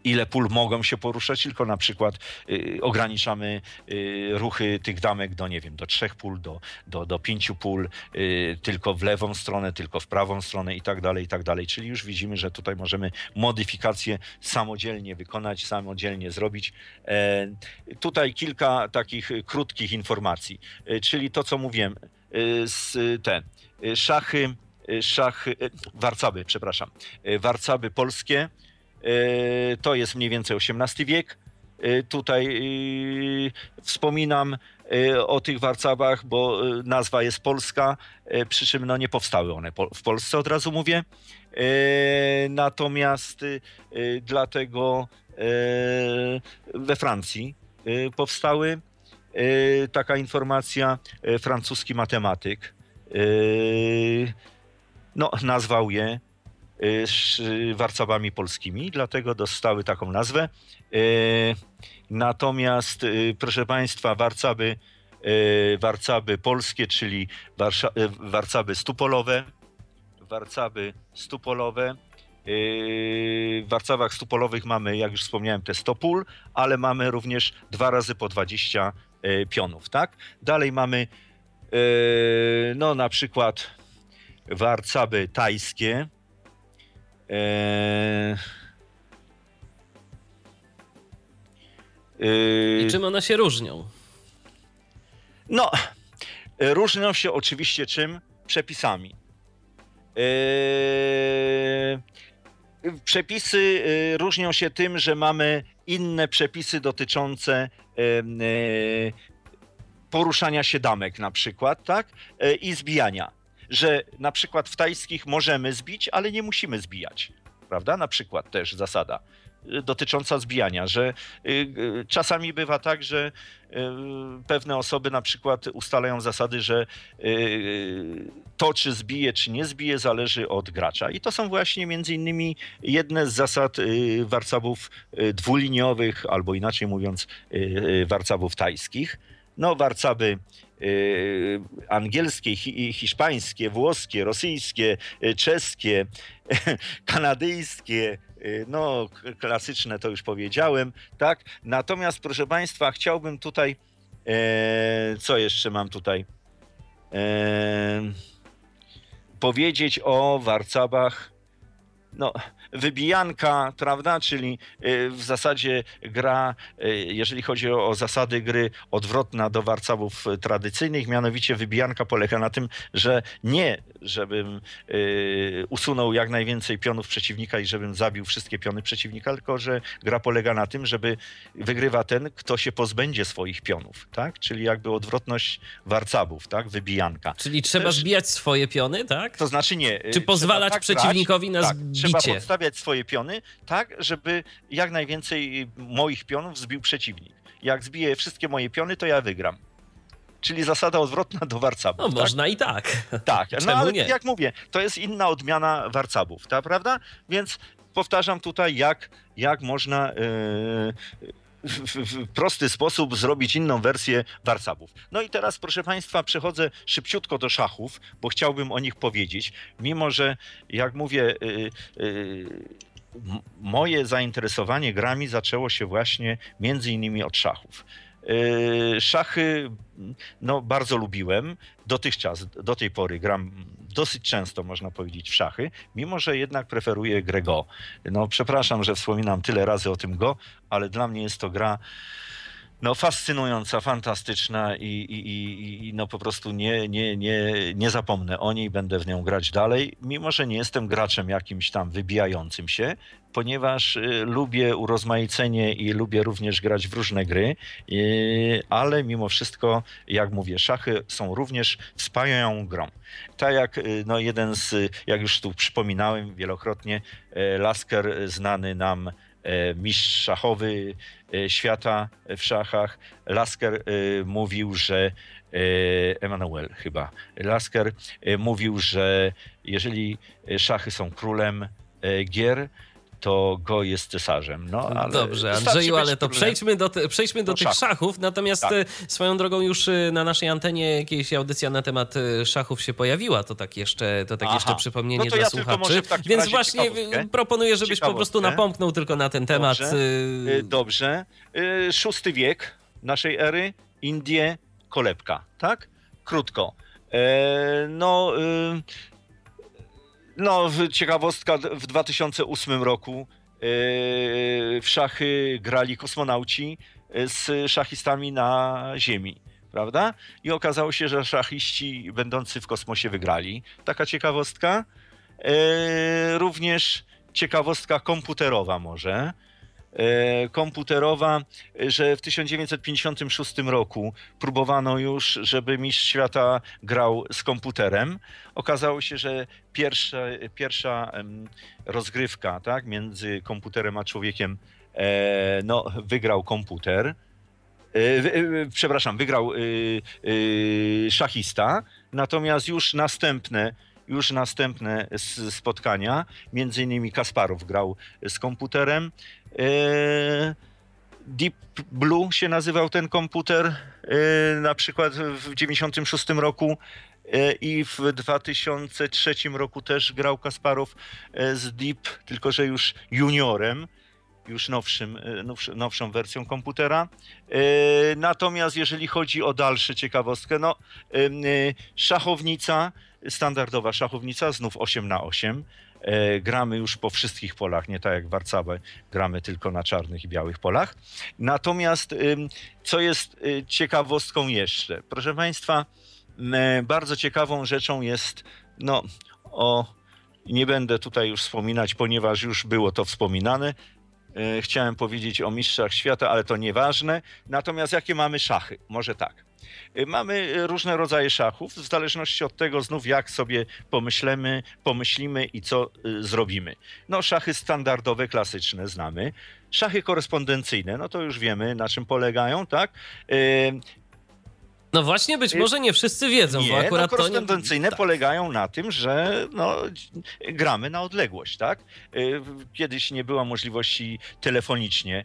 ile pól mogą się poruszać, tylko na przykład y, ograniczamy y, ruchy tych damek do, nie wiem, do trzech pól, do, do, do pięciu pól, y, tylko w lewą stronę, tylko w prawą stronę i tak dalej, i tak dalej. Czyli już widzimy, że tutaj możemy modyfikacje samodzielnie wykonać, samodzielnie zrobić. E, tutaj kilka takich krótkich informacji, y, czyli to, co mówiłem, y, z, te y, szachy, y, szachy, y, warcaby, przepraszam, y, warcaby polskie. To jest mniej więcej osiemnasty wiek. Tutaj wspominam o tych warcabach, bo nazwa jest polska, przy czym no nie powstały one w Polsce, od razu mówię. Natomiast dlatego we Francji powstały. Taka informacja, francuski matematyk no, nazwał je warcabami polskimi, dlatego dostały taką nazwę. Natomiast, proszę Państwa, warcaby, warcaby polskie, czyli warcaby stupolowe, warcaby stupolowe. W warcabach stupolowych mamy, jak już wspomniałem, te sto pól, ale mamy również dwa razy po dwadzieścia pionów, tak? Dalej mamy no na przykład warcaby tajskie. I czym one się różnią? No, różnią się oczywiście czym? Przepisami. Przepisy różnią się tym, że mamy inne przepisy dotyczące poruszania się damek na przykład, tak? I zbijania. Że na przykład w tajskich możemy zbić, ale nie musimy zbijać, prawda? Na przykład też zasada dotycząca zbijania, że czasami bywa tak, że pewne osoby na przykład ustalają zasady, że to, czy zbije, czy nie zbije, zależy od gracza. I to są właśnie między innymi jedne z zasad warcabów dwuliniowych, albo inaczej mówiąc warcabów tajskich. No, warcaby y, angielskie, hi, hiszpańskie, włoskie, rosyjskie, y, czeskie, kanadyjskie, y, no klasyczne to już powiedziałem, tak? Natomiast, proszę Państwa, chciałbym tutaj, e, co jeszcze mam tutaj, e, powiedzieć o warcabach, no, wybijanka, prawda, czyli w zasadzie gra, jeżeli chodzi o zasady gry, odwrotna do warcabów tradycyjnych, mianowicie wybijanka polega na tym, że nie, żebym usunął jak najwięcej pionów przeciwnika i żebym zabił wszystkie piony przeciwnika, tylko że gra polega na tym, żeby wygrywa ten, kto się pozbędzie swoich pionów, tak, czyli jakby odwrotność warcabów, tak, wybijanka. Czyli trzeba Też, zbijać swoje piony, tak? To znaczy nie. Czy pozwalać tak przeciwnikowi grać, na tak, zbicie? Trzeba podstawiać swoje piony tak, żeby jak najwięcej moich pionów zbił przeciwnik. Jak zbiję wszystkie moje piony, to ja wygram. Czyli zasada odwrotna do warcabów. No tak? Można i tak. Tak, Czemu no ale nie? Jak mówię, to jest inna odmiana warcabów, tak, prawda? Więc powtarzam tutaj, jak, jak można yy, w, w prosty sposób zrobić inną wersję warcabów. No i teraz, proszę Państwa, przechodzę szybciutko do szachów, bo chciałbym o nich powiedzieć, mimo że, jak mówię, yy, yy, moje zainteresowanie grami zaczęło się właśnie między innymi od szachów. Szachy no, bardzo lubiłem dotychczas, do tej pory gram dosyć często, można powiedzieć, w szachy, mimo że jednak preferuję grę Go. No, przepraszam, że wspominam tyle razy o tym Go, ale dla mnie jest to gra no, fascynująca, fantastyczna i, i, i no, po prostu nie, nie, nie, nie zapomnę o niej, będę w nią grać dalej, mimo że nie jestem graczem jakimś tam wybijającym się, ponieważ y, lubię urozmaicenie i lubię również grać w różne gry, y, ale mimo wszystko, jak mówię, szachy są również wspaniałą grą. Tak jak y, no, jeden z, jak już tu przypominałem wielokrotnie, y, Lasker, znany nam mistrz szachowy świata w szachach, Lasker mówił, że Emanuel chyba, Lasker mówił, że jeżeli szachy są królem gier, to go jest cesarzem. No, ale dobrze, Andrzeju, ale to przejdźmy do, te, przejdźmy do, do tych szachów. szachów. Natomiast tak. swoją drogą już na naszej antenie jakaś audycja na temat szachów się pojawiła. To tak jeszcze, to tak jeszcze przypomnienie no to dla ja słuchaczy. Więc właśnie proponuję, żebyś po prostu napomknął tylko na ten temat. Dobrze. Dobrze. Szósty wiek naszej ery, Indie, kolebka, tak? Krótko. No... No, ciekawostka, w dwa tysiące ósmym roku w szachy grali kosmonauci z szachistami na Ziemi, prawda? I okazało się, że szachiści będący w kosmosie wygrali. Taka ciekawostka. Również ciekawostka komputerowa może. komputerowa, że w tysiąc dziewięćset pięćdziesiątym szóstym roku próbowano już, żeby mistrz świata grał z komputerem. Okazało się, że pierwsza, pierwsza rozgrywka, tak, między komputerem a człowiekiem, no, wygrał komputer. Przepraszam, wygrał szachista, natomiast już następne Już następne spotkania, między innymi Kasparow grał z komputerem. Deep Blue się nazywał ten komputer, na przykład w dziewięćdziesiątym szóstym roku i w dwa tysiące trzecim roku też grał Kasparow z Deep, tylko że już juniorem, już nowszym, nowszą wersją komputera. Natomiast jeżeli chodzi o dalsze ciekawostkę, no szachownica, standardowa szachownica, znów osiem na osiem. E, gramy już po wszystkich polach, nie tak jak w Warcawę, gramy tylko na czarnych i białych polach. Natomiast ym, co jest y, ciekawostką jeszcze? Proszę Państwa, y, bardzo ciekawą rzeczą jest, no, o, nie będę tutaj już wspominać, ponieważ już było to wspominane. Y, chciałem powiedzieć o mistrzach świata, ale to nieważne. Natomiast jakie mamy szachy? Może tak. Mamy różne rodzaje szachów, w zależności od tego znów jak sobie pomyślimy, pomyślimy i co y, zrobimy. No szachy standardowe, klasyczne znamy. Szachy korespondencyjne, no to już wiemy na czym polegają, tak? Y, No właśnie, być może nie wszyscy wiedzą, nie, bo akurat no, korespondencyjne to nie... polegają na tym, że no, gramy na odległość, tak? Kiedyś nie było możliwości telefonicznie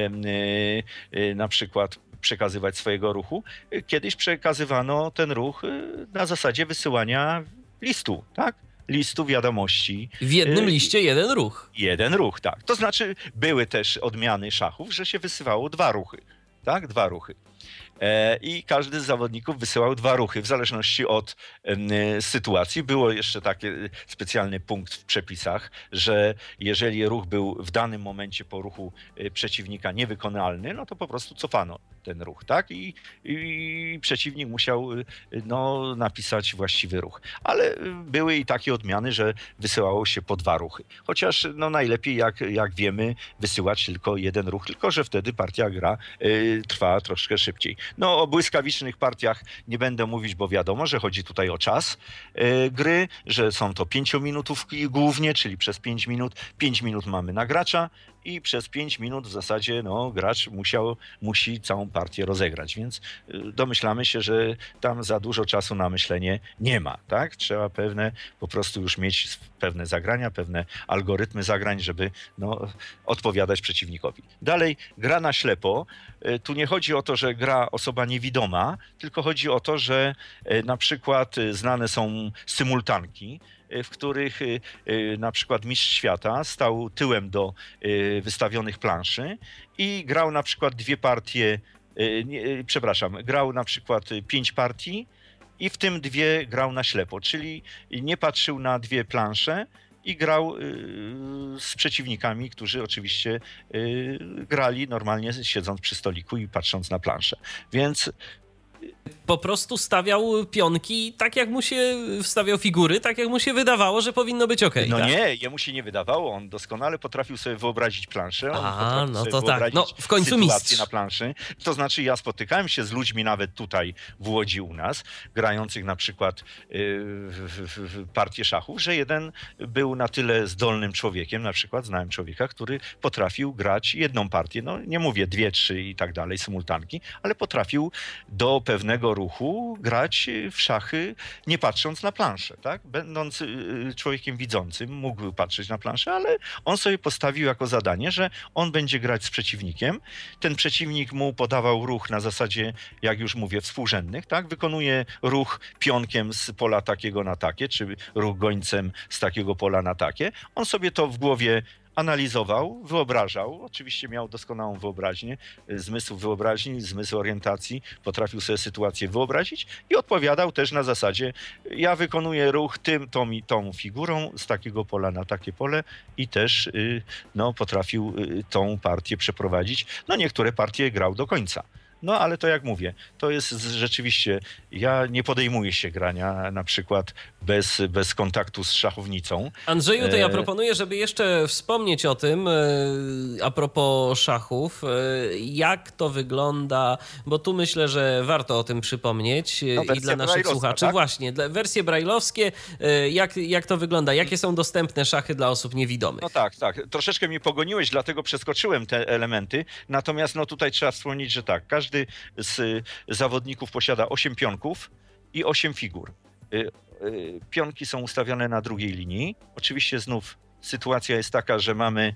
na przykład przekazywać swojego ruchu. Kiedyś przekazywano ten ruch na zasadzie wysyłania listu, tak? Listu wiadomości. W jednym liście jeden ruch. Jeden ruch, tak. To znaczy były też odmiany szachów, że się wysyłało dwa ruchy, tak? Dwa ruchy. I każdy z zawodników wysyłał dwa ruchy w zależności od sytuacji. Było jeszcze taki specjalny punkt w przepisach, że jeżeli ruch był w danym momencie po ruchu przeciwnika niewykonalny, no to po prostu cofano ten ruch, tak? I, i przeciwnik musiał no, napisać właściwy ruch. Ale były i takie odmiany, że wysyłało się po dwa ruchy. Chociaż no, najlepiej, jak, jak wiemy, wysyłać tylko jeden ruch, tylko że wtedy partia gra y, trwa troszkę szybciej. No o błyskawicznych partiach nie będę mówić, bo wiadomo, że chodzi tutaj o czas y, gry, że są to pięciominutówki głównie, czyli przez pięć minut. pięć minut mamy na gracza i przez pięć minut w zasadzie no, gracz musiał, musi całą partię rozegrać, więc y, domyślamy się, że tam za dużo czasu na myślenie nie ma, tak? Trzeba pewne po prostu już mieć pewne zagrania, pewne algorytmy zagrań, żeby no, odpowiadać przeciwnikowi. Dalej, gra na ślepo. Y, tu nie chodzi o to, że gra osoba niewidoma, tylko chodzi o to, że y, na przykład y, znane są symultanki, w których na przykład mistrz świata stał tyłem do wystawionych planszy i grał na przykład dwie partie, nie, przepraszam, grał na przykład pięć partii i w tym dwie grał na ślepo, czyli nie patrzył na dwie plansze i grał z przeciwnikami, którzy oczywiście grali normalnie siedząc przy stoliku i patrząc na planszę. Więc po prostu stawiał pionki tak, jak mu się wstawiał figury, tak jak mu się wydawało, że powinno być okej. No tak? nie, jemu się nie wydawało. On doskonale potrafił sobie wyobrazić planszę. On A, no to tak. No, w końcu sytuację mistrz. na planszy. To znaczy ja spotykałem się z ludźmi nawet tutaj w Łodzi u nas, grających na przykład w, w, w partię szachów, że jeden był na tyle zdolnym człowiekiem, na przykład znałem człowieka, który potrafił grać jedną partię. No nie mówię dwie, trzy i tak dalej, symultanki, ale potrafił do pewnego ruchu grać w szachy, nie patrząc na planszę, tak? Będąc człowiekiem widzącym, mógł patrzeć na planszę, ale on sobie postawił jako zadanie, że on będzie grać z przeciwnikiem. Ten przeciwnik mu podawał ruch na zasadzie, jak już mówię, współrzędnych, tak? Wykonuje ruch pionkiem z pola takiego na takie, czy ruch gońcem z takiego pola na takie. On sobie to w głowie analizował, wyobrażał, oczywiście miał doskonałą wyobraźnię, zmysł wyobraźni, zmysł orientacji, potrafił sobie sytuację wyobrazić i odpowiadał też na zasadzie, ja wykonuję ruch tym, tą i tą figurą z takiego pola na takie pole i też no, potrafił tą partię przeprowadzić. No niektóre partie grał do końca. No ale to jak mówię, to jest rzeczywiście, ja nie podejmuję się grania na przykład bez, bez kontaktu z szachownicą. Andrzeju, to ja proponuję, żeby jeszcze wspomnieć o tym, a propos szachów, jak to wygląda, bo tu myślę, że warto o tym przypomnieć no, i dla naszych słuchaczy. Tak? Właśnie, wersje brajlowskie, jak, jak to wygląda, jakie są dostępne szachy dla osób niewidomych? No tak, tak. Troszeczkę mnie pogoniłeś, dlatego przeskoczyłem te elementy, natomiast no tutaj trzeba wspomnieć, że tak, każdy z zawodników posiada osiem pionków i osiem figur. Pionki są ustawione na drugiej linii. Oczywiście znów sytuacja jest taka, że mamy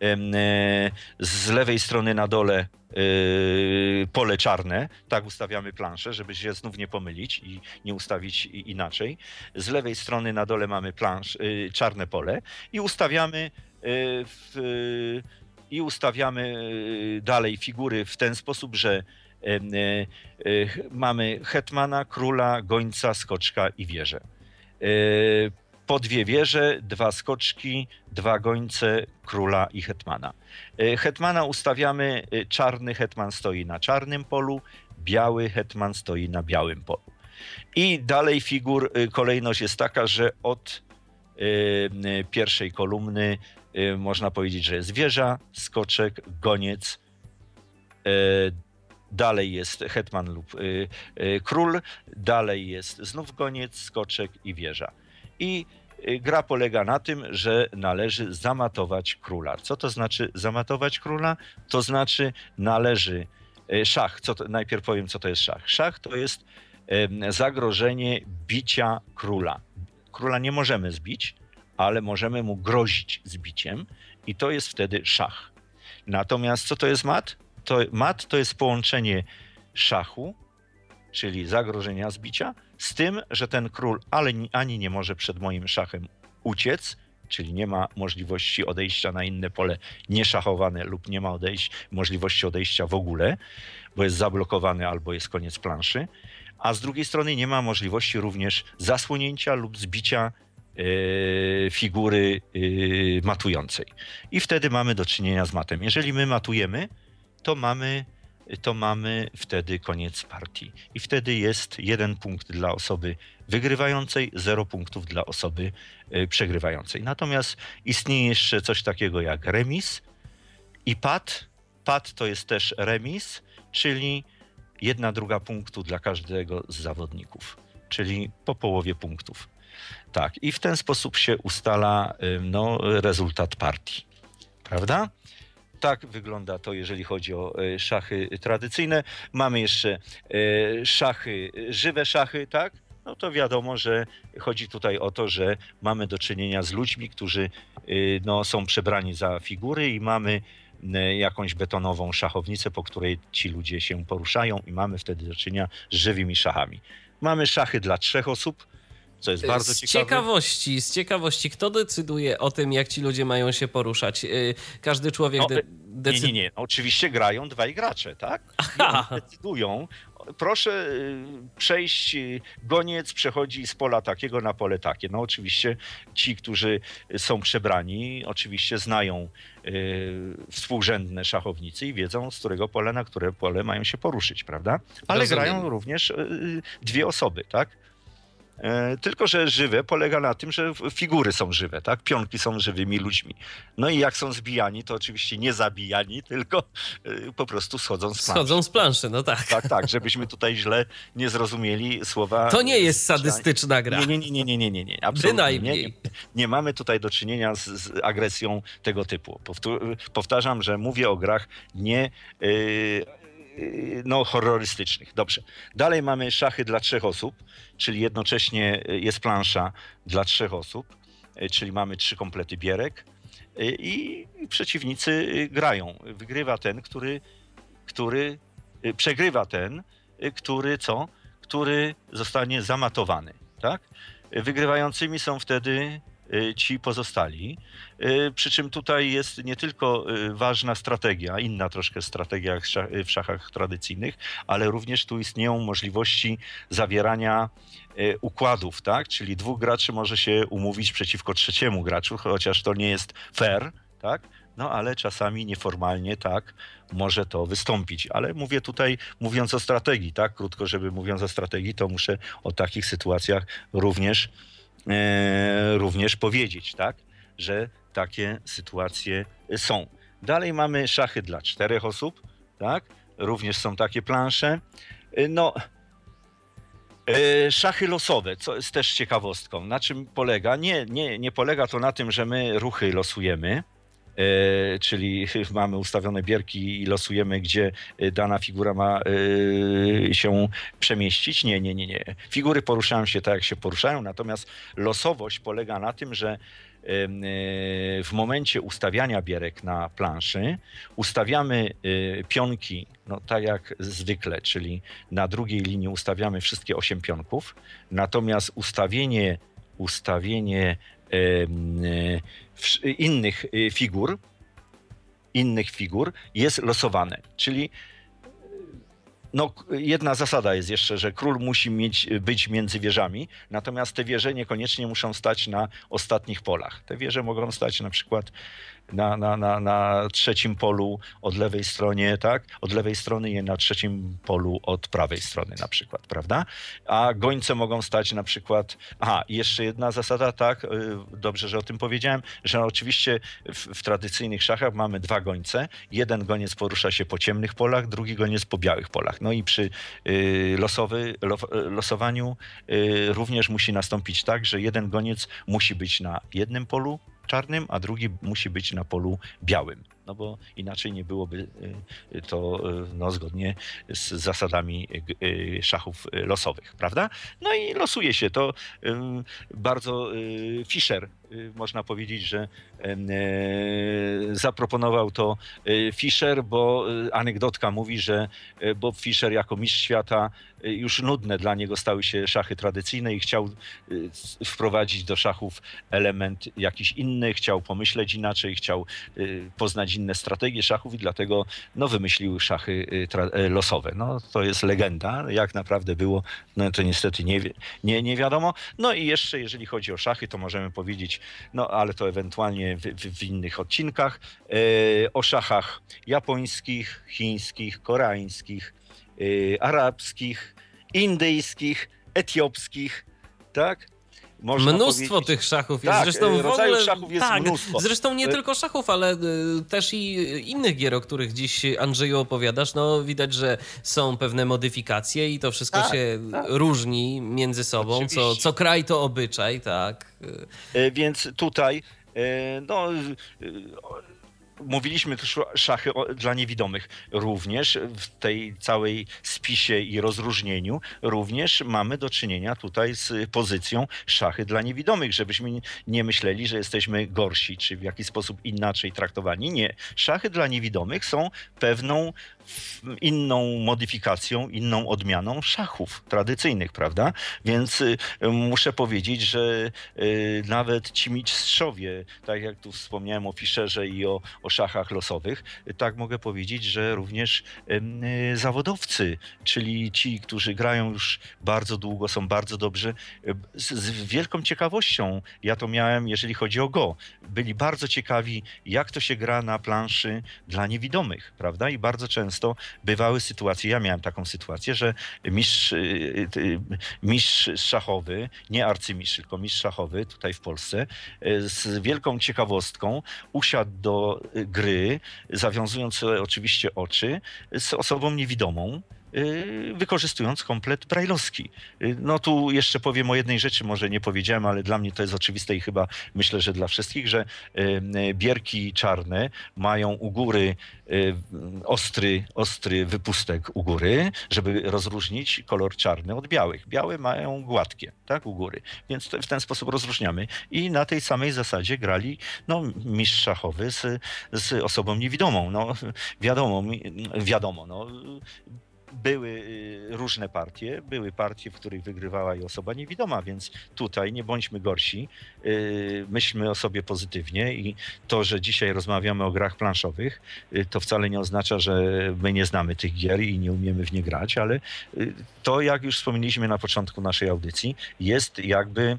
z lewej strony na dole pole czarne, tak ustawiamy planszę, żeby się znów nie pomylić i nie ustawić inaczej. Z lewej strony na dole mamy plansz, czarne pole i ustawiamy w, i ustawiamy dalej figury w ten sposób, że mamy hetmana, króla, gońca, skoczka i wieżę. Po dwie wieże, dwa skoczki, dwa gońce, króla i hetmana. Hetmana ustawiamy, czarny hetman stoi na czarnym polu, biały hetman stoi na białym polu. I dalej figur, kolejność jest taka, że od pierwszej kolumny można powiedzieć, że jest wieża, skoczek, goniec, dalej jest hetman lub y, y, król, dalej jest znów goniec, skoczek i wieża. I y, gra polega na tym, że należy zamatować króla. Co to znaczy zamatować króla? To znaczy należy y, szach. Co to, najpierw powiem, co to jest szach. Szach to jest y, zagrożenie bicia króla. Króla nie możemy zbić, ale możemy mu grozić zbiciem i to jest wtedy szach. Natomiast co to jest mat? To, mat to jest połączenie szachu, czyli zagrożenia zbicia, z tym, że ten król ale ani nie może przed moim szachem uciec, czyli nie ma możliwości odejścia na inne pole nieszachowane lub nie ma odejść, możliwości odejścia w ogóle, bo jest zablokowany albo jest koniec planszy, a z drugiej strony nie ma możliwości również zasłonięcia lub zbicia yy, figury yy, matującej. I wtedy mamy do czynienia z matem. Jeżeli my matujemy, to mamy, to mamy wtedy koniec partii. I wtedy jest jeden punkt dla osoby wygrywającej, zero punktów dla osoby przegrywającej. Natomiast istnieje jeszcze coś takiego jak remis i pad. Pad to jest też remis, czyli jedna druga punktu dla każdego z zawodników, czyli po połowie punktów. Tak, i w ten sposób się ustala no, rezultat partii. Prawda? Tak wygląda to, jeżeli chodzi o szachy tradycyjne. Mamy jeszcze szachy, żywe szachy, tak? No to wiadomo, że chodzi tutaj o to, że mamy do czynienia z ludźmi, którzy no, są przebrani za figury i mamy jakąś betonową szachownicę, po której ci ludzie się poruszają i mamy wtedy do czynienia z żywymi szachami. Mamy szachy dla trzech osób, co jest bardzo z ciekawe. Ciekawości, z ciekawości, kto decyduje o tym, jak ci ludzie mają się poruszać? Każdy człowiek no, de- decyduje... Nie, nie, nie. Oczywiście grają dwaj gracze, tak? Aha. I oni decydują. Proszę przejść, goniec przechodzi z pola takiego na pole takie. No oczywiście ci, którzy są przebrani, oczywiście znają y, współrzędne szachownicy i wiedzą, z którego pola na które pole mają się poruszyć, prawda? Ale Rozumiem. grają również y, dwie osoby, tak? Tylko że żywe polega na tym, że figury są żywe, tak? Pionki są żywymi ludźmi. No i jak są zbijani, to oczywiście nie zabijani, tylko po prostu schodzą z planszy. Schodzą z planszy, no tak. Tak, tak, żebyśmy tutaj źle nie zrozumieli słowa. To nie jest sadystyczna gra. Nie, nie, nie, nie, nie, nie, nie, absolutnie Bynajmniej. nie. Nie mamy tutaj do czynienia z, z agresją tego typu. Powtórzam, że mówię o grach nie... Yy, no, horrorystycznych. Dobrze. Dalej mamy szachy dla trzech osób, czyli jednocześnie jest plansza dla trzech osób, czyli mamy trzy komplety bierek i przeciwnicy grają. Wygrywa ten, który, który przegrywa ten, który co? Który zostanie zamatowany, tak? Wygrywającymi są wtedy ci pozostali. Przy czym tutaj jest nie tylko ważna strategia, inna troszkę strategia w szachach tradycyjnych, ale również tu istnieją możliwości zawierania układów, tak? Czyli dwóch graczy może się umówić przeciwko trzeciemu graczu, chociaż to nie jest fair, tak? No ale czasami nieformalnie tak może to wystąpić. Ale mówię tutaj, mówiąc o strategii, tak? Krótko, żeby mówiąc o strategii, to muszę o takich sytuacjach również E, również powiedzieć, tak, że takie sytuacje są. Dalej mamy szachy dla czterech osób, tak, również są takie plansze. No, e, szachy losowe, co jest też ciekawostką. Na czym polega? Nie, nie, nie polega to na tym, że my ruchy losujemy, E, czyli mamy ustawione bierki i losujemy, gdzie dana figura ma e, się przemieścić. Nie, nie, nie, nie. Figury poruszają się tak, jak się poruszają, natomiast losowość polega na tym, że e, w momencie ustawiania bierek na planszy ustawiamy e, pionki, no tak jak zwykle, czyli na drugiej linii ustawiamy wszystkie osiem pionków, natomiast ustawienie, ustawienie innych figur, innych figur jest losowane. Czyli no, jedna zasada jest jeszcze, że król musi mieć, być między wieżami, natomiast te wieże niekoniecznie muszą stać na ostatnich polach. Te wieże mogą stać na przykład na, na, na, na trzecim polu od lewej stronie, tak? Od lewej strony i na trzecim polu od prawej strony na przykład, prawda? A gońce mogą stać na przykład... Aha, i jeszcze jedna zasada, tak? Dobrze, że o tym powiedziałem, że oczywiście w, w tradycyjnych szachach mamy dwa gońce. Jeden goniec porusza się po ciemnych polach, drugi goniec po białych polach. No i przy y, losowy, lo, losowaniu y, również musi nastąpić tak, że jeden goniec musi być na jednym polu czarnym, a drugi musi być na polu białym. No bo inaczej nie byłoby to no, zgodnie z zasadami szachów losowych, prawda? No i losuje się to bardzo. Fischer, można powiedzieć, że zaproponował to Fischer, bo anegdotka mówi, że Bob Fischer jako mistrz świata już nudne dla niego stały się szachy tradycyjne i chciał wprowadzić do szachów element jakiś inny, chciał pomyśleć inaczej, chciał poznać inne strategie szachów i dlatego no, wymyślił szachy losowe. No, to jest legenda. Jak naprawdę było, no to niestety nie, nie, nie wiadomo. No i jeszcze jeżeli chodzi o szachy, to możemy powiedzieć, no ale to ewentualnie w, w, w innych odcinkach, e, o szachach japońskich, chińskich, koreańskich, e, arabskich, indyjskich, etiopskich, tak? Można mnóstwo tych szachów jest. Tak, zresztą w ogóle, szachów jest tak, mnóstwo. Zresztą nie tylko szachów, ale y, też i innych gier, o których dziś, Andrzeju, opowiadasz. No widać, że są pewne modyfikacje i to wszystko tak, się tak. różni między sobą. Co, co kraj to obyczaj, tak. E, więc tutaj e, no... E, Mówiliśmy też o szachy dla niewidomych. Również w tej całej spisie i rozróżnieniu również mamy do czynienia tutaj z pozycją szachy dla niewidomych, żebyśmy nie myśleli, że jesteśmy gorsi, czy w jakiś sposób inaczej traktowani. Nie. Szachy dla niewidomych są pewną inną modyfikacją, inną odmianą szachów tradycyjnych, prawda? Więc y, muszę powiedzieć, że y, nawet ci mistrzowie, tak jak tu wspomniałem o Fischerze i o, o szachach losowych, y, tak mogę powiedzieć, że również y, zawodowcy, czyli ci, którzy grają już bardzo długo, są bardzo dobrzy, y, z, z wielką ciekawością, ja to miałem, jeżeli chodzi o Go, byli bardzo ciekawi, jak to się gra na planszy dla niewidomych, prawda? I bardzo często bywały sytuacje, ja miałem taką sytuację, że mistrz, mistrz szachowy, nie arcymistrz, tylko mistrz szachowy tutaj w Polsce, z wielką ciekawostką usiadł do gry, zawiązując oczywiście oczy, z osobą niewidomą, wykorzystując komplet brajlowski. No tu jeszcze powiem o jednej rzeczy, może nie powiedziałem, ale dla mnie to jest oczywiste i chyba myślę, że dla wszystkich, że bierki czarne mają u góry ostry, ostry wypustek u góry, żeby rozróżnić kolor czarny od białych. Białe mają gładkie, tak, u góry. Więc to w ten sposób rozróżniamy. I na tej samej zasadzie grali no, mistrz szachowy z, z osobą niewidomą. No, wiadomo, wiadomo, no, były różne partie, były partie, w których wygrywała i osoba niewidoma, więc tutaj nie bądźmy gorsi, myślmy o sobie pozytywnie i to, że dzisiaj rozmawiamy o grach planszowych, to wcale nie oznacza, że my nie znamy tych gier i nie umiemy w nie grać, ale to, jak już wspomnieliśmy na początku naszej audycji, jest jakby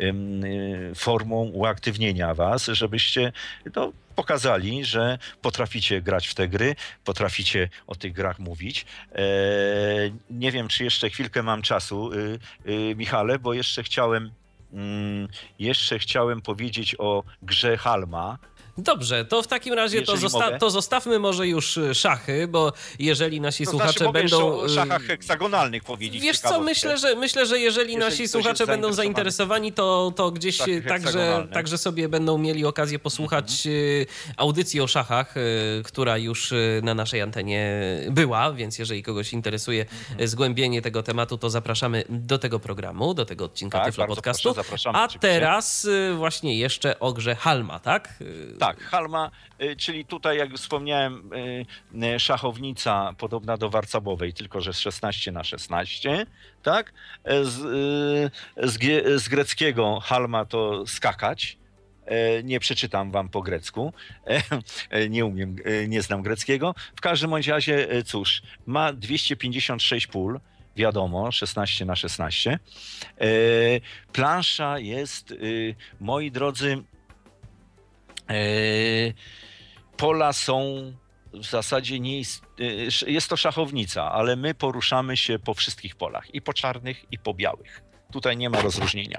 formą uaktywnienia was, żebyście no, pokazali, że potraficie grać w te gry, potraficie o tych grach mówić. E, nie wiem, czy jeszcze chwilkę mam czasu, y, y, Michale, bo jeszcze chciałem, y, jeszcze chciałem powiedzieć o grze Halma. Dobrze, to w takim razie to, zosta- to zostawmy może już szachy, bo jeżeli nasi to słuchacze znaczy, będą... o szachach heksagonalnych powiedzieć. Wiesz co, myślę, że myślę, że jeżeli, jeżeli nasi słuchacze będą zainteresowani, to, to gdzieś także, także sobie będą mieli okazję posłuchać mm-hmm. audycji o szachach, która już na naszej antenie była, więc jeżeli kogoś interesuje mm-hmm. zgłębienie tego tematu, to zapraszamy do tego programu, do tego odcinka tak, Tyflo Podcastu. Proszę, A oczywiście. Teraz właśnie jeszcze o grze Halma, tak? Tak, Halma, czyli tutaj, jak już wspomniałem, szachownica podobna do warcabowej, tylko że z szesnaście na szesnaście, tak? Z, z, z greckiego Halma to skakać. Nie przeczytam wam po grecku, nie umiem, nie znam greckiego. W każdym bądź razie, cóż, ma dwieście pięćdziesiąt sześć pól, wiadomo, szesnaście na szesnaście. Plansza jest, moi drodzy, pola są w zasadzie nie jest, jest to szachownica, ale my poruszamy się po wszystkich polach, i po czarnych, i po białych. Tutaj nie ma rozróżnienia.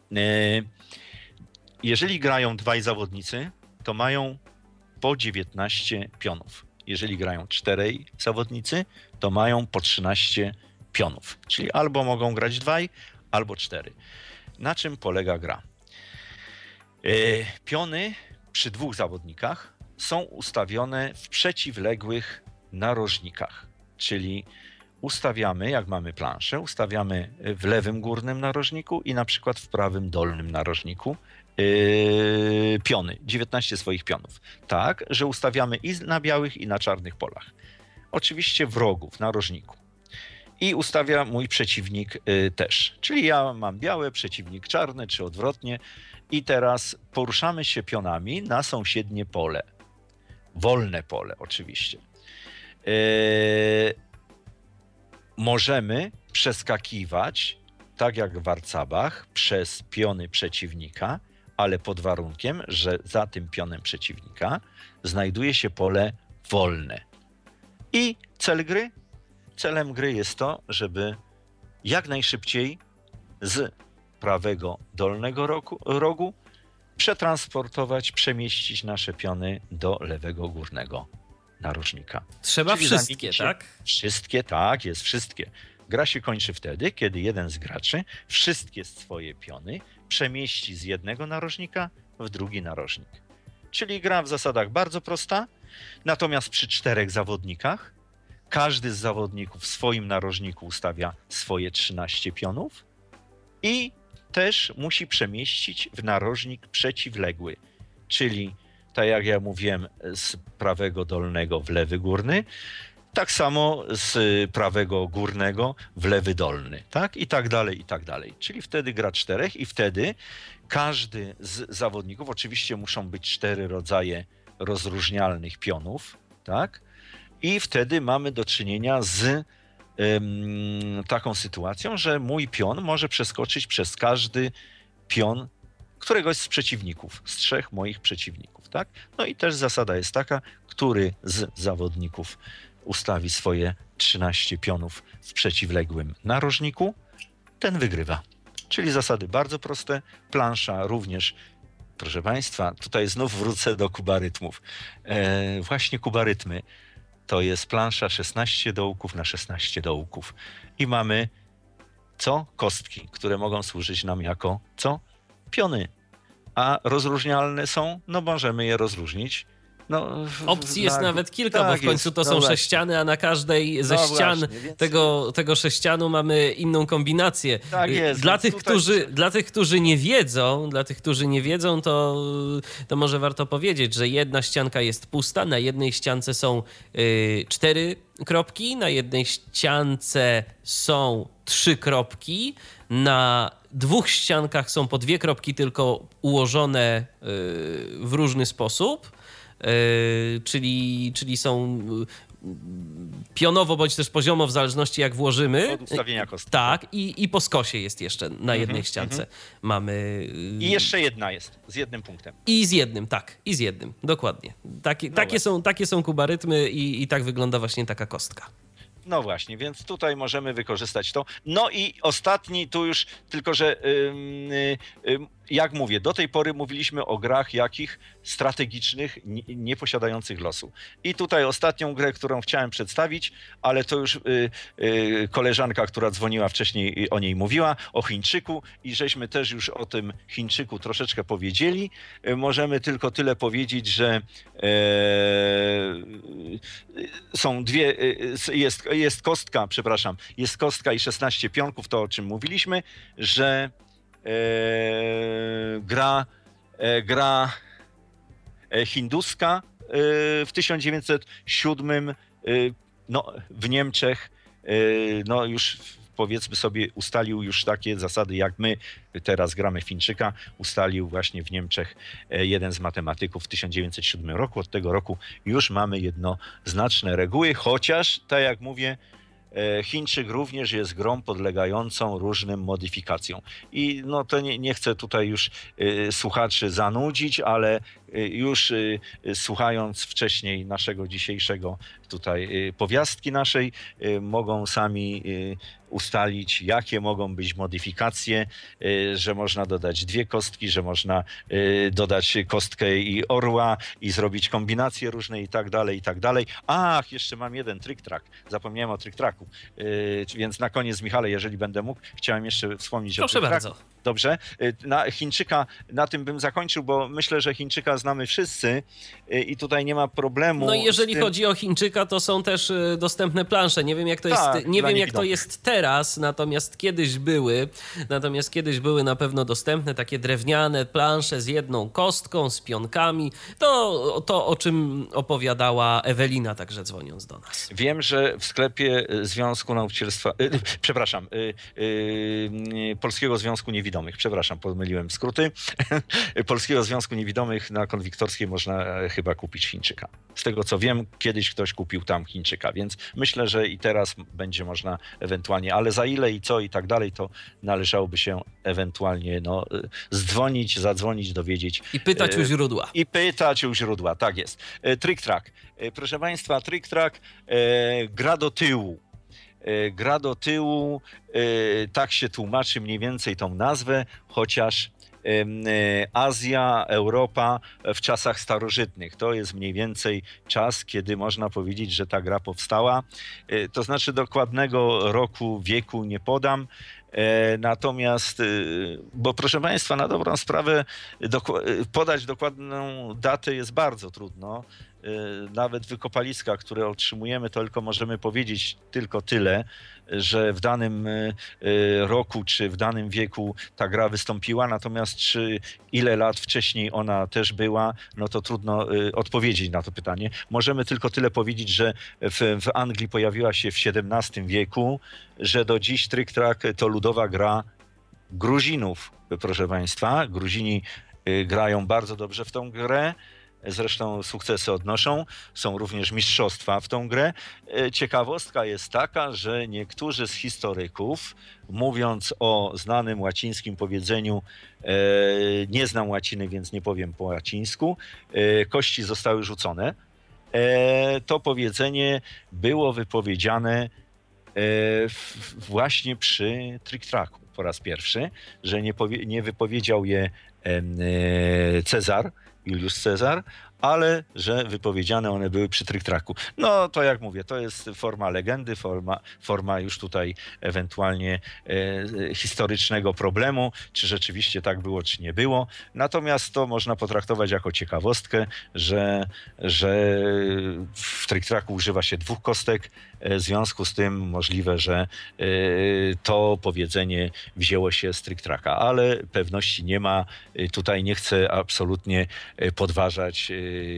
Jeżeli grają dwaj zawodnicy, to mają po dziewiętnaście pionów. Jeżeli grają czterej zawodnicy, to mają po trzynaście pionów. Czyli albo mogą grać dwaj, albo cztery. Na czym polega gra? Piony przy dwóch zawodnikach są ustawione w przeciwległych narożnikach, czyli ustawiamy, jak mamy planszę, ustawiamy w lewym górnym narożniku i na przykład w prawym dolnym narożniku yy, piony, dziewiętnaście swoich pionów, tak, że ustawiamy i na białych, i na czarnych polach. Oczywiście w rogu, w narożniku. I ustawia mój przeciwnik yy, też, czyli ja mam białe, przeciwnik czarne, czy odwrotnie. I teraz poruszamy się pionami na sąsiednie pole. Wolne pole oczywiście. Yy, możemy przeskakiwać, tak jak w warcabach, przez piony przeciwnika, ale pod warunkiem, że za tym pionem przeciwnika znajduje się pole wolne. I cel gry? Celem gry jest to, żeby jak najszybciej z prawego dolnego rogu, rogu przetransportować, przemieścić nasze piony do lewego górnego narożnika. Trzeba Czyli wszystkie, się, tak? Wszystkie, tak, jest wszystkie. Gra się kończy wtedy, kiedy jeden z graczy wszystkie swoje piony przemieści z jednego narożnika w drugi narożnik. Czyli gra w zasadach bardzo prosta, natomiast przy czterech zawodnikach każdy z zawodników w swoim narożniku ustawia swoje trzynaście pionów i też musi przemieścić w narożnik przeciwległy, czyli tak jak ja mówiłem, z prawego dolnego w lewy górny, tak samo z prawego górnego w lewy dolny, tak? I tak dalej, i tak dalej. Czyli wtedy gra czterech i wtedy każdy z zawodników, oczywiście muszą być cztery rodzaje rozróżnialnych pionów, tak? I wtedy mamy do czynienia z taką sytuacją, że mój pion może przeskoczyć przez każdy pion któregoś z przeciwników, z trzech moich przeciwników, tak? No i też zasada jest taka, który z zawodników ustawi swoje trzynaście pionów w przeciwległym narożniku, ten wygrywa. Czyli zasady bardzo proste, plansza również. Proszę Państwa, tutaj znów wrócę do kubarytmów. E, właśnie kubarytmy. to jest plansza szesnaście dołków na szesnaście dołków. I mamy co? Kostki, które mogą służyć nam jako co? Piony. A rozróżnialne są? No możemy je rozróżnić. No, Opcji na... jest nawet kilka, tak bo w końcu jest. to No są właśnie. sześciany, a na każdej ze No ścian właśnie, więc- tego, tego sześcianu mamy inną kombinację. Tak jest, Dla więc tych, tutaj- którzy, dla tych, którzy nie wiedzą, dla tych, którzy nie wiedzą, to, to może warto powiedzieć, że jedna ścianka jest pusta, na jednej ściance są y, cztery kropki, na jednej ściance są trzy kropki, na dwóch ściankach są po dwie kropki, tylko ułożone y, w różny sposób. Yy, czyli, czyli są yy, pionowo bądź też poziomo, w zależności jak włożymy. Od ustawienia kostki. Tak, i, i po skosie jest jeszcze na jednej ściance. Mamy. Yy, I jeszcze jedna jest, z jednym punktem. I z jednym, tak, i z jednym, dokładnie. Takie, No takie, właśnie. są, takie są kubarytmy i, i tak wygląda właśnie taka kostka. No właśnie, więc tutaj możemy wykorzystać to. No i ostatni tu już, tylko że ym, ym, jak mówię, do tej pory mówiliśmy o grach jakich strategicznych, nie, nie posiadających losu. I tutaj ostatnią grę, którą chciałem przedstawić, ale to już y, y, koleżanka, która dzwoniła wcześniej, y, o niej mówiła, o Chińczyku i żeśmy też już o tym Chińczyku troszeczkę powiedzieli. Y, możemy tylko tyle powiedzieć, że y, są dwie, y, jest, jest kostka, przepraszam, jest kostka i szesnaście pionków, to o czym mówiliśmy, że E, gra, e, gra e, hinduska e, w tysiąc dziewięćset siódmym e, no, w Niemczech e, no już powiedzmy sobie ustalił już takie zasady jak my teraz gramy Fińczyka, ustalił właśnie w Niemczech e, jeden z matematyków w tysiąc dziewięćset siódmym roku. Od tego roku już mamy jednoznaczne reguły, chociaż tak jak mówię, Chińczyk również jest grą podlegającą różnym modyfikacjom. I no to nie, nie chcę tutaj już y, słuchaczy zanudzić, ale y, już y, słuchając wcześniej naszego dzisiejszego tutaj y, powiastki naszej, y, mogą sami y, ustalić, jakie mogą być modyfikacje, y, że można dodać dwie kostki, że można y, dodać kostkę i orła i zrobić kombinacje różne i tak dalej, i tak dalej. Ach, jeszcze mam jeden trick track. Zapomniałem o trick tracku. Y, więc na koniec, Michale, jeżeli będę mógł, chciałem jeszcze wspomnieć Proszę o trick bardzo. tracku. Dobrze. Na Chińczyka, na tym bym zakończył, bo myślę, że Chińczyka znamy wszyscy i tutaj nie ma problemu. No i jeżeli z tym... chodzi o Chińczyka, to są też y, dostępne plansze. Nie wiem jak to Tak, jest, nie dla wiem jak to niewidomych. jest teraz, natomiast kiedyś były, natomiast kiedyś były na pewno dostępne takie drewniane plansze z jedną kostką, z pionkami. To, to o czym opowiadała Ewelina także dzwoniąc do nas. Wiem, że w sklepie Związku Nauczycielstwa, y, przepraszam, y, y, Polskiego Związku Niewidomych, przepraszam, pomyliłem skróty, Polskiego Związku Niewidomych na Konwiktorskiej można chyba kupić Chińczyka. Z tego co wiem, kiedyś ktoś kupił tam Chińczyka, więc myślę, że i teraz będzie można ewentualnie, ale za ile i co i tak dalej, to należałoby się ewentualnie no, zdzwonić, zadzwonić, dowiedzieć. I pytać u źródła. I pytać u źródła, tak jest. Trick track. Proszę Państwa, trick track e, gra do tyłu. E, gra do tyłu, e, tak się tłumaczy mniej więcej tą nazwę, chociaż e, Azja, Europa w czasach starożytnych. To jest mniej więcej czas, kiedy można powiedzieć, że ta gra powstała. E, to znaczy dokładnego roku, wieku nie podam. E, natomiast, e, bo proszę Państwa, na dobrą sprawę doku- podać dokładną datę jest bardzo trudno. E, nawet wykopaliska, które otrzymujemy, to tylko możemy powiedzieć tylko tyle, że w danym e, roku czy w danym wieku ta gra wystąpiła, natomiast czy ile lat wcześniej ona też była, no to trudno e, odpowiedzieć na to pytanie. Możemy tylko tyle powiedzieć, że w, w Anglii pojawiła się w siedemnastym wieku, że do dziś Trick Track to ludowa gra Gruzinów, proszę Państwa. Gruzini y, grają bardzo dobrze w tą grę, zresztą sukcesy odnoszą, są również mistrzostwa w tą grę. Y, ciekawostka jest taka, że niektórzy z historyków, mówiąc o znanym łacińskim powiedzeniu, y, nie znam łaciny, więc nie powiem po łacińsku, y, kości zostały rzucone. Y, to powiedzenie było wypowiedziane właśnie przy Trick Tracku po raz pierwszy, że nie, powie, nie wypowiedział je Cezar, Juliusz Cezar, ale że wypowiedziane one były przy trik-traku. No to jak mówię, to jest forma legendy, forma, forma już tutaj ewentualnie e, historycznego problemu, czy rzeczywiście tak było, czy nie było. Natomiast to można potraktować jako ciekawostkę, że, że w trik-traku używa się dwóch kostek, w związku z tym możliwe, że e, to powiedzenie wzięło się z trik-traka, ale pewności nie ma. Tutaj nie chcę absolutnie podważać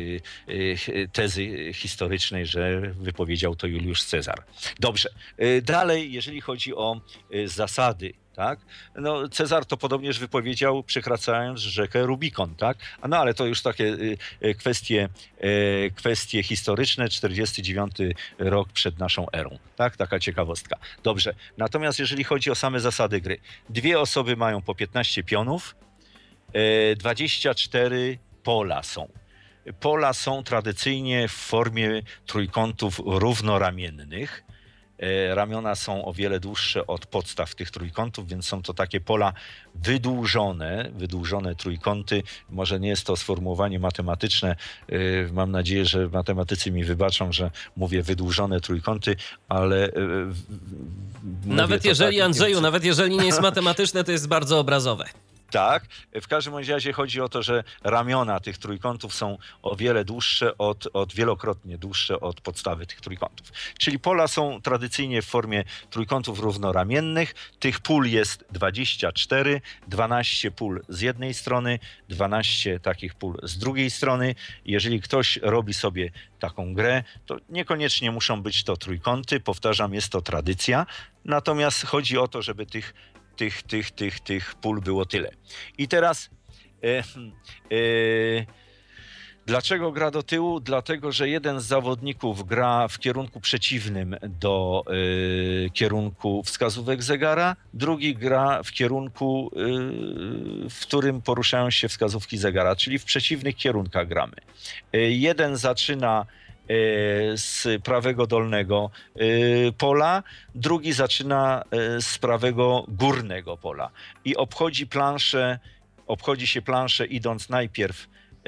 tezy historycznej, że wypowiedział to Juliusz Cezar. Dobrze. Dalej, jeżeli chodzi o zasady, tak? No, Cezar to podobnież wypowiedział, przekraczając rzekę Rubikon, tak? No ale to już takie kwestie, kwestie historyczne, czterdziesty dziewiąty rok przed naszą erą, tak? Taka ciekawostka. Dobrze. Natomiast jeżeli chodzi o same zasady gry, dwie osoby mają po piętnaście pionów, dwadzieścia cztery pola są. Pola są tradycyjnie w formie trójkątów równoramiennych. Ramiona są o wiele dłuższe od podstaw tych trójkątów, więc są to takie pola wydłużone, wydłużone trójkąty. Może nie jest to sformułowanie matematyczne. Mam nadzieję, że matematycy mi wybaczą, że mówię wydłużone trójkąty, ale... Nawet jeżeli, tak, Andrzeju, więc... nawet jeżeli nie jest matematyczne, to jest bardzo obrazowe. Tak, w każdym razie chodzi o to, że ramiona tych trójkątów są o wiele dłuższe, od, od wielokrotnie dłuższe od podstawy tych trójkątów. Czyli pola są tradycyjnie w formie trójkątów równoramiennych. Tych pól jest dwadzieścia cztery, dwanaście pól z jednej strony, dwanaście takich pól z drugiej strony. Jeżeli ktoś robi sobie taką grę, to niekoniecznie muszą być to trójkąty. Powtarzam, jest to tradycja. Natomiast chodzi o to, żeby tych Tych, tych, tych, tych pól było tyle. I teraz e, e, dlaczego gra do tyłu? Dlatego, że jeden z zawodników gra w kierunku przeciwnym do e, kierunku wskazówek zegara, drugi gra w kierunku, e, w którym poruszają się wskazówki zegara, czyli w przeciwnych kierunkach gramy. E, jeden zaczyna z prawego dolnego pola, drugi zaczyna z prawego górnego pola i obchodzi planszę, obchodzi się planszę idąc najpierw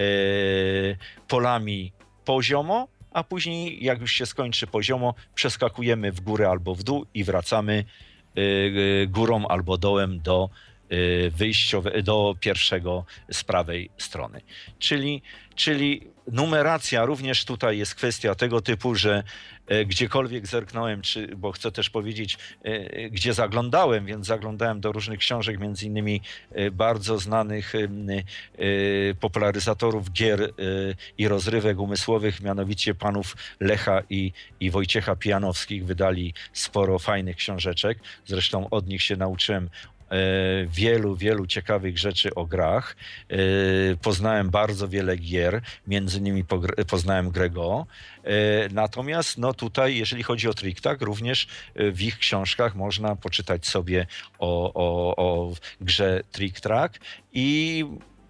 polami poziomo, a później jak już się skończy poziomo, przeskakujemy w górę albo w dół i wracamy górą albo dołem do wyjściowe, do pierwszego z prawej strony. Czyli, czyli numeracja również tutaj jest kwestia tego typu, że e, gdziekolwiek zerknąłem, czy, bo chcę też powiedzieć, e, gdzie zaglądałem, więc zaglądałem do różnych książek, między innymi e, bardzo znanych e, e, popularyzatorów gier e, i rozrywek umysłowych, mianowicie panów Lecha i, i Wojciecha Pijanowskich. Wydali sporo fajnych książeczek, zresztą od nich się nauczyłem wielu, wielu ciekawych rzeczy o grach. Poznałem bardzo wiele gier, między innymi poznałem grę Go. Natomiast no tutaj, jeżeli chodzi o trik-tak, również w ich książkach można poczytać sobie o, o, o grze trik-trak i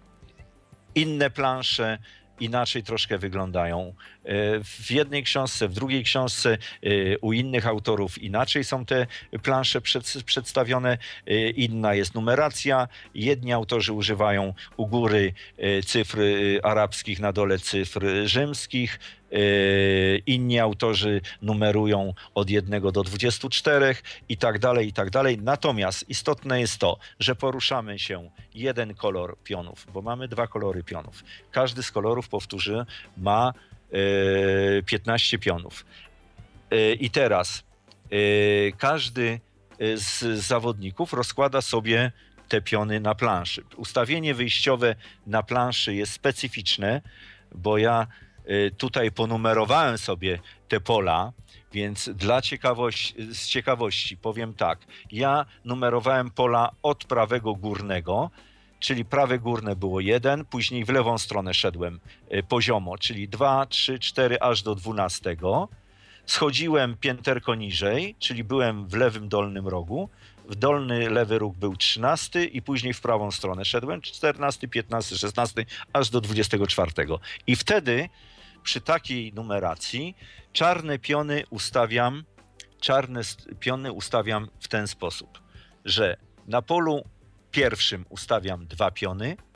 inne plansze inaczej troszkę wyglądają. W jednej książce, w drugiej książce, u innych autorów inaczej są te plansze przed, przedstawione, inna jest numeracja. Jedni autorzy używają u góry cyfr arabskich, na dole cyfr rzymskich, inni autorzy numerują od jednego do dwudziestu czterech i tak dalej, i tak dalej. Natomiast istotne jest to, że poruszamy się jeden kolor pionów, bo mamy dwa kolory pionów. Każdy z kolorów, powtórzę, ma piętnaście pionów. I teraz każdy z zawodników rozkłada sobie te piony na planszy. Ustawienie wyjściowe na planszy jest specyficzne, bo ja tutaj ponumerowałem sobie te pola, więc dla ciekawości, z ciekawości powiem tak. Ja numerowałem pola od prawego górnego, czyli prawe górne było jeden, później w lewą stronę szedłem poziomo, czyli dwa, trzy, cztery aż do dwunastego. Schodziłem pięterko niżej, czyli byłem w lewym dolnym rogu. W dolny lewy róg był trzynasty i później w prawą stronę szedłem czternasty, piętnasty, szesnasty aż do dwudziestego czwartego. I wtedy przy takiej numeracji czarne piony ustawiam, czarne piony ustawiam w ten sposób, że na polu pierwszym ustawiam dwa piony,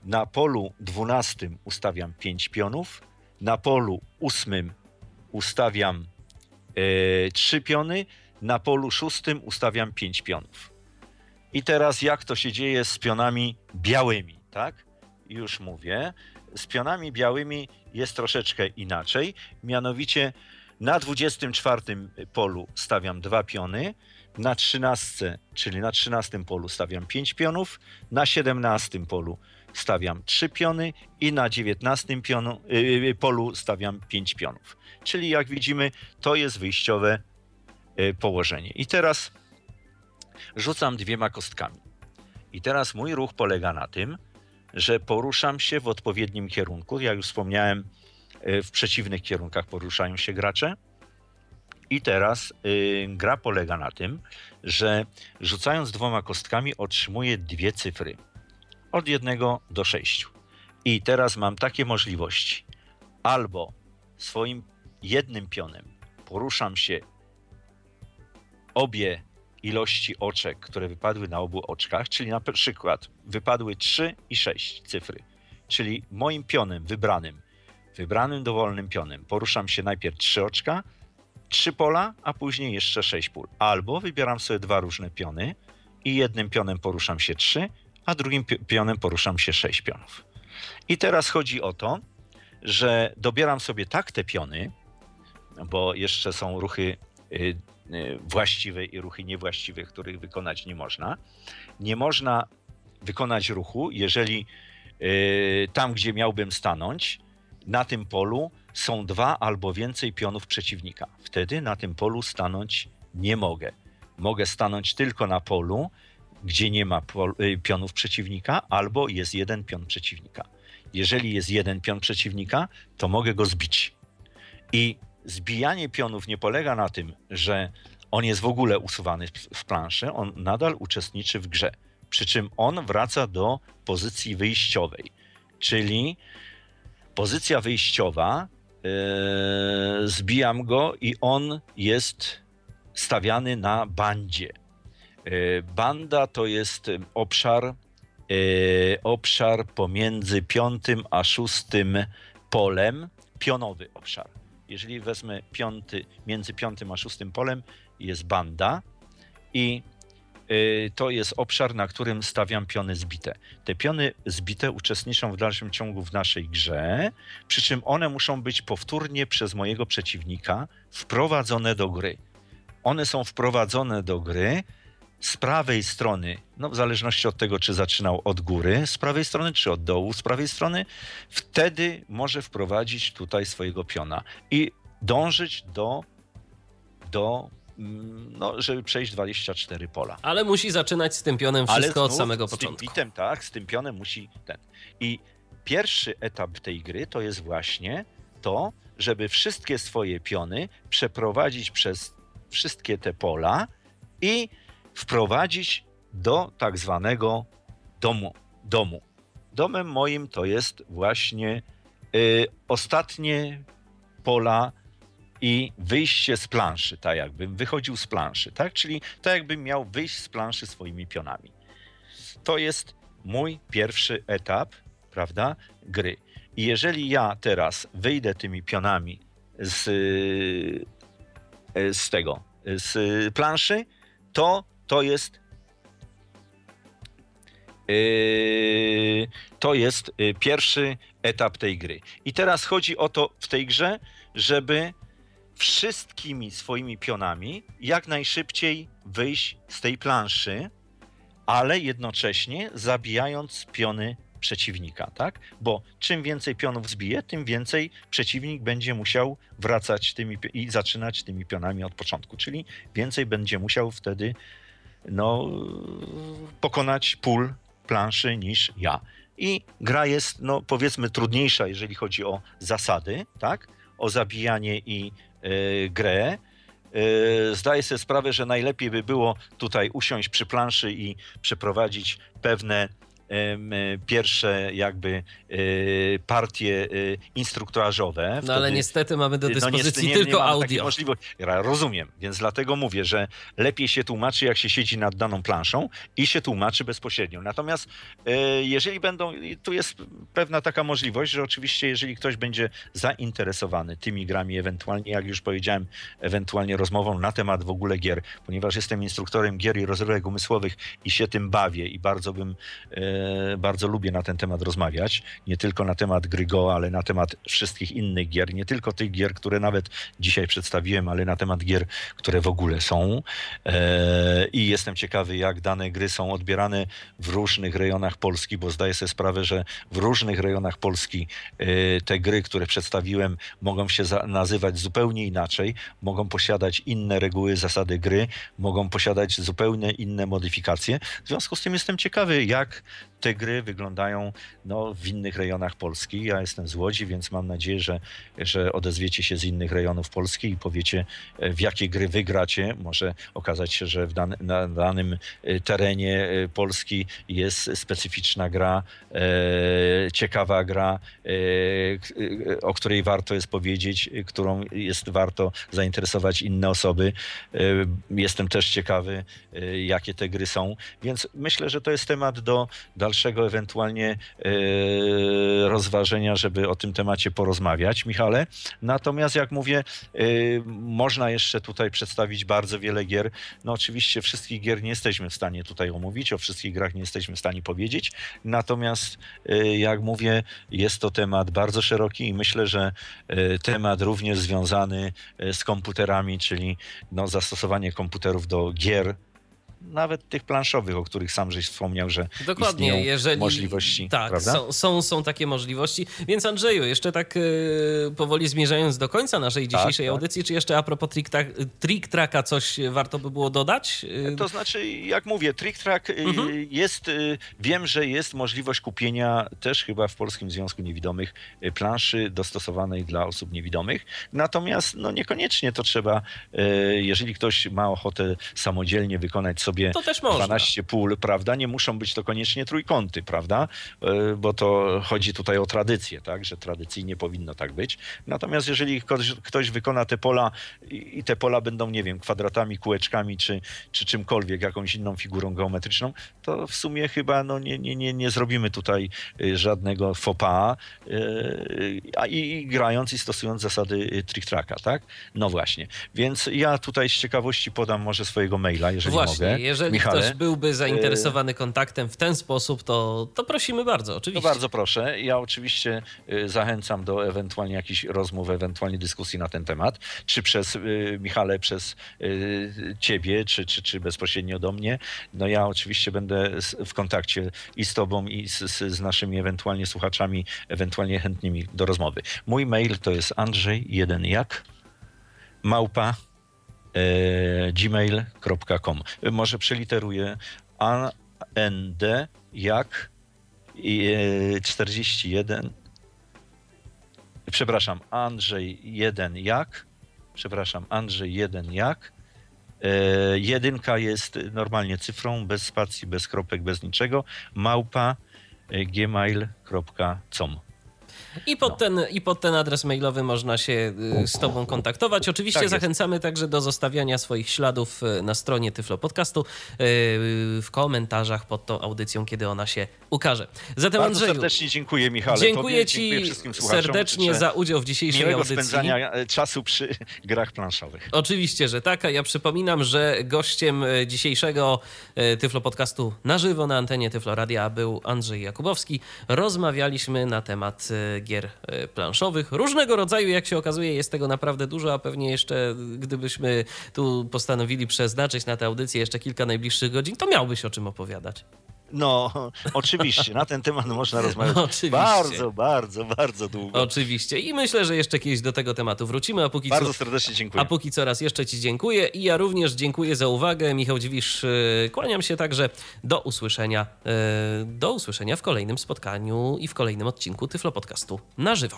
na polu dwunastym ustawiam pięć pionów, na polu ósmym ustawiam e, trzy piony, na polu szóstym ustawiam pięć pionów. I teraz jak to się dzieje z pionami białymi, tak? Już mówię. Z pionami białymi jest troszeczkę inaczej, mianowicie na dwudziestym czwartym polu stawiam dwa piony, na trzynastym, czyli na trzynastym polu stawiam pięć pionów, na siedemnastym polu stawiam trzy piony i na dziewiętnastym pionu, yy, polu stawiam pięć pionów. Czyli jak widzimy, to jest wyjściowe yy, położenie. I teraz rzucam dwiema kostkami. I teraz mój ruch polega na tym, że poruszam się w odpowiednim kierunku. Jak już wspomniałem, w przeciwnych kierunkach poruszają się gracze. I teraz y, gra polega na tym, że rzucając dwoma kostkami otrzymuję dwie cyfry. Od jednego do sześciu. I teraz mam takie możliwości. Albo swoim jednym pionem poruszam się obie ilości oczek, które wypadły na obu oczkach, czyli na przykład wypadły trzy i sześć cyfry. Czyli moim pionem wybranym, wybranym dowolnym pionem poruszam się najpierw trzy oczka, trzy pola, a później jeszcze sześć pól. Albo wybieram sobie dwa różne piony i jednym pionem poruszam się trzy, a drugim pionem poruszam się sześć pionów. I teraz chodzi o to, że dobieram sobie tak te piony, bo jeszcze są ruchy y, właściwe i ruchy niewłaściwe, których wykonać nie można. Nie można wykonać ruchu, jeżeli y, tam, gdzie miałbym stanąć, na tym polu są dwa albo więcej pionów przeciwnika. Wtedy na tym polu stanąć nie mogę. Mogę stanąć tylko na polu, gdzie nie ma pol, y, pionów przeciwnika, albo jest jeden pion przeciwnika. Jeżeli jest jeden pion przeciwnika, to mogę go zbić. I zbijanie pionów nie polega na tym, że on jest w ogóle usuwany z planszy, on nadal uczestniczy w grze. Przy czym on wraca do pozycji wyjściowej. Czyli pozycja wyjściowa, yy, zbijam go i on jest stawiany na bandzie. Yy, banda to jest obszar, yy, obszar pomiędzy piątym a szóstym polem, pionowy obszar. Jeżeli wezmę piąty, między piątym a szóstym polem jest banda i y, to jest obszar, na którym stawiam piony zbite. Te piony zbite uczestniczą w dalszym ciągu w naszej grze, przy czym one muszą być powtórnie przez mojego przeciwnika wprowadzone do gry. One są wprowadzone do gry z prawej strony, no w zależności od tego, czy zaczynał od góry, z prawej strony, czy od dołu, z prawej strony, wtedy może wprowadzić tutaj swojego piona i dążyć do, do no, żeby przejść dwadzieścia cztery pola. Ale musi zaczynać z tym pionem wszystko od samego z początku. Z tym bitem, tak, z tym pionem musi ten. I pierwszy etap tej gry to jest właśnie to, żeby wszystkie swoje piony przeprowadzić przez wszystkie te pola i wprowadzić do tak zwanego domu. domu. Domem moim to jest właśnie y, ostatnie pola i wyjście z planszy, tak jakbym wychodził z planszy, tak? Czyli tak jakbym miał wyjść z planszy swoimi pionami. To jest mój pierwszy etap, prawda, gry. I jeżeli ja teraz wyjdę tymi pionami z, z tego, z planszy, to to jest yy, to jest yy, pierwszy etap tej gry. I teraz chodzi o to w tej grze, żeby wszystkimi swoimi pionami jak najszybciej wyjść z tej planszy, ale jednocześnie zabijając piony przeciwnika, tak? Bo czym więcej pionów zbije, tym więcej przeciwnik będzie musiał wracać tymi i zaczynać tymi pionami od początku, czyli więcej będzie musiał wtedy no, pokonać pól planszy niż ja. I gra jest, no, powiedzmy, trudniejsza, jeżeli chodzi o zasady, tak? O zabijanie i y, grę. Y, zdaję sobie sprawę, że najlepiej by było tutaj usiąść przy planszy i przeprowadzić pewne pierwsze jakby partie instruktażowe. No ale Wtedy, niestety mamy do dyspozycji no niestety nie, tylko nie audio. Możliwości. Ja rozumiem, więc dlatego mówię, że lepiej się tłumaczy, jak się siedzi nad daną planszą i się tłumaczy bezpośrednio. Natomiast jeżeli będą, tu jest pewna taka możliwość, że oczywiście jeżeli ktoś będzie zainteresowany tymi grami, ewentualnie, jak już powiedziałem, ewentualnie rozmową na temat w ogóle gier, ponieważ jestem instruktorem gier i rozrywek umysłowych i się tym bawię i bardzo bym, e, bardzo lubię na ten temat rozmawiać, nie tylko na temat gry Go, ale na temat wszystkich innych gier, nie tylko tych gier, które nawet dzisiaj przedstawiłem, ale na temat gier, które w ogóle są e, i jestem ciekawy, jak dane gry są odbierane w różnych rejonach Polski, bo zdaję sobie sprawę, że w różnych rejonach Polski e, te gry, które przedstawiłem, mogą się za- nazywać zupełnie inaczej, mogą posiadać inne reguły, zasady gry, mogą posiadać zupełnie inne modyfikacje. W związku z tym jestem ciekawy, jak te gry wyglądają no, w innych rejonach Polski. Ja jestem z Łodzi, więc mam nadzieję, że, że odezwiecie się z innych rejonów Polski i powiecie, w jakie gry wy gracie. Może okazać się, że w dan- na danym terenie Polski jest specyficzna gra, e, ciekawa gra, e, o której warto jest powiedzieć, którą jest warto zainteresować inne osoby. E, jestem też ciekawy, e, jakie te gry są, więc myślę, że to jest temat do dalszego ewentualnie e, rozważenia, żeby o tym temacie porozmawiać, Michale. Natomiast jak mówię, e, można jeszcze tutaj przedstawić bardzo wiele gier. No oczywiście wszystkich gier nie jesteśmy w stanie tutaj omówić, o wszystkich grach nie jesteśmy w stanie powiedzieć. Natomiast e, jak mówię, jest to temat bardzo szeroki i myślę, że e, temat również związany z komputerami, czyli no, zastosowanie komputerów do gier, nawet tych planszowych, o których sam żeś wspomniał, że Dokładnie, istnieją jeżeli możliwości, tak, prawda? są, są, są takie możliwości. Więc Andrzeju, jeszcze tak yy, powoli zmierzając do końca naszej dzisiejszej tak. audycji, czy jeszcze a propos Trick, tra- trick Tracka coś warto by było dodać? Yy, To znaczy, jak mówię, Trick Track y, Mhm. jest, y, wiem, że jest możliwość kupienia też chyba w Polskim Związku Niewidomych y, planszy dostosowanej dla osób niewidomych. Natomiast no niekoniecznie to trzeba, y, jeżeli ktoś ma ochotę samodzielnie wykonać sobie To też można. dwanaście pól, prawda? Nie muszą być to koniecznie trójkąty, prawda? Y, Bo to chodzi tutaj o tradycję, tak? Że tradycyjnie powinno tak być. Natomiast jeżeli ktoś, ktoś wykona te pola i i te pola będą, nie wiem, kwadratami, kółeczkami czy, czy czymkolwiek, jakąś inną figurą geometryczną, to w sumie chyba no, nie, nie, nie, nie zrobimy tutaj y, żadnego faux pas, y, a i, i grając i stosując zasady y, Trick Tracka, tak? No właśnie. Więc ja tutaj z ciekawości podam może swojego maila, jeżeli Właśnie, mogę. jeżeli Michale, ktoś byłby zainteresowany kontaktem w ten sposób, to, to prosimy bardzo, to oczywiście. bardzo proszę. Ja oczywiście y, zachęcam do ewentualnie jakichś rozmów, ewentualnie dyskusji na ten temat, czy przez y, Michale, przez y, ciebie, czy, czy, czy bezpośrednio do mnie. No ja oczywiście będę s- w kontakcie i z tobą, i z, z, z naszymi ewentualnie słuchaczami, ewentualnie chętnymi do rozmowy. Mój mail to jest andrzej jeden jak małpa e, gmail kropka com. Może przeliteruję a n d jak i, e, czterdzieści jeden. Przepraszam, Andrzej jeden jak. Przepraszam, Andrzej jeden jak. E, jedynka jest normalnie cyfrą, bez spacji, bez kropek, bez niczego. Małpa e, gmail kropka com. I pod, No. ten, I pod ten adres mailowy można się y, z tobą kontaktować. Oczywiście Tak jest. zachęcamy także do zostawiania swoich śladów y, na stronie Tyflo Podcastu, y, w komentarzach pod tą audycją, kiedy ona się ukaże. Zatem Bardzo Andrzeju, serdecznie dziękuję, Michale. dziękuję Tobie, ci dziękuję wszystkim słuchaczom. serdecznie Życzę za udział w dzisiejszej miłego audycji. spędzania e, czasu przy grach planszowych. Oczywiście, że tak. A ja przypominam, że gościem e, dzisiejszego e, Tyflo Podcastu na żywo na antenie Tyflo Radia był Andrzej Jakubowski. Rozmawialiśmy na temat e, gier e, planszowych. Różnego rodzaju, jak się okazuje, jest tego naprawdę dużo, a pewnie jeszcze gdybyśmy tu postanowili przeznaczyć na tę audycję jeszcze kilka najbliższych godzin, to miałbyś o czym opowiadać. No, oczywiście, na ten temat można rozmawiać Oczywiście. bardzo, bardzo, bardzo długo. Oczywiście. I myślę, że jeszcze kiedyś do tego tematu wrócimy, a póki co... Bardzo serdecznie dziękuję. A póki co raz jeszcze ci dziękuję i ja również dziękuję za uwagę. Michał Dziwisz, yy, kłaniam się także. Do usłyszenia, yy, do usłyszenia w kolejnym spotkaniu i w kolejnym odcinku Tyflo Podcastu na żywo.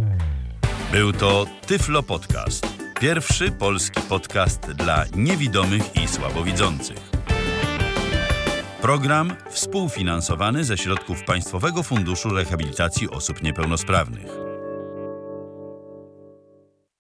Był to Tyflo Podcast. Pierwszy polski podcast dla niewidomych i słabowidzących. Program współfinansowany ze środków Państwowego Funduszu Rehabilitacji Osób Niepełnosprawnych.